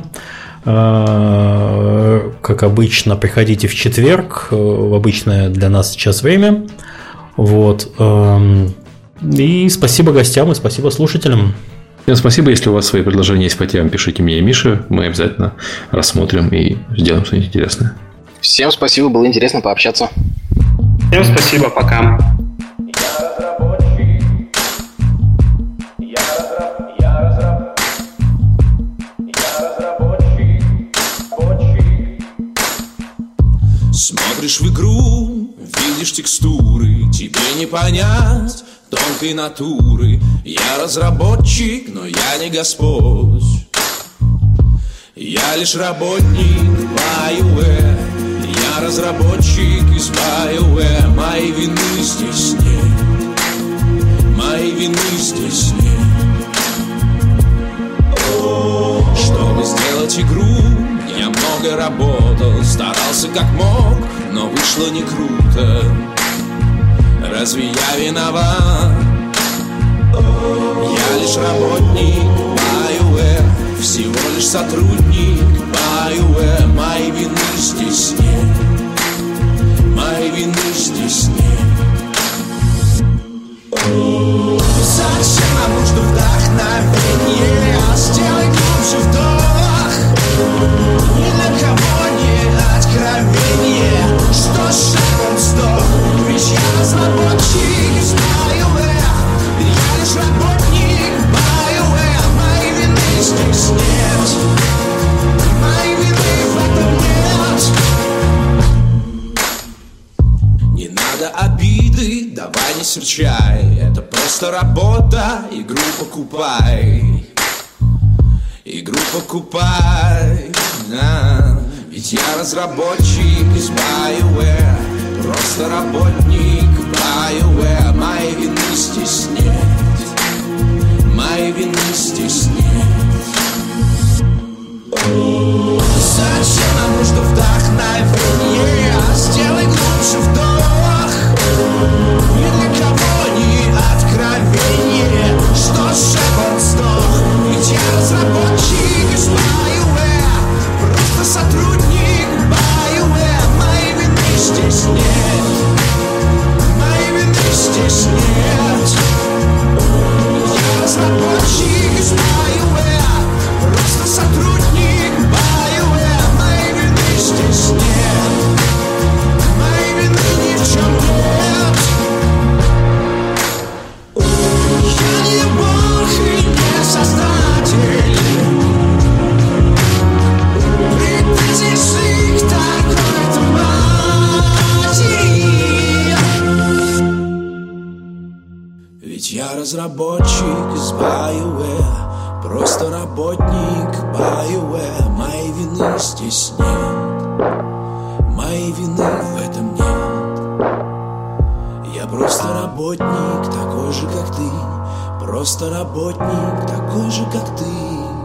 Как обычно, приходите в четверг, в обычное для нас сейчас время. Вот. И спасибо гостям, и спасибо слушателям. Всем спасибо. Если у вас свои предложения есть по темам, пишите мне и Мише. Мы обязательно рассмотрим и сделаем что-нибудь интересное. Всем спасибо, было интересно пообщаться. Всем спасибо, пока. Смотришь в игру, видишь текстуры, тебе не понять тонкой натуры. Я разработчик, но я не Господь. Я лишь работник BioWare. Я разработчик из BioWare. Моей вины здесь нет. Моей вины здесь нет. Чтобы сделать игру, я много работал, старался как мог, но вышло не круто. Разве я виноват? Я лишь работник BioWare, всего лишь сотрудник BioWare. Моей вины здесь нет. Моей вины здесь нет. Зачем нам нужно вдохновение? Сделай глубже вдох. серчай, это просто работа, игру покупай. Игру покупай, да. Ведь я разработчик из BioWare, просто работник BioWare. Моей вины здесь нет, моей вины здесь нет. Зачем нам нужно вдохновение? Сделай глубже вдох. Ни для кого не откровение, что Шепард сдох. Ведь я разработчик из BioWare, просто сотрудник BioWare. Моей вины здесь нет, моей вины здесь нет. Я разработчик из BioWare, просто сотрудник BioWare. Моей вины здесь нет, моей вины ни в чем нет. Я не бог и не создатель, претензий к такой-то матери. Ведь я разработчик из BioWare, просто работник BioWare. Моей вины здесь нет, моей вины в этом нет. Я просто работник, такой же, как ты. Просто работник, такой же, как ты.